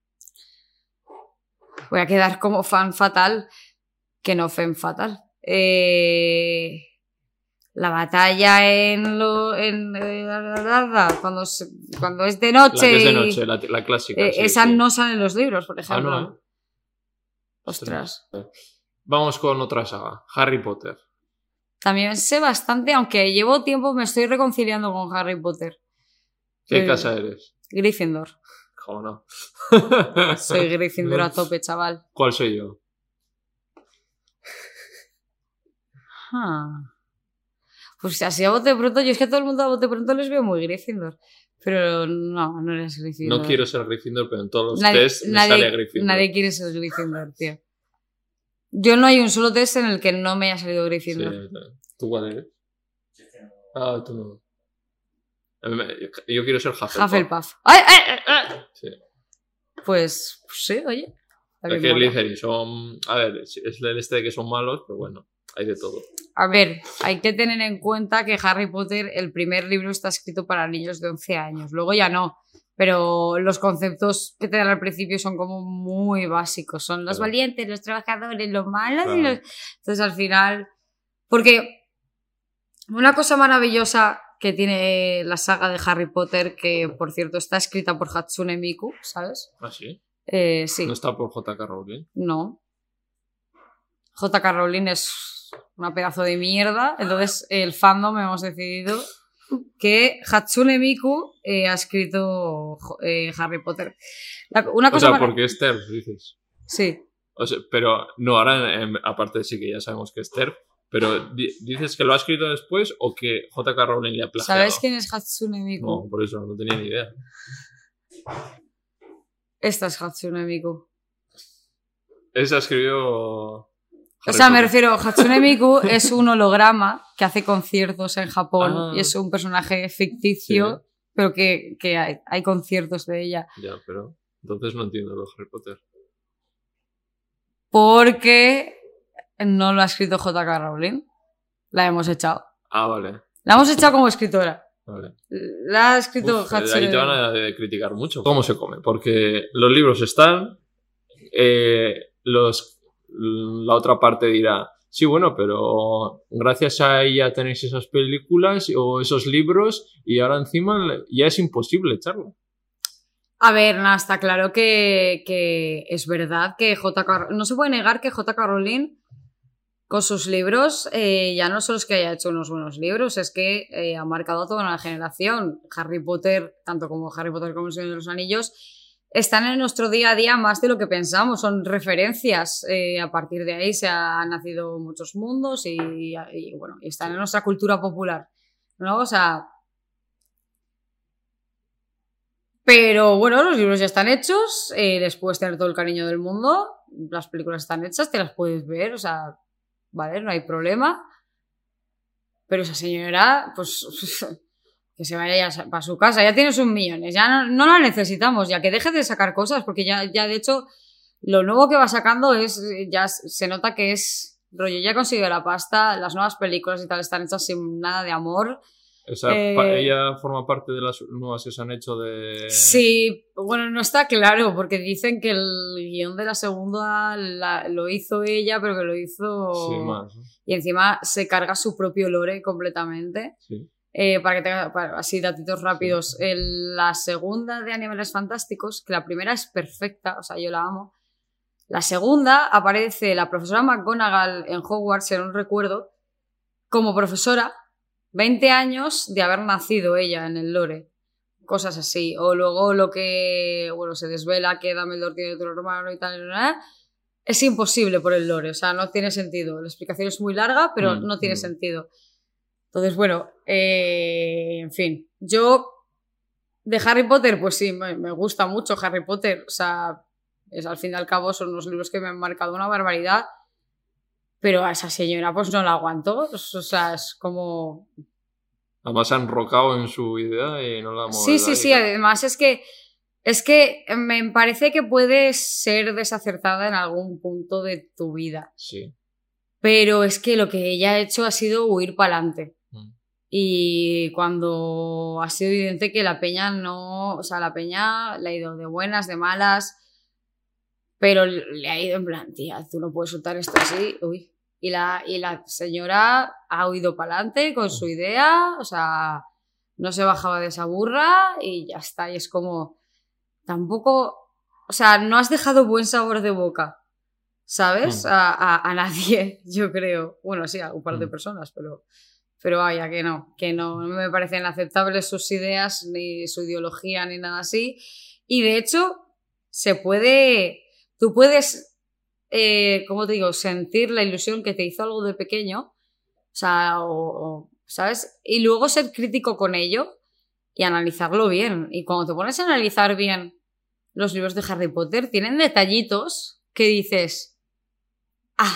Voy a quedar como fan fatal, que no fan fatal. Eh... La batalla en lo en eh, cuando se, cuando es de noche, la que es de y, noche, la, la clásica. Eh, sí, esa sí. no sale en los libros, por ejemplo. Ah, no, ¿eh? Ostras. Vamos con otra saga, Harry Potter. También sé bastante, aunque llevo tiempo, me estoy reconciliando con Harry Potter. ¿Qué eh, casa eres? Gryffindor. ¿Cómo no? Soy Gryffindor a tope, chaval. ¿Cuál soy yo? Ah. Pues así a bote pronto, yo es que a todo el mundo a bote pronto les veo muy Gryffindor. Pero no, no eres Gryffindor. No quiero ser Gryffindor, pero en todos los nadie, tests me nadie, sale Gryffindor. Nadie quiere ser Gryffindor, tío. Yo no hay un solo test en el que no me haya salido Gryffindor. Sí, ¿tú cuál eres? Ah, tú no. Yo quiero ser Hufflepuff. Hufflepuff. ¡Ay, ay, ay! Sí. Pues, pues sí, oye. Es que Slytherin son... A ver, es el este de que son malos, pero bueno, hay de todo. A ver, hay que tener en cuenta que Harry Potter, el primer libro está escrito para niños de once años. Luego ya no. Pero los conceptos que te dan al principio son como muy básicos. Son los claro. valientes, los trabajadores, los malos claro. y los... Entonces al final... Porque una cosa maravillosa que tiene la saga de Harry Potter, que por cierto está escrita por Hatsune Miku, ¿sabes? ¿Ah, sí? Eh, sí. ¿No está por J K Rowling? No. J K Rowling es una pedazo de mierda, entonces el fandom hemos decidido que Hatsune Miku eh, ha escrito eh, Harry Potter. La, una cosa o sea, para... porque es TERF, dices. Sí. O sea, pero no, ahora en, en, aparte sí que ya sabemos que es TERF, pero di, ¿dices que lo ha escrito después o que J K Rowling le ha plagiado? ¿Sabes quién es Hatsune Miku? No, por eso no tenía ni idea. Esta es Hatsune Miku. Esa escribió... Harry o sea, Potter. Me refiero, Hatsune Miku es un holograma que hace conciertos en Japón ah, y es un personaje ficticio, sí. pero que, que hay, hay conciertos de ella. Ya, pero entonces no entiendo lo de Harry Potter. porque no lo ha escrito J K Rowling. La hemos echado. Ah, vale. La hemos echado como escritora. Vale. La ha escrito Uf, Hatcher. ahí te van a criticar mucho. ¿Cómo se come? Porque los libros están, eh, los, la otra parte dirá, sí, bueno, pero gracias a ella tenéis esas películas o esos libros y ahora encima ya es imposible echarlo. A ver, nada, está claro que, que es verdad que J K No se puede negar que J K Rowling con sus libros, eh, ya no solo es que haya hecho unos buenos libros, es que eh, ha marcado a toda una generación. Harry Potter, tanto como Harry Potter como El Señor de los Anillos, están en nuestro día a día más de lo que pensamos, son referencias. Eh, a partir de ahí se han nacido muchos mundos y, y bueno, y están en nuestra cultura popular, ¿no? O sea... Pero bueno, los libros ya están hechos, eh, les puedes tener todo el cariño del mundo, las películas están hechas, te las puedes ver, o sea... Vale, no hay problema. Pero esa señora, pues, que se vaya ya para su casa. Ya tiene sus millones, ya no, no la necesitamos, ya que deje de sacar cosas, porque ya, ya de hecho, lo nuevo que va sacando es, ya se nota que es, rollo, ya ha conseguido la pasta, las nuevas películas y tal están hechas sin nada de amor. O sea, eh, ella forma parte de las nuevas que se han hecho de... Sí, bueno, no está claro, porque dicen que el guión de la segunda la, lo hizo ella, pero que lo hizo... Sí, más, ¿no? Y encima se carga su propio lore completamente. Sí. Eh, para que tenga para, así datitos rápidos. Sí. El, la segunda de Animales Fantásticos, que la primera es perfecta, o sea, yo la amo. La segunda aparece la profesora McGonagall en Hogwarts, si no recuerdo, como profesora, veinte años de haber nacido ella en el lore. Cosas así. O luego lo que, bueno, se desvela que Dumbledore tiene otro hermano y tal, ¿eh? Es imposible por el lore, o sea, no tiene sentido. La explicación es muy larga, pero mm, no tiene mm. sentido. Entonces, bueno, eh, en fin. Yo, de Harry Potter, pues sí, me, me gusta mucho Harry Potter. O sea, es, al fin y al cabo son unos libros que me han marcado una barbaridad. Pero a esa señora pues no la aguanto. O sea, es como... Además se ha enrocado en su idea y no la hemos... Sí, sí, sí. Además es que es que me parece que puedes ser desacertada en algún punto de tu vida. Sí. Pero es que lo que ella ha hecho ha sido huir para adelante. Mm. Y cuando ha sido evidente que la peña no... O sea, la peña le ha ido de buenas, de malas... Pero le ha ido en plan, tía, tú no puedes soltar esto así. Uy. Y la, y la señora ha huido para adelante con su idea, o sea, no se bajaba de esa burra y ya está. Y es como, tampoco, o sea, no has dejado buen sabor de boca, ¿sabes? Mm. A, a, a nadie, yo creo. Bueno, sí, a un par de mm. personas, pero, pero vaya, que no, que no, no me parecen aceptables sus ideas, ni su ideología, ni nada así. Y de hecho, se puede... Tú puedes, eh, como te digo, sentir la ilusión que te hizo algo de pequeño, o sea, o, o, ¿sabes? Y luego ser crítico con ello y analizarlo bien. Y cuando te pones a analizar bien los libros de Harry Potter, tienen detallitos que dices, ah,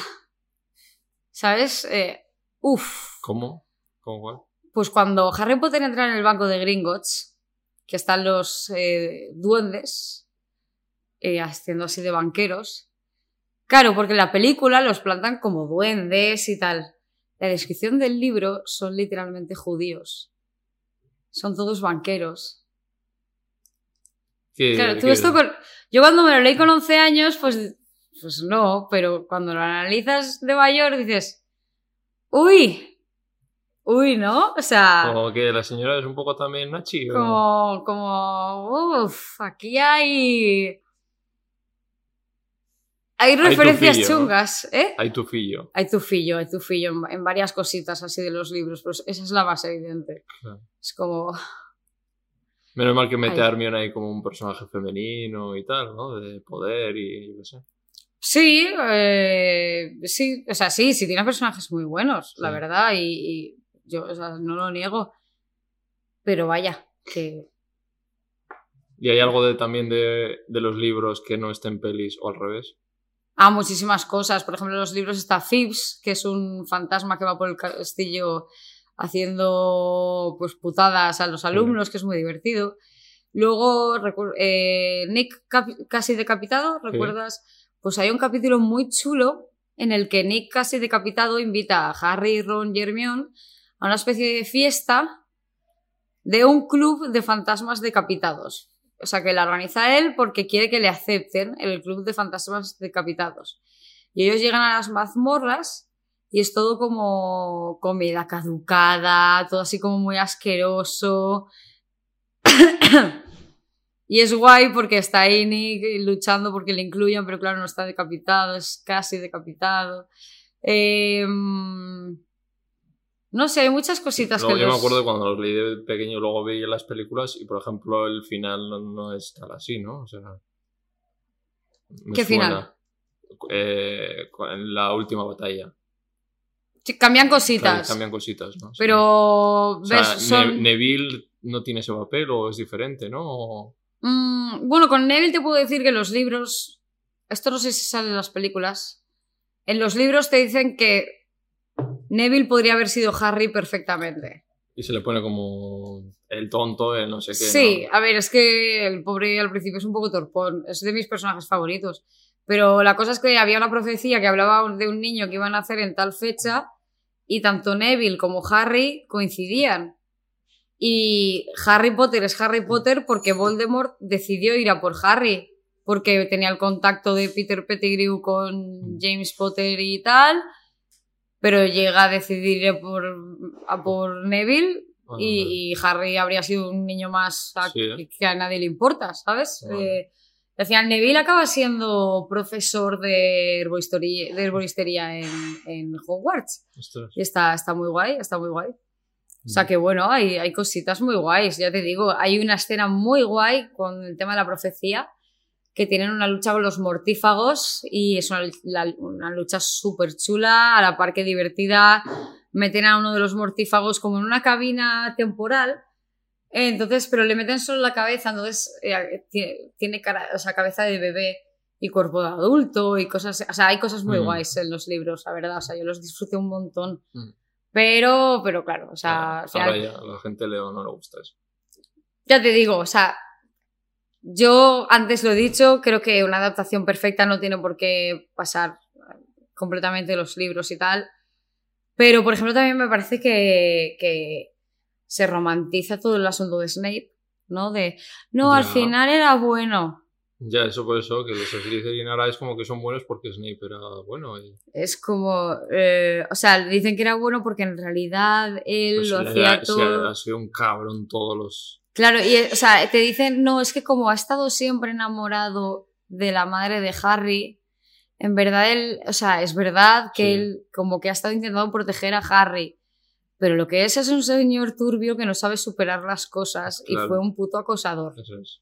¿sabes? Eh, uf. ¿Cómo? ¿Cómo cuál? Pues cuando Harry Potter entra en el banco de Gringotts, que están los eh, duendes... Eh, haciendo así de banqueros. Claro, porque en la película los plantan como duendes y tal. La descripción del libro son literalmente judíos. Son todos banqueros. ¿Qué, claro, tú qué esto con... Yo cuando me lo leí con once años, pues, pues no, pero cuando lo analizas de mayor dices, uy, uy, ¿no? O sea... Como que la señora es un poco también nachi. ¿O? Como, como, uff, aquí hay... Hay referencias hay chungas, ¿no? ¿eh? Hay tufillo. Hay tufillo, hay tufillo en, en varias cositas así de los libros, pero esa es la más evidente. Claro. Es como... Menos mal que mete Ay. a Hermione ahí como un personaje femenino y tal, ¿no? De poder y yo qué sé. Sí, eh, sí, o sea, sí, sí tiene personajes muy buenos, sí. La verdad, y, y yo, o sea, no lo niego, pero vaya, que... ¿Y hay algo de, también de, de los libros que no estén pelis o al revés? Ah, muchísimas cosas. Por ejemplo, en los libros está Phoebs, que es un fantasma que va por el castillo haciendo pues putadas a los alumnos, sí. Que es muy divertido. Luego, eh, Nick cap- casi decapitado, ¿recuerdas? Sí. pues hay un capítulo muy chulo en el que Nick, casi decapitado, invita a Harry, Ron y Hermione a una especie de fiesta de un club de fantasmas decapitados. O sea, que la organiza él porque quiere que le acepten en el club de fantasmas decapitados. Y ellos llegan a las mazmorras y es todo como comida caducada, todo así como muy asqueroso. Y es guay porque está ahí Nick luchando porque le incluyan, pero claro, no está decapitado, es casi decapitado. Eh, no sé, hay muchas cositas Luego, que yo los... me acuerdo cuando los leí de pequeño, luego veía las películas y, por ejemplo, el final no, no es tal así, ¿no? O sea, ¿Qué suena, final? Eh, en la última batalla. Sí, cambian cositas. Claro, cambian cositas, ¿no? Pero, o sea, ¿ves? Son... Ne- Neville no tiene ese papel o es diferente, ¿no? O... Mm, bueno, con Neville te puedo decir que los libros... Esto no sé si sale en las películas. En los libros te dicen que Neville podría haber sido Harry perfectamente. Y se le pone como el tonto, el no sé qué. Sí, ¿no? a ver, es que el pobre al principio es un poco torpón. Es de mis personajes favoritos. Pero la cosa es que había una profecía que hablaba de un niño que iba a nacer en tal fecha y tanto Neville como Harry coincidían. Y Harry Potter es Harry Potter porque Voldemort decidió ir a por Harry. Porque tenía el contacto de Peter Pettigrew con James Potter y tal. Pero llega a decidir ir a por, a por Neville Bueno, y, y Harry habría sido un niño más a, sí, ¿eh? que a nadie le importa, ¿sabes? Bueno. Eh, decían, Neville acaba siendo profesor de herboristería, de herboristería en, en Hogwarts. Ostras. Y está, está muy guay, está muy guay. O sea que bueno, hay, hay cositas muy guays, ya te digo. Hay una escena muy guay con el tema de la profecía, que tienen una lucha con los mortífagos y es una, la, una lucha súper chula, a la par que divertida. Meten a uno de los mortífagos como en una cabina temporal, entonces, pero le meten solo la cabeza, entonces eh, tiene, tiene cara, o sea, cabeza de bebé y cuerpo de adulto y cosas, o sea, hay cosas muy mm. guays en los libros, la verdad, o sea, yo los disfruté un montón. Mm. Pero, pero claro, o sea... Claro, ahora ya a la gente le, no le gusta eso. Ya te digo, o sea... Yo antes lo he dicho, creo que una adaptación perfecta no tiene por qué pasar completamente los libros y tal, pero por ejemplo también me parece que, que se romantiza todo el asunto de Snape, ¿no? De, no, ya. Al final era bueno. Ya, eso por eso, que los Slytherin ahora es como que son buenos porque Snape era bueno. Y... Es como, eh, o sea, dicen que era bueno porque en realidad él pues lo hacía era, todo... Ha sido un cabrón todos los... Claro, y o sea, te dicen, no, es que como ha estado siempre enamorado de la madre de Harry, en verdad él, o sea, es verdad que sí. Él como que ha estado intentando proteger a Harry, pero lo que es es un señor turbio que no sabe superar las cosas claro. Y fue un puto acosador. Eso es.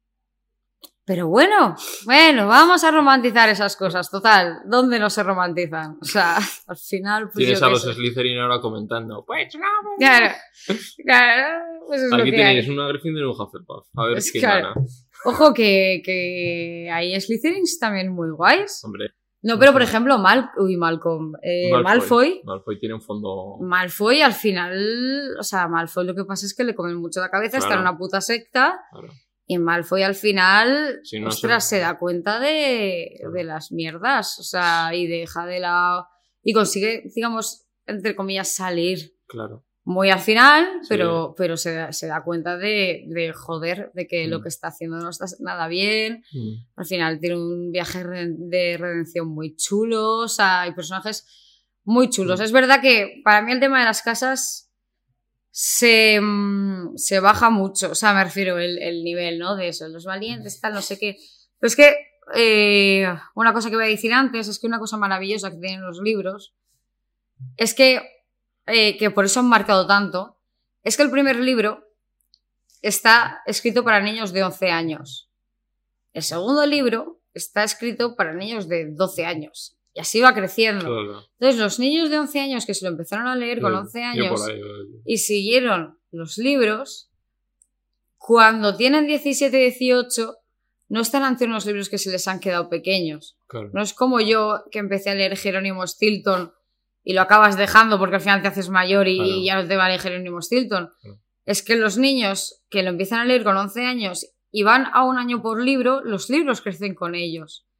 Pero bueno, bueno, vamos a romantizar esas cosas, total, ¿dónde no se romantizan? O sea, al final... Pues tienes a los Slytherin ahora comentando, pues no... Claro, claro, pues es aquí lo que tenéis hay. una Gryffindor y un Hufflepuff, a ver es quién claro. gana. Ojo que, que hay Slytherins también muy guays. Hombre. No, pero por ejemplo, Mal Uy, Malcolm, eh, Malfoy. Malfoy. Malfoy tiene un fondo... Malfoy al final, o sea, Malfoy lo que pasa es que le comen mucho la cabeza, claro. Está en una puta secta... Claro. Y Malfoy al final, sí, no ostras, se da cuenta de, claro. de las mierdas, o sea, y deja de la... Y consigue, digamos, entre comillas, salir. Claro. Muy al final, sí. pero, pero se, da, se da cuenta de, de, joder, de que mm. lo que está haciendo no está nada bien. Mm. Al final tiene un viaje de redención muy chulo, o sea, hay personajes muy chulos. Mm. Es verdad que para mí el tema de las casas... Se, se baja mucho, o sea, me refiero el, el nivel, ¿no? De eso, los valientes, tal, no sé qué. Pero es que eh, una cosa que voy a decir antes es que una cosa maravillosa que tienen los libros es que, eh, que por eso han marcado tanto, es que el primer libro está escrito para niños de once años. El segundo libro está escrito para niños de doce años. Y así va creciendo. Claro. Entonces, los niños de once años que se lo empezaron a leer sí, con once años ahí, y siguieron los libros, cuando tienen diecisiete, dieciocho, no están ante unos libros que se les han quedado pequeños. Claro. No es como yo, que empecé a leer Jerónimo Stilton y lo acabas dejando porque al final te haces mayor y, claro. y ya no te vale Jerónimo Stilton. Claro. Es que los niños que lo empiezan a leer con once años y van a un año por libro, los libros crecen con ellos.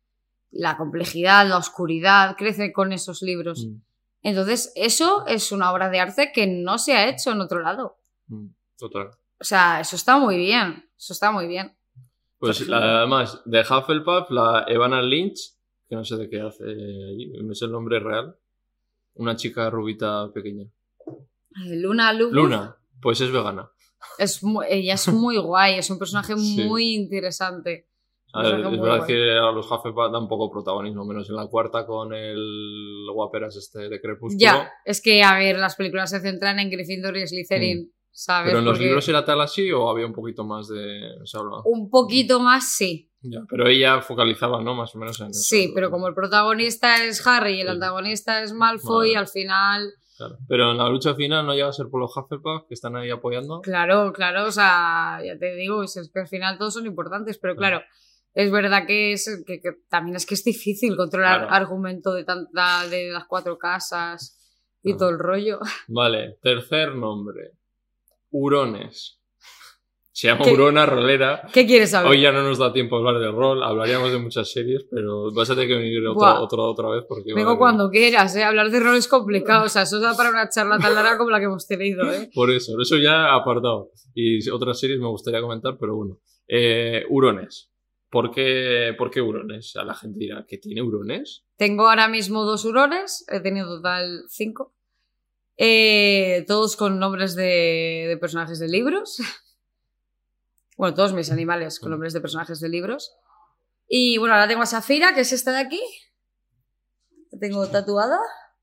la complejidad, la oscuridad, crece con esos libros. Mm. Entonces, eso es una obra de arte que no se ha hecho en otro lado. Mm. Total. O sea, eso está muy bien. Eso está muy bien. Pues la, además, de Hufflepuff, la Evanna Lynch, que no sé de qué hace allí, no sé el nombre real. Una chica rubita pequeña. Luna Lovegood. Luna, pues es vegana. Es muy, ella es muy guay, es un personaje Sí. muy interesante. A ver, Personaje es muy verdad guay. que a los Hufflepuff dan poco protagonismo, menos en la cuarta con el guaperas este de Crepúsculo. Ya, es que, a ver, las películas se centran en Gryffindor y Slytherin, ¿sabes? ¿Pero en los Porque libros era tal así o había un poquito más de... se hablaba? un poquito más sí. Ya, pero ella focalizaba, ¿no? Más o menos en eso. Sí, pero como el protagonista es Harry y el Sí. antagonista es Malfoy, Vale. al final... Claro. Pero en la lucha final no llega a ser por los Hufflepuff, que están ahí apoyando. Claro, claro, o sea, ya te digo, es que al final todos son importantes, pero claro, es verdad que, es, que, que también es que es difícil controlar Claro. argumento de tanta de las cuatro casas y Claro. todo el rollo. Vale, tercer nombre. Hurones. Se llama ¿Qué? Hurona Rolera. ¿Qué quieres saber? Hoy ya no nos da tiempo a hablar de rol, hablaríamos de muchas series, pero vas a tener que venir Buah. otra, otra, otra vez porque... Vengo vale, cuando quieras, ¿eh? Hablar de rol es complicado, o sea, eso da para una charla tan larga como la que hemos tenido, ¿eh? Por eso, eso ya apartado. Y otras series me gustaría comentar, pero bueno. Eh, hurones. ¿Por qué, ¿Por qué hurones? A la gente dirá, ¿qué tiene hurones? Tengo ahora mismo dos hurones, he tenido total cinco, eh, todos con nombres de, de personajes de libros. Bueno, todos mis animales con nombres de personajes de libros. Y bueno, ahora tengo a Safira, que es esta de aquí. La tengo tatuada.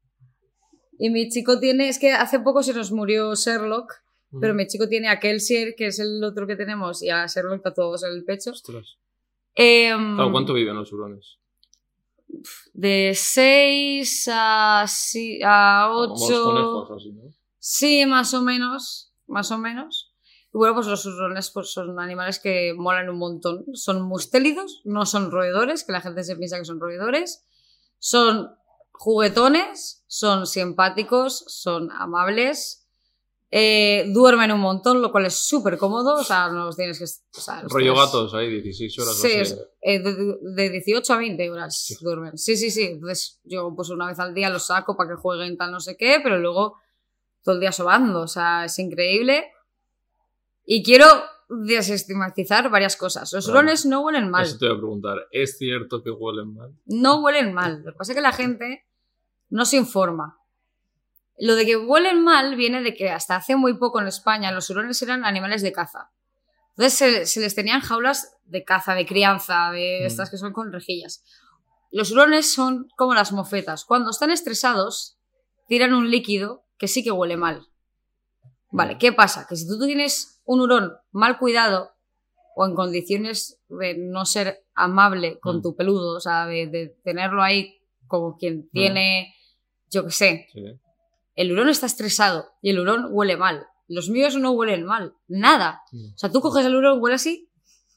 Y mi chico tiene, es que hace poco se nos murió Sherlock, pero mi chico tiene a Kelsier, que es el otro que tenemos, y a Sherlock tatuados en el pecho. Ostras. Eh, Claro, ¿cuánto viven los hurones? De seis a, si- a Como los ocho. conejos, así, ¿no? Sí, más o menos. Más o menos. Y bueno, pues los hurones pues, son animales que molan un montón. Son mustélidos, no son roedores, que la gente se piensa que son roedores. Son juguetones, son simpáticos, son amables. Eh, duermen un montón, lo cual es súper cómodo. O sea, no los tienes que. O sea, los Rollo tienes- gatos, ahí, dieciséis horas. Sí, o es- así. eh, de, de dieciocho a veinte horas Sí. duermen. Sí, sí, sí. Entonces yo pues una vez al día los saco para que jueguen tal no sé qué, pero luego todo el día sobando. O sea, es increíble. Y quiero desestigmatizar varias cosas. Los Vale. hurones no huelen mal. Eso te voy a preguntar. ¿Es cierto que huelen mal? No huelen mal. Lo que pasa es que la gente no se informa. Lo de que huelen mal viene de que hasta hace muy poco en España los hurones eran animales de caza. Entonces se, se les tenían jaulas de caza, de crianza, de Mm. estas que son con rejillas. Los hurones son como las mofetas. Cuando están estresados, tiran un líquido que sí que huele mal. Vale, ¿qué pasa? Que si tú tienes un hurón mal cuidado o en condiciones de no ser amable con Mm. tu peludo, o sea, de, de tenerlo ahí como quien tiene, yo qué sé, Sí. el hurón está estresado y el hurón huele mal. Los míos no huelen mal, nada. Mm. O sea, tú coges el hurón, huele así,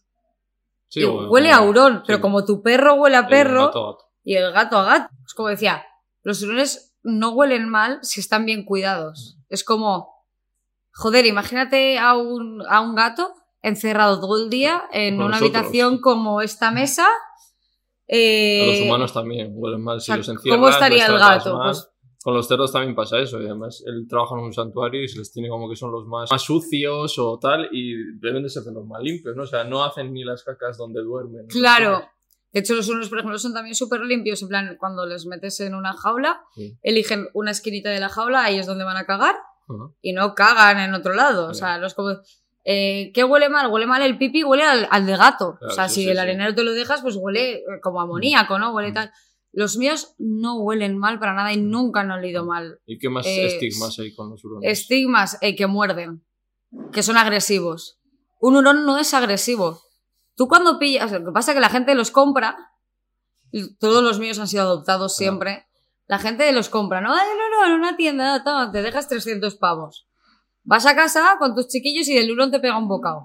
Sí, y o- huele a o- hurón, pero sí. como tu perro huele a El perro gato a gato. y el gato a gato. Es como decía, los hurones no huelen mal si están bien cuidados. Es como, joder, imagínate a un, a un gato encerrado todo el día en Con una nosotros. habitación como esta mesa. eh, A los humanos también huelen mal. o Si sea, los encierras, ¿cómo estaría les el tratas gato? mal. Pues- Con los cerdos también pasa eso. Y además, él trabaja en un santuario y se les tiene como que son los más, más sucios o tal. Y deben de ser de los más limpios, ¿no? O sea, no hacen ni las cacas donde duermen. ¿no? Claro. De hecho, los hurones, por ejemplo, son también súper limpios. En plan, cuando les metes en una jaula, Sí. eligen una esquinita de la jaula, ahí es donde van a cagar. Ajá. Y no cagan en otro lado. O Vale. sea, no es como. Eh, ¿Qué huele mal? Huele mal el pipi, huele al, al de gato. Claro, o sea, sí, si sí, el sí. arenero te lo dejas, pues huele eh, como amoníaco, ¿no? Huele Mm. tal. Los míos no huelen mal para nada y nunca han olido mal. ¿Y qué más Eh, estigmas hay con los hurones? Estigmas eh, que muerden, que son agresivos. Un hurón no es agresivo. Tú cuando pillas. Lo que pasa es que la gente los compra. Y todos los míos han sido adoptados siempre. La gente los compra, ¿no? Ay, no, no, en una tienda, toma, te dejas trescientos pavos. Vas a casa con tus chiquillos y el hurón te pega un bocado.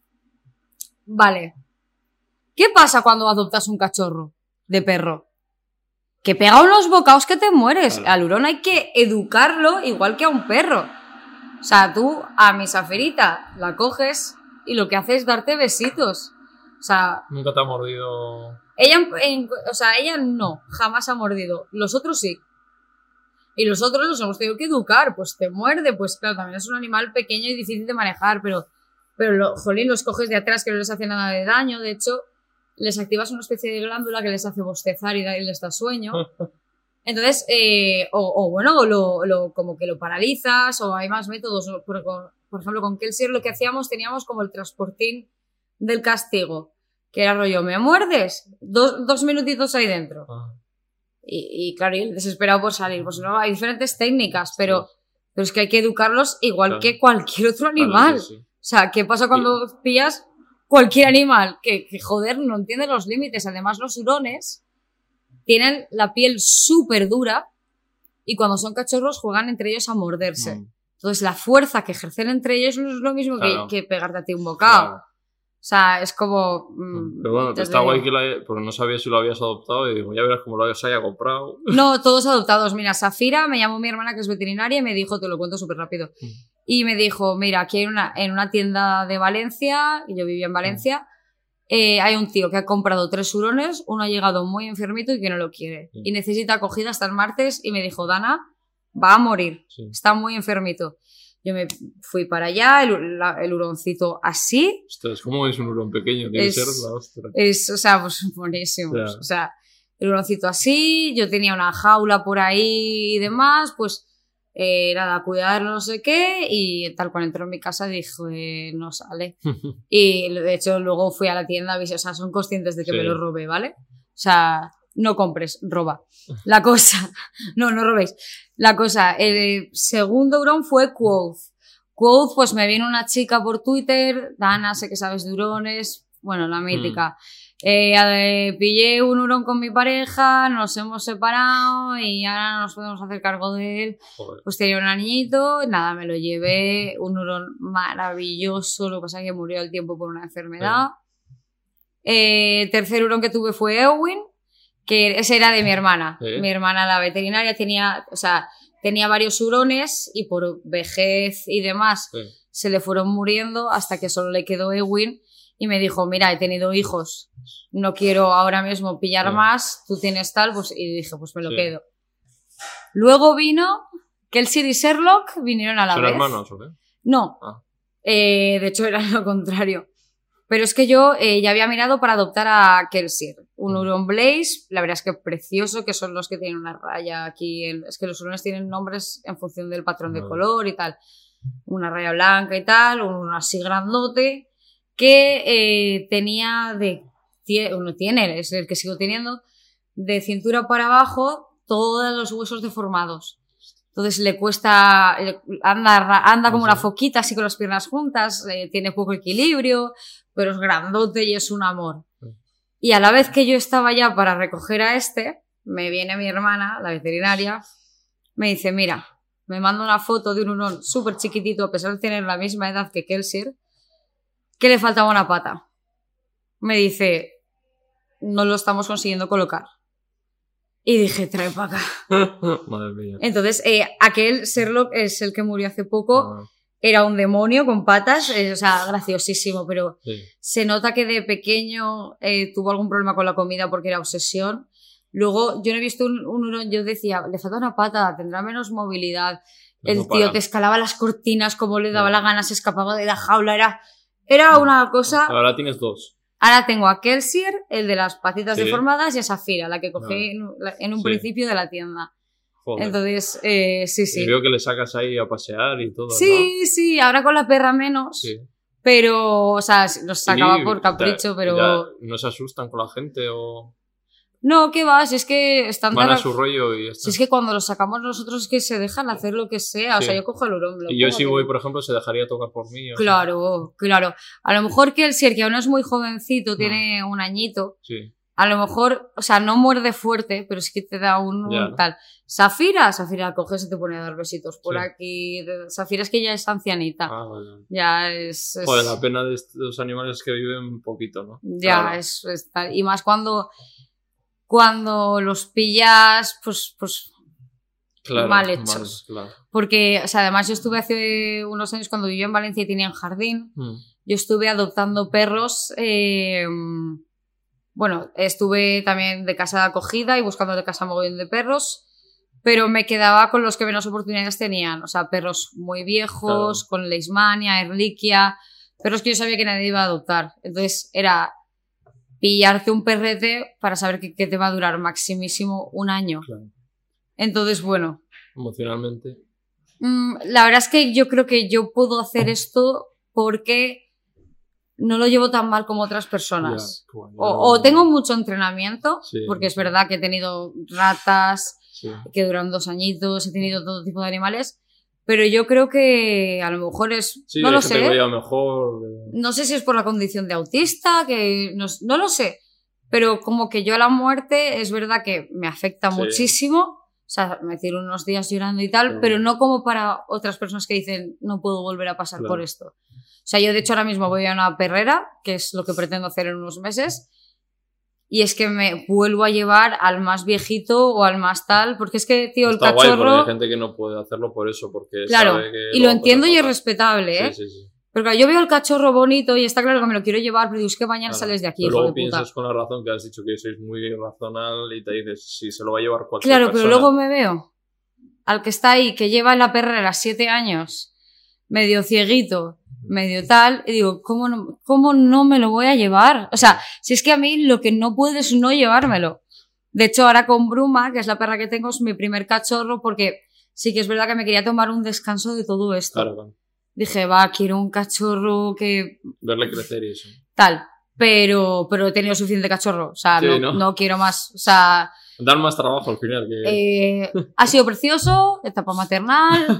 Vale. ¿Qué pasa cuando adoptas un cachorro de perro? Que pega unos bocados que te mueres. Claro. Al hurón hay que educarlo igual que a un perro. O sea, tú a mi Safirita la coges y lo que hace es darte besitos. O sea, ¿Nunca te ha mordido Ella, en, o sea, ella no, jamás ha mordido. Los otros sí. Y los otros los hemos tenido que educar. Pues te muerde, pues claro, también es un animal pequeño y difícil de manejar, pero, pero lo, jolín, los coges de atrás que no les hace nada de daño. De hecho, les activas una especie de glándula que les hace bostezar y les da sueño. Entonces, eh, o, o bueno, lo, lo, como que lo paralizas, o hay más métodos. Por, por ejemplo, con Kelsier lo que hacíamos, teníamos como el transportín del castigo, que era rollo, ¿me muerdes? Dos, dos minutitos ahí dentro. Ah. Y, y claro, y el desesperado por salir. Pues no, hay diferentes técnicas, pero, sí. pero es que hay que educarlos igual claro. que cualquier otro animal. Claro, sí, sí. O sea, ¿qué pasa cuando sí. pillas cualquier animal? Que, que joder, no entiende los límites. Además, los hurones tienen la piel súper dura y cuando son cachorros juegan entre ellos a morderse. Mm. Entonces la fuerza que ejercen entre ellos no es lo mismo claro. que, que pegarte a ti un bocado. Claro. O sea, es como... Mmm, Pero bueno, está guay que la... Porque no sabía si lo habías adoptado y digo, ya verás cómo lo habías haya comprado. No, todos adoptados. Mira, Safira, me llamó mi hermana que es veterinaria y me dijo, te lo cuento súper rápido, mm. y me dijo, mira, aquí hay una, en una tienda de Valencia, y yo vivía en Valencia, mm. Eh, hay un tío que ha comprado tres hurones, uno ha llegado muy enfermito y que no lo quiere. Sí. Y necesita acogida hasta el martes y me dijo, Dana, va a morir, sí. está muy enfermito. Yo me fui para allá, el, la, el huroncito así. Ostras, ¿cómo es un hurón pequeño? Tiene que ser la ostra. Es, o sea, pues buenísimos. Yeah. O sea, el huroncito así, yo tenía una jaula por ahí y demás, pues Eh, nada, cuidarlo, no sé qué, y tal cual entró en mi casa dije, no sale. Y de hecho luego fui a la tienda, o sea, son conscientes de que sí. me lo robé, ¿vale? O sea, no compres, roba. La cosa, no, no robéis. La cosa, el segundo hurón fue Quoth. Quoth, pues me viene una chica por Twitter, Dana, sé que sabes de hurones, bueno, la mítica. Mm. Eh, eh, pillé un hurón con mi pareja, nos hemos separado y ahora no nos podemos hacer cargo de él. Joder. Pues tenía un añito, nada, me lo llevé, un hurón maravilloso, lo que pasa es que murió al tiempo por una enfermedad. Eh. Eh, tercer hurón que tuve fue Ewin, que ese era de mi hermana. ¿Eh? Mi hermana, la veterinaria, tenía, o sea, tenía varios hurones y por vejez y demás ¿Eh? se le fueron muriendo hasta que solo le quedó Ewin. Y me dijo, mira, he tenido hijos, no quiero ahora mismo pillar sí. más, tú tienes tal, pues, y dije, pues me lo sí. quedo. Luego vino Kelsier y Sherlock, vinieron a la ¿Son vez. ¿Son hermanos o qué? No, ah. eh, de hecho era lo contrario. Pero es que yo eh, ya había mirado para adoptar a Kelsier, un mm. hurón Blaze, la verdad es que precioso, que son los que tienen una raya aquí, en, es que los hurones tienen nombres en función del patrón de vale. color y tal. Una raya blanca y tal, uno así grandote, que eh, tenía de, uno tiene, es el que sigo teniendo, de cintura para abajo todos los huesos deformados. Entonces le cuesta, anda, anda como una foquita así con las piernas juntas, eh, tiene poco equilibrio, pero es grandote y es un amor. Y a la vez que yo estaba ya para recoger a este, me viene mi hermana, la veterinaria, me dice, mira, me manda una foto de un hurón súper chiquitito, a pesar de tener la misma edad que Kelsier, que le faltaba una pata. Me dice, no lo estamos consiguiendo colocar. Y dije, trae para acá. Madre mía. Entonces, eh, aquel Sherlock es el que murió hace poco. Ah. Era un demonio con patas, eh, o sea, graciosísimo, pero sí. se nota que de pequeño eh, tuvo algún problema con la comida porque era obsesión. Luego, yo no he visto un, un hurón, yo decía, le falta una pata, tendrá menos movilidad. No, el no tío te escalaba las cortinas como le daba sí. la gana, se escapaba de la jaula, era... Era una cosa... Ahora tienes dos. Ahora tengo a Kelsier, el de las patitas ¿Sí? deformadas, y a Safira, la que cogí no. en, en un sí. principio de la tienda. Joder. Entonces, eh, sí, sí. Y veo que le sacas ahí a pasear y todo, Sí, ¿no? sí, ahora con la perra menos. Sí. Pero, o sea, los sacaba y, por capricho, ya, pero... Ya, ¿no se asustan con la gente o...? No, ¿qué va? Si es que están Van a su rollo y ya está. Si es que cuando los sacamos nosotros es que se dejan hacer lo que sea. Sí. O sea, yo cojo el hurón. Y yo si voy, por ejemplo, se dejaría tocar por mí. Claro, sea. claro. A lo mejor Kelsier, que aún es muy jovencito, no. tiene un añito. Sí. A lo mejor, o sea, no muerde fuerte, pero sí que te da un, un tal. Safira, Safira coge y te pone a dar besitos por sí. aquí. Safira es que ya es ancianita. Ah, vale. Ya es, es... Joder, la pena de estos animales que viven poquito, ¿no? Ya, claro. es, es tal. Y más cuando... Cuando los pillas, pues, pues claro, mal hechos. Mal, claro. Porque, o sea, además yo estuve hace unos años cuando vivía en Valencia y tenían jardín, mm. yo estuve adoptando perros eh, bueno, estuve también de casa de acogida y buscando de casa mogollón de perros, pero me quedaba con los que menos oportunidades tenían. O sea, perros muy viejos, claro, con leishmania, ehrlichia, perros que yo sabía que nadie iba a adoptar. Entonces era pillarte un perrete para saber que, que te va a durar maximísimo un año. Claro. Entonces, bueno. Emocionalmente. Mmm, la verdad es que yo creo que yo puedo hacer esto porque no lo llevo tan mal como otras personas. Yeah, bueno, o, o tengo mucho entrenamiento, sí, porque es verdad que he tenido ratas, sí, que duran dos añitos, he tenido todo tipo de animales, pero yo creo que a lo mejor es... Sí, no lo sé. Te vaya mejor. No sé si es por la condición de autista, que no, no lo sé, pero como que yo a la muerte es verdad que me afecta sí. muchísimo. O sea, me tiro unos días llorando y tal, sí, pero no como para otras personas que dicen no puedo volver a pasar claro. por esto. O sea, yo de hecho ahora mismo voy a una perrera, que es lo que pretendo hacer en unos meses, y es que me vuelvo a llevar al más viejito o al más tal, porque es que, tío, Está el cachorro... Guay, porque hay gente que no puede hacerlo por eso, porque claro, sabe que... y lo entiendo y es respetable, ¿eh? Sí, sí, sí. Pero claro, yo veo el cachorro bonito y está claro que me lo quiero llevar, pero digo, es que mañana claro. sales de aquí, pero hijo luego de piensas puta. Con la razón que has dicho que sois muy razonal y te dices, si se lo va a llevar cualquier claro, persona... Claro, pero luego me veo al que está ahí, que lleva en la perrera siete años, medio cieguito, medio tal, y digo, ¿cómo no, ¿cómo no me lo voy a llevar? O sea, si es que a mí lo que no puedo es no llevármelo. De hecho, ahora con Bruma, que es la perra que tengo, es mi primer cachorro, porque sí que es verdad que me quería tomar un descanso de todo esto. Claro, claro. Dije, va, quiero un cachorro que... Verle crecer y eso. Tal, pero, pero he tenido suficiente cachorro, o sea, sí, no, ¿no? no quiero más, o sea... Dar más trabajo al final. Que... Eh, ha sido precioso, etapa maternal...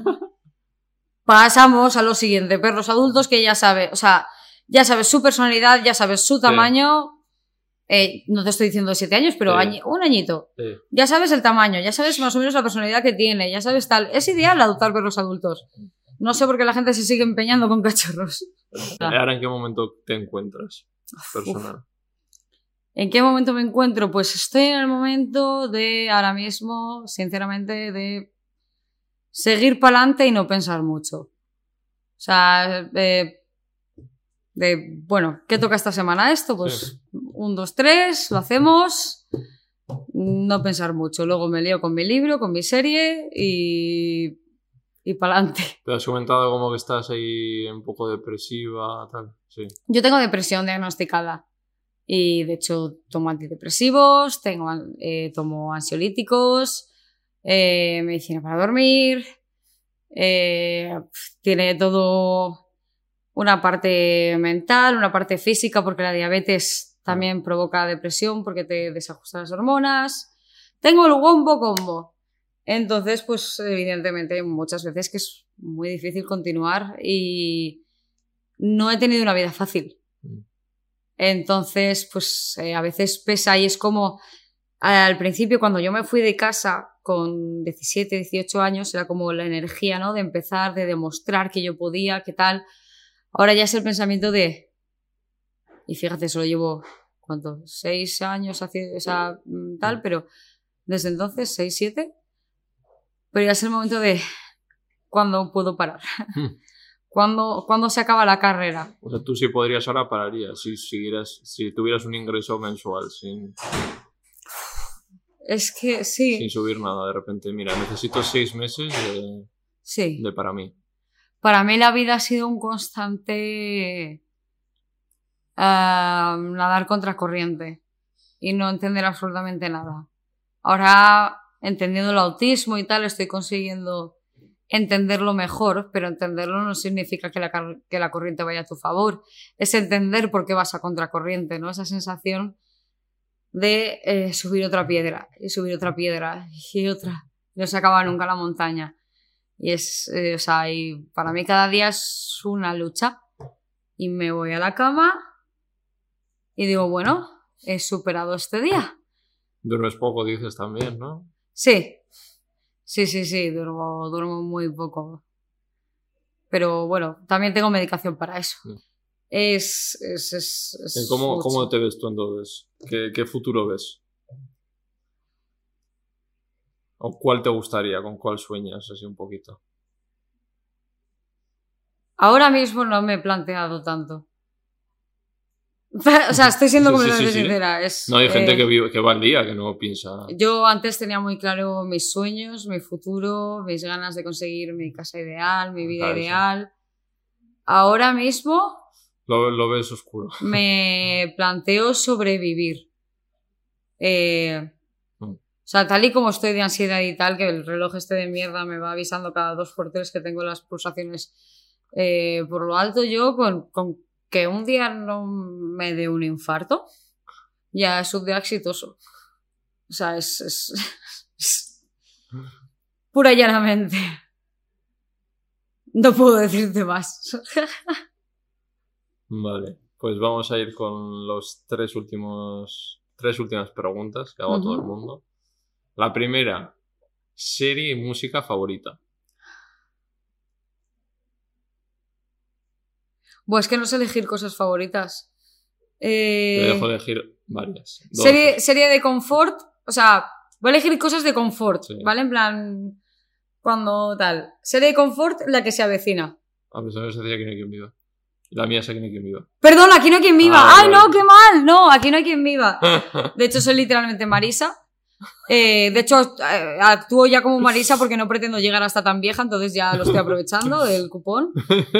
Pasamos a lo siguiente, perros adultos que ya sabes, o sea, ya sabes su personalidad, ya sabes su tamaño, sí. eh, no te estoy diciendo de siete años, pero sí. añi, un añito, sí. ya sabes el tamaño, ya sabes más o menos la personalidad que tiene, ya sabes tal, es ideal adoptar perros adultos. No sé por qué la gente se sigue empeñando con cachorros. ¿Ahora en qué momento te encuentras personal? Uf. ¿En qué momento me encuentro? Pues estoy en el momento de, ahora mismo, sinceramente, de... seguir para adelante y no pensar mucho. O sea, eh, de, bueno, ¿qué toca esta semana esto? Pues sí. un, dos, tres, lo hacemos, no pensar mucho. Luego me lío con mi libro, con mi serie y, y para adelante. ¿Te has comentado como que estás ahí un poco depresiva, tal? Sí. Yo tengo depresión diagnosticada y de hecho tomo antidepresivos, tengo, eh, tomo ansiolíticos, Eh, medicina para dormir, eh, tiene todo una parte mental, una parte física, porque la diabetes también provoca depresión porque te desajustan las hormonas. Tengo el wombo combo. Entonces, pues evidentemente muchas veces que es muy difícil continuar y no he tenido una vida fácil. Entonces, pues eh, a veces pesa y es como al principio cuando yo me fui de casa con diecisiete, dieciocho años, era como la energía, ¿no? De empezar, de demostrar que yo podía, que tal. Ahora ya es el pensamiento de... Y fíjate, solo llevo, ¿cuánto? Seis años haciendo esa tal, pero desde entonces, seis, siete. Pero ya es el momento de... ¿Cuándo puedo parar? Hmm. ¿Cuándo, ¿Cuándo se acaba la carrera? O sea, tú sí podrías ahora pararías, si, siguieras, si tuvieras un ingreso mensual sin... Es que sí. Sin subir nada, de repente, mira, necesito seis meses de, sí. de para mí. Para mí la vida ha sido un constante uh, nadar contracorriente y no entender absolutamente nada. Ahora, entendiendo el autismo y tal, estoy consiguiendo entenderlo mejor, pero entenderlo no significa que la, que la corriente vaya a tu favor. Es entender por qué vas a contracorriente, ¿no? Esa sensación de eh, subir otra piedra y subir otra piedra y otra. No se acaba nunca la montaña. Y es, eh, o sea, y para mí cada día es una lucha. Y me voy a la cama y digo, bueno, he superado este día. Duermes poco, dices también, ¿no? Sí, sí, sí, sí, duermo, duermo muy poco. Pero bueno, también tengo medicación para eso. Sí. Es, es, es, es ¿Cómo, ¿Cómo te ves tú entonces? ¿Qué, ¿Qué futuro ves? ¿O cuál te gustaría? ¿Con cuál sueñas? Así un poquito. Ahora mismo no me he planteado tanto. O sea, estoy siendo Sí, sí, completamente sí, sí. sincera. Es, No, hay gente eh, que, vive, que va al día, que no piensa... Yo antes tenía muy claro mis sueños, mi futuro, mis ganas de conseguir mi casa ideal, mi vida Claro, sí. ideal. Ahora mismo Lo, lo ves oscuro. me planteo sobrevivir. Eh, Mm. o sea, tal y como estoy de ansiedad y tal, que el reloj este de mierda me va avisando cada dos por tres que tengo las pulsaciones eh, por lo alto, yo con, con que un día no me dé un infarto, ya es un día exitoso. O sea, es, es, es pura y llanamente. No puedo decirte más. Vale, pues vamos a ir con los tres últimos... Tres últimas preguntas que hago a todo el Ujú. mundo. La primera, serie y música favorita. Buah, es que no sé elegir cosas favoritas. Te Eh, dejo elegir varias. Dos. serie, serie de confort, o sea, voy a elegir cosas de confort, Sí. ¿vale? En plan, cuando tal. Serie de confort, la que se avecina. A pesar de que se decía que no hay quien viva. La mía es Aquí no hay quien viva. Perdón, aquí no hay quien viva. Ah, ¡Ay, vale. no, qué mal! No, aquí no hay quien viva. De hecho, soy literalmente Marisa. Eh, de hecho, eh, actúo ya como Marisa porque no pretendo llegar hasta tan vieja, entonces ya lo estoy aprovechando del cupón.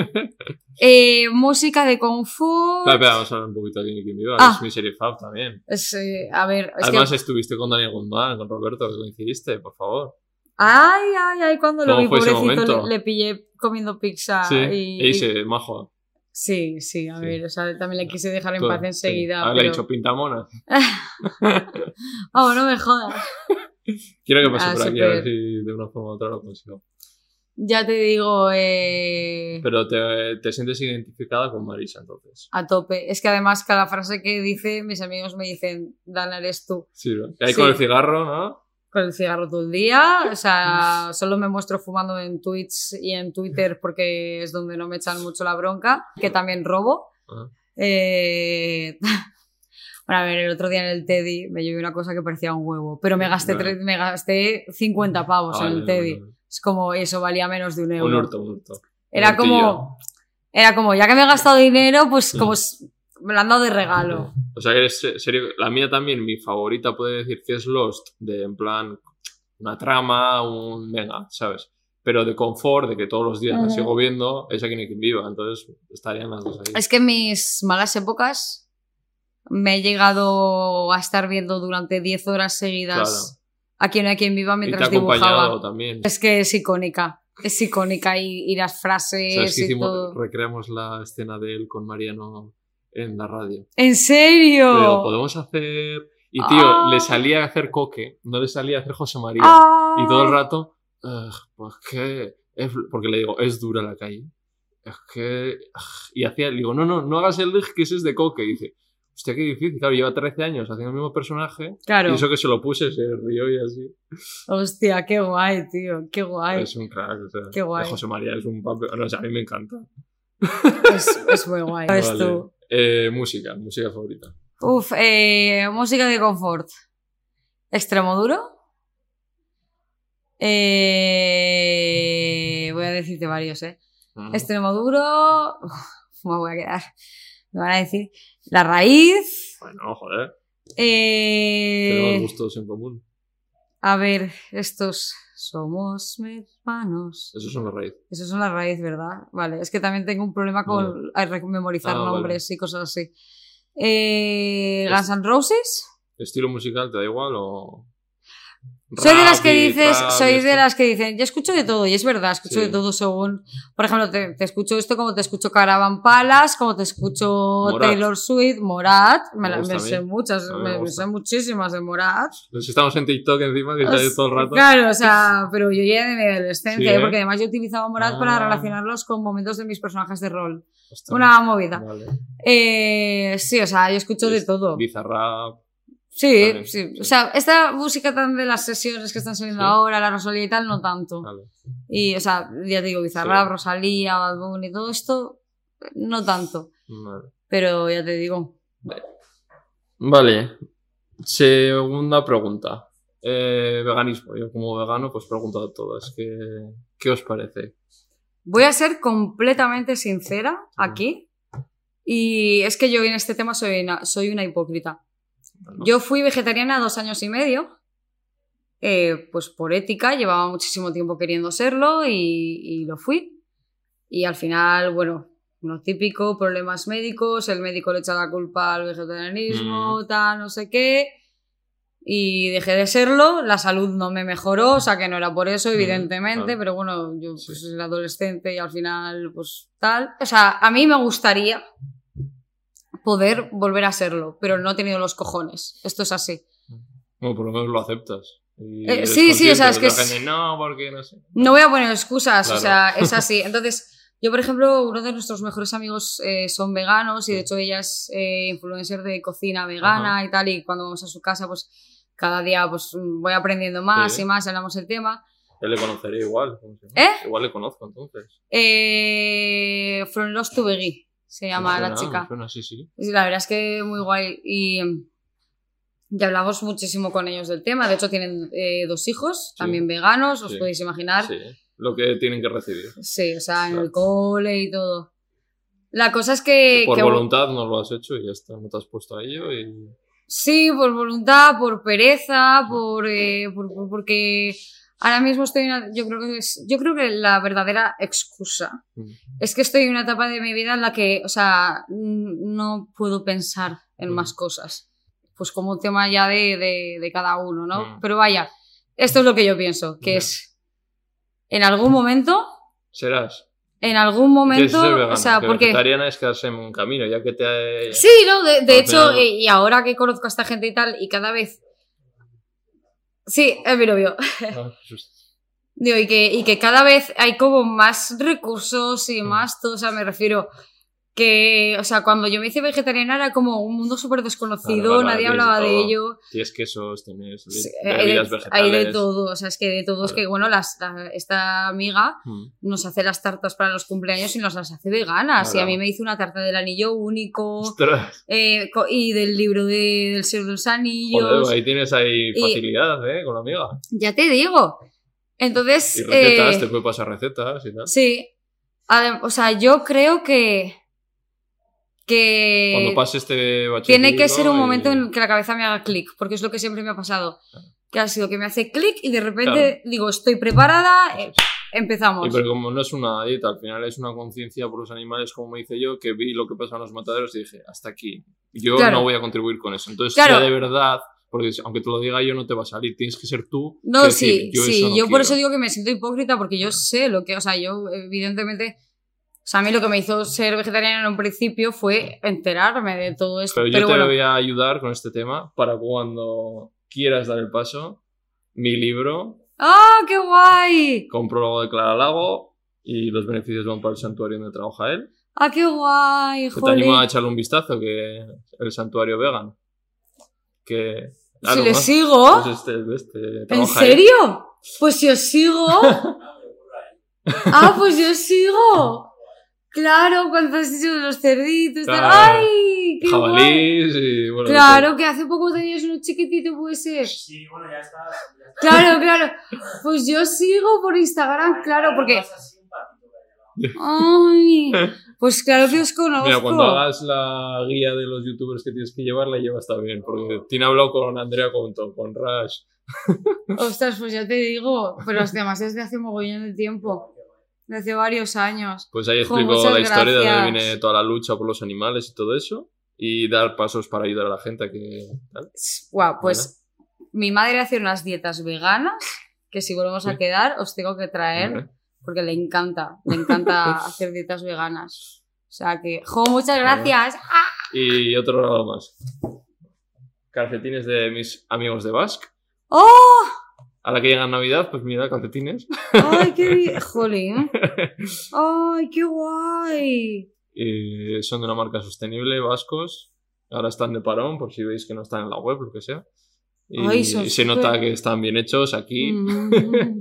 Eh, música de confort. Espera, espera, vamos a hablar un poquito de Aquí no hay quien viva. Ah. Es mi serie fav también. Es, eh, a ver, es Además que... estuviste con Daniel Guzmán, con Roberto, que coincidiste, por favor. Ay, ay, ay, cuando lo ¿Cómo vi, fue ese pobrecito, momento? le, le pillé comiendo pizza. Sí, y, e y- hice majo. Sí, sí, a Sí. ver, o sea, también le quise dejar en Todo, paz sí. enseguida. Ah, le he pero... dicho pintamona. Vamos, no me jodas. Quiero que pase Ah, por aquí a súper. ver si de una forma u otra lo consigo. Ya te digo, eh, Pero te, te sientes identificada con Marisa, entonces. a tope. Es que además cada frase que dice, mis amigos me dicen, Dana, eres tú. Sí, ¿no? Y ahí Sí. con el cigarro, ¿no? Con el cigarro todo el día, o sea, solo me muestro fumando en Twitch y en Twitter porque es donde no me echan mucho la bronca, que también robo. Ah. Eh... Bueno, a ver, el otro día en el Teddy me llevé una cosa que parecía un huevo, pero me gasté, Vale. tre- me gasté cincuenta pavos Ah, en el vale, Teddy. vale, vale. Es como eso, valía menos de un euro. Un hurto, un hurto. Era Un hurtillo. como, era como, ya que me he gastado dinero, pues como s- me lo han dado de regalo. O sea, que eres se- serio. La mía también, mi favorita puede decir que es Lost, de en plan una trama, un venga, ¿sabes? Pero de confort, de que todos los días la Ujú. sigo viendo, es Aquí no hay quien viva. Entonces estarían las dos ahí. Es que en mis malas épocas me he llegado a estar viendo durante diez horas seguidas a quien no hay quien viva Y te ha mientras acompañado dibujaba. también. Es que es icónica. Es icónica y, y las frases ¿Sabes qué y hicimos? todo. Recreamos la escena de él con Mariano en la radio. ¿En serio? Pero podemos hacer... Y tío, Ah. le salía a hacer Coque, no le salía a hacer José María. Ah. Y todo el rato, "Ugh, pues que... es-". Porque le digo, es dura la calle. Es que... ugh". Y hacía, le digo, no, no, no hagas el lig que ese es de Coque. Y dice, hostia, qué difícil. Claro, lleva trece años haciendo el mismo personaje. Claro. Y eso que se lo puse, se rió y así. Hostia, qué guay, tío. Qué guay. Es un crack. O sea, Qué guay. de José María es un papel... No, o sea, a mí me encanta. Es, es muy guay. ¿Sabes Vale. tú? Eh, música, música favorita. Uf, eh, música de confort. Extremoduro. Eh, voy a decirte varios, ¿eh? Ah. Extremoduro. Uf, me voy a quedar. Me van a decir. La raíz. Bueno, joder. Eh, Tenemos gustos en común. a ver, estos somos hermanos. Esos son la raíz. Esos son la raíz, ¿verdad? Vale, es que también tengo un problema con a re- memorizar Ah, vale. nombres y cosas así. Eh, Es- Guns N' Roses. ¿Estilo musical te da igual o...? Soy de las Rap que y dices, trap y soy de esto? las que dicen, yo escucho de todo, y es verdad, escucho Sí. de todo según, por ejemplo, te, te escucho esto como te escucho Caravan Palace, como te escucho Morat. Taylor Swift, Morat, me, Me la- gusta me a mí. sé muchas, A mí me me, me gusta. sé muchísimas de Morat. Nos estamos en TikTok encima, que está ahí todo el rato. Claro, o sea, pero yo ya de mi adolescencia, Sí, ¿eh? porque además yo utilizaba Morat Ah. para relacionarlos con momentos de mis personajes de rol. Ostras. Una movida. Vale. Eh, sí, o sea, yo escucho de todo. Bizarrap. Sí, Vale, sí. sí. O sea, esta música tan de las sesiones que están saliendo Sí. ahora, la Rosalía y tal, no tanto. Vale. Y, o sea, ya te digo, Bizarrap, Sí. Rosalía, Bad Bunny, todo esto, no tanto. Vale. Pero ya te digo. Vale. Segunda pregunta. Eh, veganismo. Yo como vegano pues pregunto a todas. ¿Qué, qué os parece? Voy a ser completamente sincera aquí Y es que yo en este tema soy una, soy una hipócrita. Bueno. Yo fui vegetariana dos años y medio, eh, pues por ética, llevaba muchísimo tiempo queriendo serlo y, y lo fui. Y al final, bueno, lo típico, problemas médicos, el médico le echa la culpa al vegetarianismo, Mm. tal, no sé qué. Y dejé de serlo, la salud no me mejoró, o sea que no era por eso, evidentemente, claro. pero bueno, yo pues Sí. era adolescente y al final, pues tal. O sea, a mí me gustaría poder volver a serlo, pero no he tenido los cojones. Esto es así. Bueno, por lo menos lo aceptas. Y Eh, eres sí, sí, o sea, es consciente. que Otra es- gente, no, porque no sé. No voy a poner excusas, Claro. o sea, es así. Entonces, yo, por ejemplo, uno de nuestros mejores amigos eh, son veganos y de hecho ella es eh, influencer de cocina vegana Ajá. y tal, y cuando vamos a su casa, pues cada día pues voy aprendiendo más Sí. y más, hablamos del tema. Yo le conoceré igual. ¿cómo se llama? ¿Eh? Igual le conozco entonces. Eh, From Lost to Veggie se llama Me la suena, chica. me suena, sí, sí. Y la verdad es que muy guay. Y, y hablamos muchísimo con ellos del tema. De hecho, tienen eh, dos hijos, Sí. también veganos, os Sí. podéis imaginar. Sí, lo que tienen que recibir. Sí, o sea, en Claro. el cole y todo. La cosa es que... Por que- voluntad no lo has hecho y ya está, no te has puesto a ello y... Sí, por voluntad, por pereza, por, eh, por, por- porque ahora mismo estoy en una- yo creo que es, yo creo que la verdadera excusa Mm. es que estoy en una etapa de mi vida en la que, o sea, n- no puedo pensar en Mm. más cosas. Pues como un tema ya de, de, de cada uno, ¿no? Mm. Pero vaya, esto es lo que yo pienso, que Ya. es en algún momento, Serás. en algún Quieres momento, ser vegana, o sea, que porque... vegetariana es quedarse en un camino, ya que te... Sí, no, de, de Al hecho, final- eh, y ahora que conozco a esta gente y tal, y cada vez... Sí, es mi novio. Ah, justo. Digo, y que, y que cada vez hay como más recursos y Mm. más todo, o sea, me refiero que, o sea, cuando yo me hice vegetariana era como un mundo súper desconocido, Claro, claro, nadie tienes hablaba de de todo. ello. Tienes quesos, tienes Sí, be- hay, bebidas de, vegetales... hay de todo, o sea, es que de todo, es Claro. que, bueno, las, la- esta amiga Mm. nos hace las tartas para los cumpleaños y nos las hace veganas, y a Claro. mí me hizo una tarta del anillo único, Ostras, eh, co- y del libro de, del Señor de los Anillos. joder, ahí tienes ahí Y- facilidad, ¿eh? Con la amiga. Ya te digo. Entonces. Y recetas, eh, te puede pasar recetas y tal. Sí. Adem- o sea, yo creo que. Que. Cuando pase este bache Tiene que cívico ser un y- momento en que la cabeza me haga clic, porque es lo que siempre me ha pasado. Que ha sido que me hace clic y de repente digo, estoy preparada, eh, empezamos. Y pero como no es una dieta, al final es una conciencia por los animales, como me hice yo, que vi lo que pasaba en los mataderos y dije, hasta aquí. Yo Claro. no voy a contribuir con eso. Entonces, Claro. ya de verdad, porque aunque te lo diga yo, no te va a salir. Tienes que ser tú. No, que sí, decir, yo sí, eso no yo por quiero. eso digo que me siento hipócrita, porque yo sé lo que, o sea, yo evidentemente, o sea, a mí lo que me hizo ser vegetariana en un principio fue enterarme de todo esto. Pero yo Pero te bueno, voy a ayudar con este tema para cuando quieras dar el paso. Mi libro, ¡ah, qué guay! compro luego de Clara Lago y los beneficios van para el santuario donde trabaja él. ¡Ah, qué guay! Que te Jolín. animo a echarle un vistazo, que el santuario vegan. Que... Si claro, le ¿no? sigo. Pues este, este, ¿En trabaja ahí. serio? Pues si os sigo. Ah, pues yo sigo. Claro, cuando has dicho de los cerditos. tal. Claro. ¡Ay! ¡Qué guay! Jabalís y bueno... Claro, que hace poco tenías uno chiquitito, puede ser. Sí, bueno, ya está. Ya está. Claro, claro. Pues yo sigo por Instagram, claro, porque. Más así un patito que haya. ¡Ay! Pues claro que os conozco. Mira, cuando hagas la guía de los youtubers que tienes que llevar, la llevas también. Porque tiene hablado con Andrea Conto, con Rash. Ostras, pues ya te digo. Pero además es de hace mogollón de tiempo. De hace varios años. Pues ahí Jo, explico muchas la historia de gracias. dónde viene toda la lucha por los animales y todo eso. Y dar pasos para ayudar a la gente a que... tal. Guau, pues mi madre hace unas dietas veganas que si volvemos a Sí. quedar os tengo que traer Vale. porque le encanta, le encanta hacer dietas veganas. O sea que, jo, muchas gracias. ¡Ah! Y otro regalo más. Calcetines de mis amigos de Basque. ¡Oh! A la que llega Navidad, pues mira, calcetines. ¡Ay, qué bien! ¡Jolín! ¡Ay, qué guay! Y son de una marca sostenible, vascos. Ahora están de parón, por si veis que no están en la web, lo que sea. Y, Ay, son y se súper- nota que están bien hechos aquí. Mm.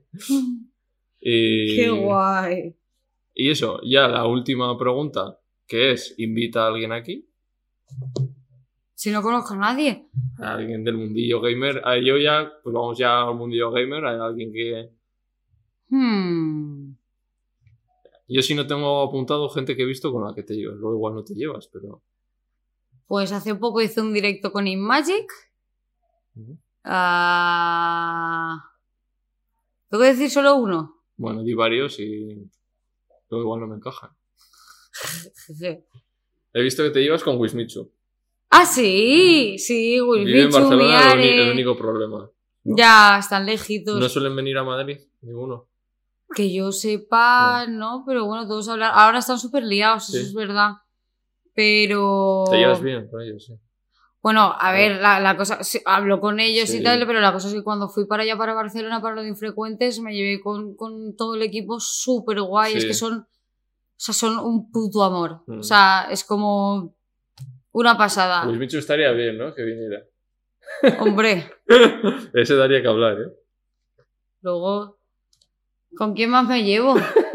Y, ¡Qué guay! y eso, ya la última pregunta, que es, ¿invita a alguien aquí? Si no conozco a nadie. A alguien del mundillo gamer. A yo ya, pues vamos ya al mundillo gamer. Hay alguien que... Hmm. Yo sí no tengo apuntado gente que he visto con la que te llevas. Luego igual no te llevas, pero... Pues hace poco hice un directo con Inmagic. Uh-huh. Uh... ¿Tengo que decir solo uno? Bueno, di varios y luego igual no me encajan. He visto que te llevas con Wismichu. Ah, sí, sí, Wismichu, Vive en Barcelona, Miare... el, el único problema, ¿no? Ya, están lejitos. ¿No suelen venir a Madrid? Ninguno. Que yo sepa, no, no, pero bueno, todos hablan. Ahora están súper liados, sí. Eso es verdad. Pero... ¿Te llevas bien con ellos? Sí. Bueno, a ver, la, la cosa... Sí, hablo con ellos sí. y tal, pero la cosa es que cuando fui para allá, para Barcelona, para lo de Infrecuentes, me llevé con, con todo el equipo súper guay. Sí. Es que son... O sea, son un puto amor. Mm. O sea, es como... Una pasada. Pues Michu estaría bien, ¿no? Que viniera. Hombre. Ese daría que hablar, ¿eh? Luego... ¿Con quién más me llevo?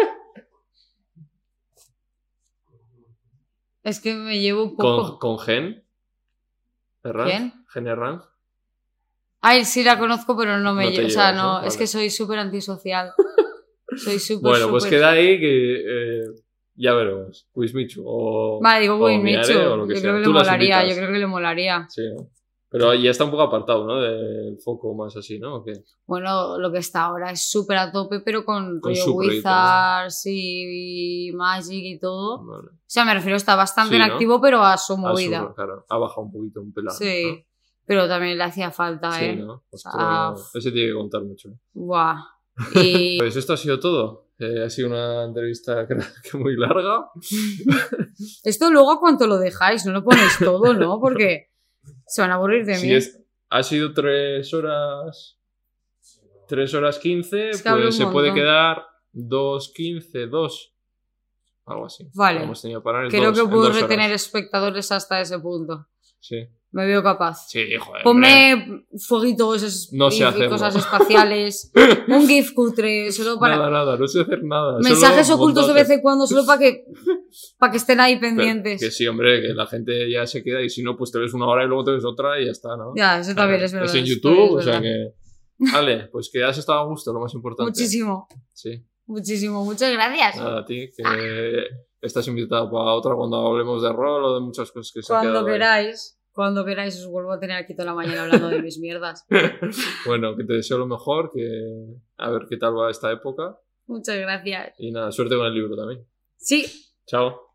Es que me llevo un poco... ¿Con, con Gen? ¿Herranz? ¿Quién? ¿Gen Herranz? Ay, sí la conozco, pero no me no llevo. Llevas, o sea, no, ¿no? es vale. que soy súper antisocial. Soy súper, Bueno, súper... pues queda ahí que... Eh, ya veremos. Wismichu o... Vale, digo Wismichu. Yo sea. creo que le Tú molaría, yo creo que le molaría. Sí, ¿no? Pero ya está un poco apartado, ¿no? Del foco más así, ¿no? ¿O qué? Bueno, lo que está ahora es súper a tope, pero con, con rollo Wizards y Magic y todo. Vale. O sea, me refiero, está bastante sí, en ¿no? activo, pero a su movida. A su, claro. Ha bajado un poquito, un pelado. Sí, ¿no? Pero también le hacía falta, sí, ¿eh? ¿no? Ostras, o sea, ese tiene que contar mucho. Buah. Y... Pues esto ha sido todo. Eh, ha sido una entrevista creo que muy larga. Esto luego a cuánto lo dejáis, no lo ponéis todo, ¿no? Porque se van a aburrir de si mí. Es, ha sido tres horas... Tres horas quince, es que pues se montón. puede quedar dos quince, dos. Algo así. Vale. Hemos tenido para Creo dos, que puedo retener horas. espectadores hasta ese punto. Sí. Me veo capaz. Sí, joder. Ponme fueguitos esos no sé y cosas espaciales. Un GIF cutre, solo para... Nada, nada, no sé hacer nada. Mensajes solo ocultos montaje. de vez en cuando, solo para que, para que estén ahí pendientes. Pero que sí, hombre, que la gente ya se queda y si no, pues te ves una hora y luego te ves otra y ya está, ¿no? Ya, eso también ver, es verdad. Es en YouTube, o sea que... Vale, pues que has estado a gusto, lo más importante. Muchísimo. Sí. Muchísimo, muchas gracias. Nada, a ti, que ah. estás invitada para otra cuando hablemos de rol o de muchas cosas que se han quedado Cuando queráis. Ahí. Cuando queráis os vuelvo a tener aquí toda la mañana hablando de mis mierdas. Bueno, que te deseo lo mejor, que a ver qué tal va esta época. Muchas gracias. Y nada, suerte con el libro también. Sí. Chao.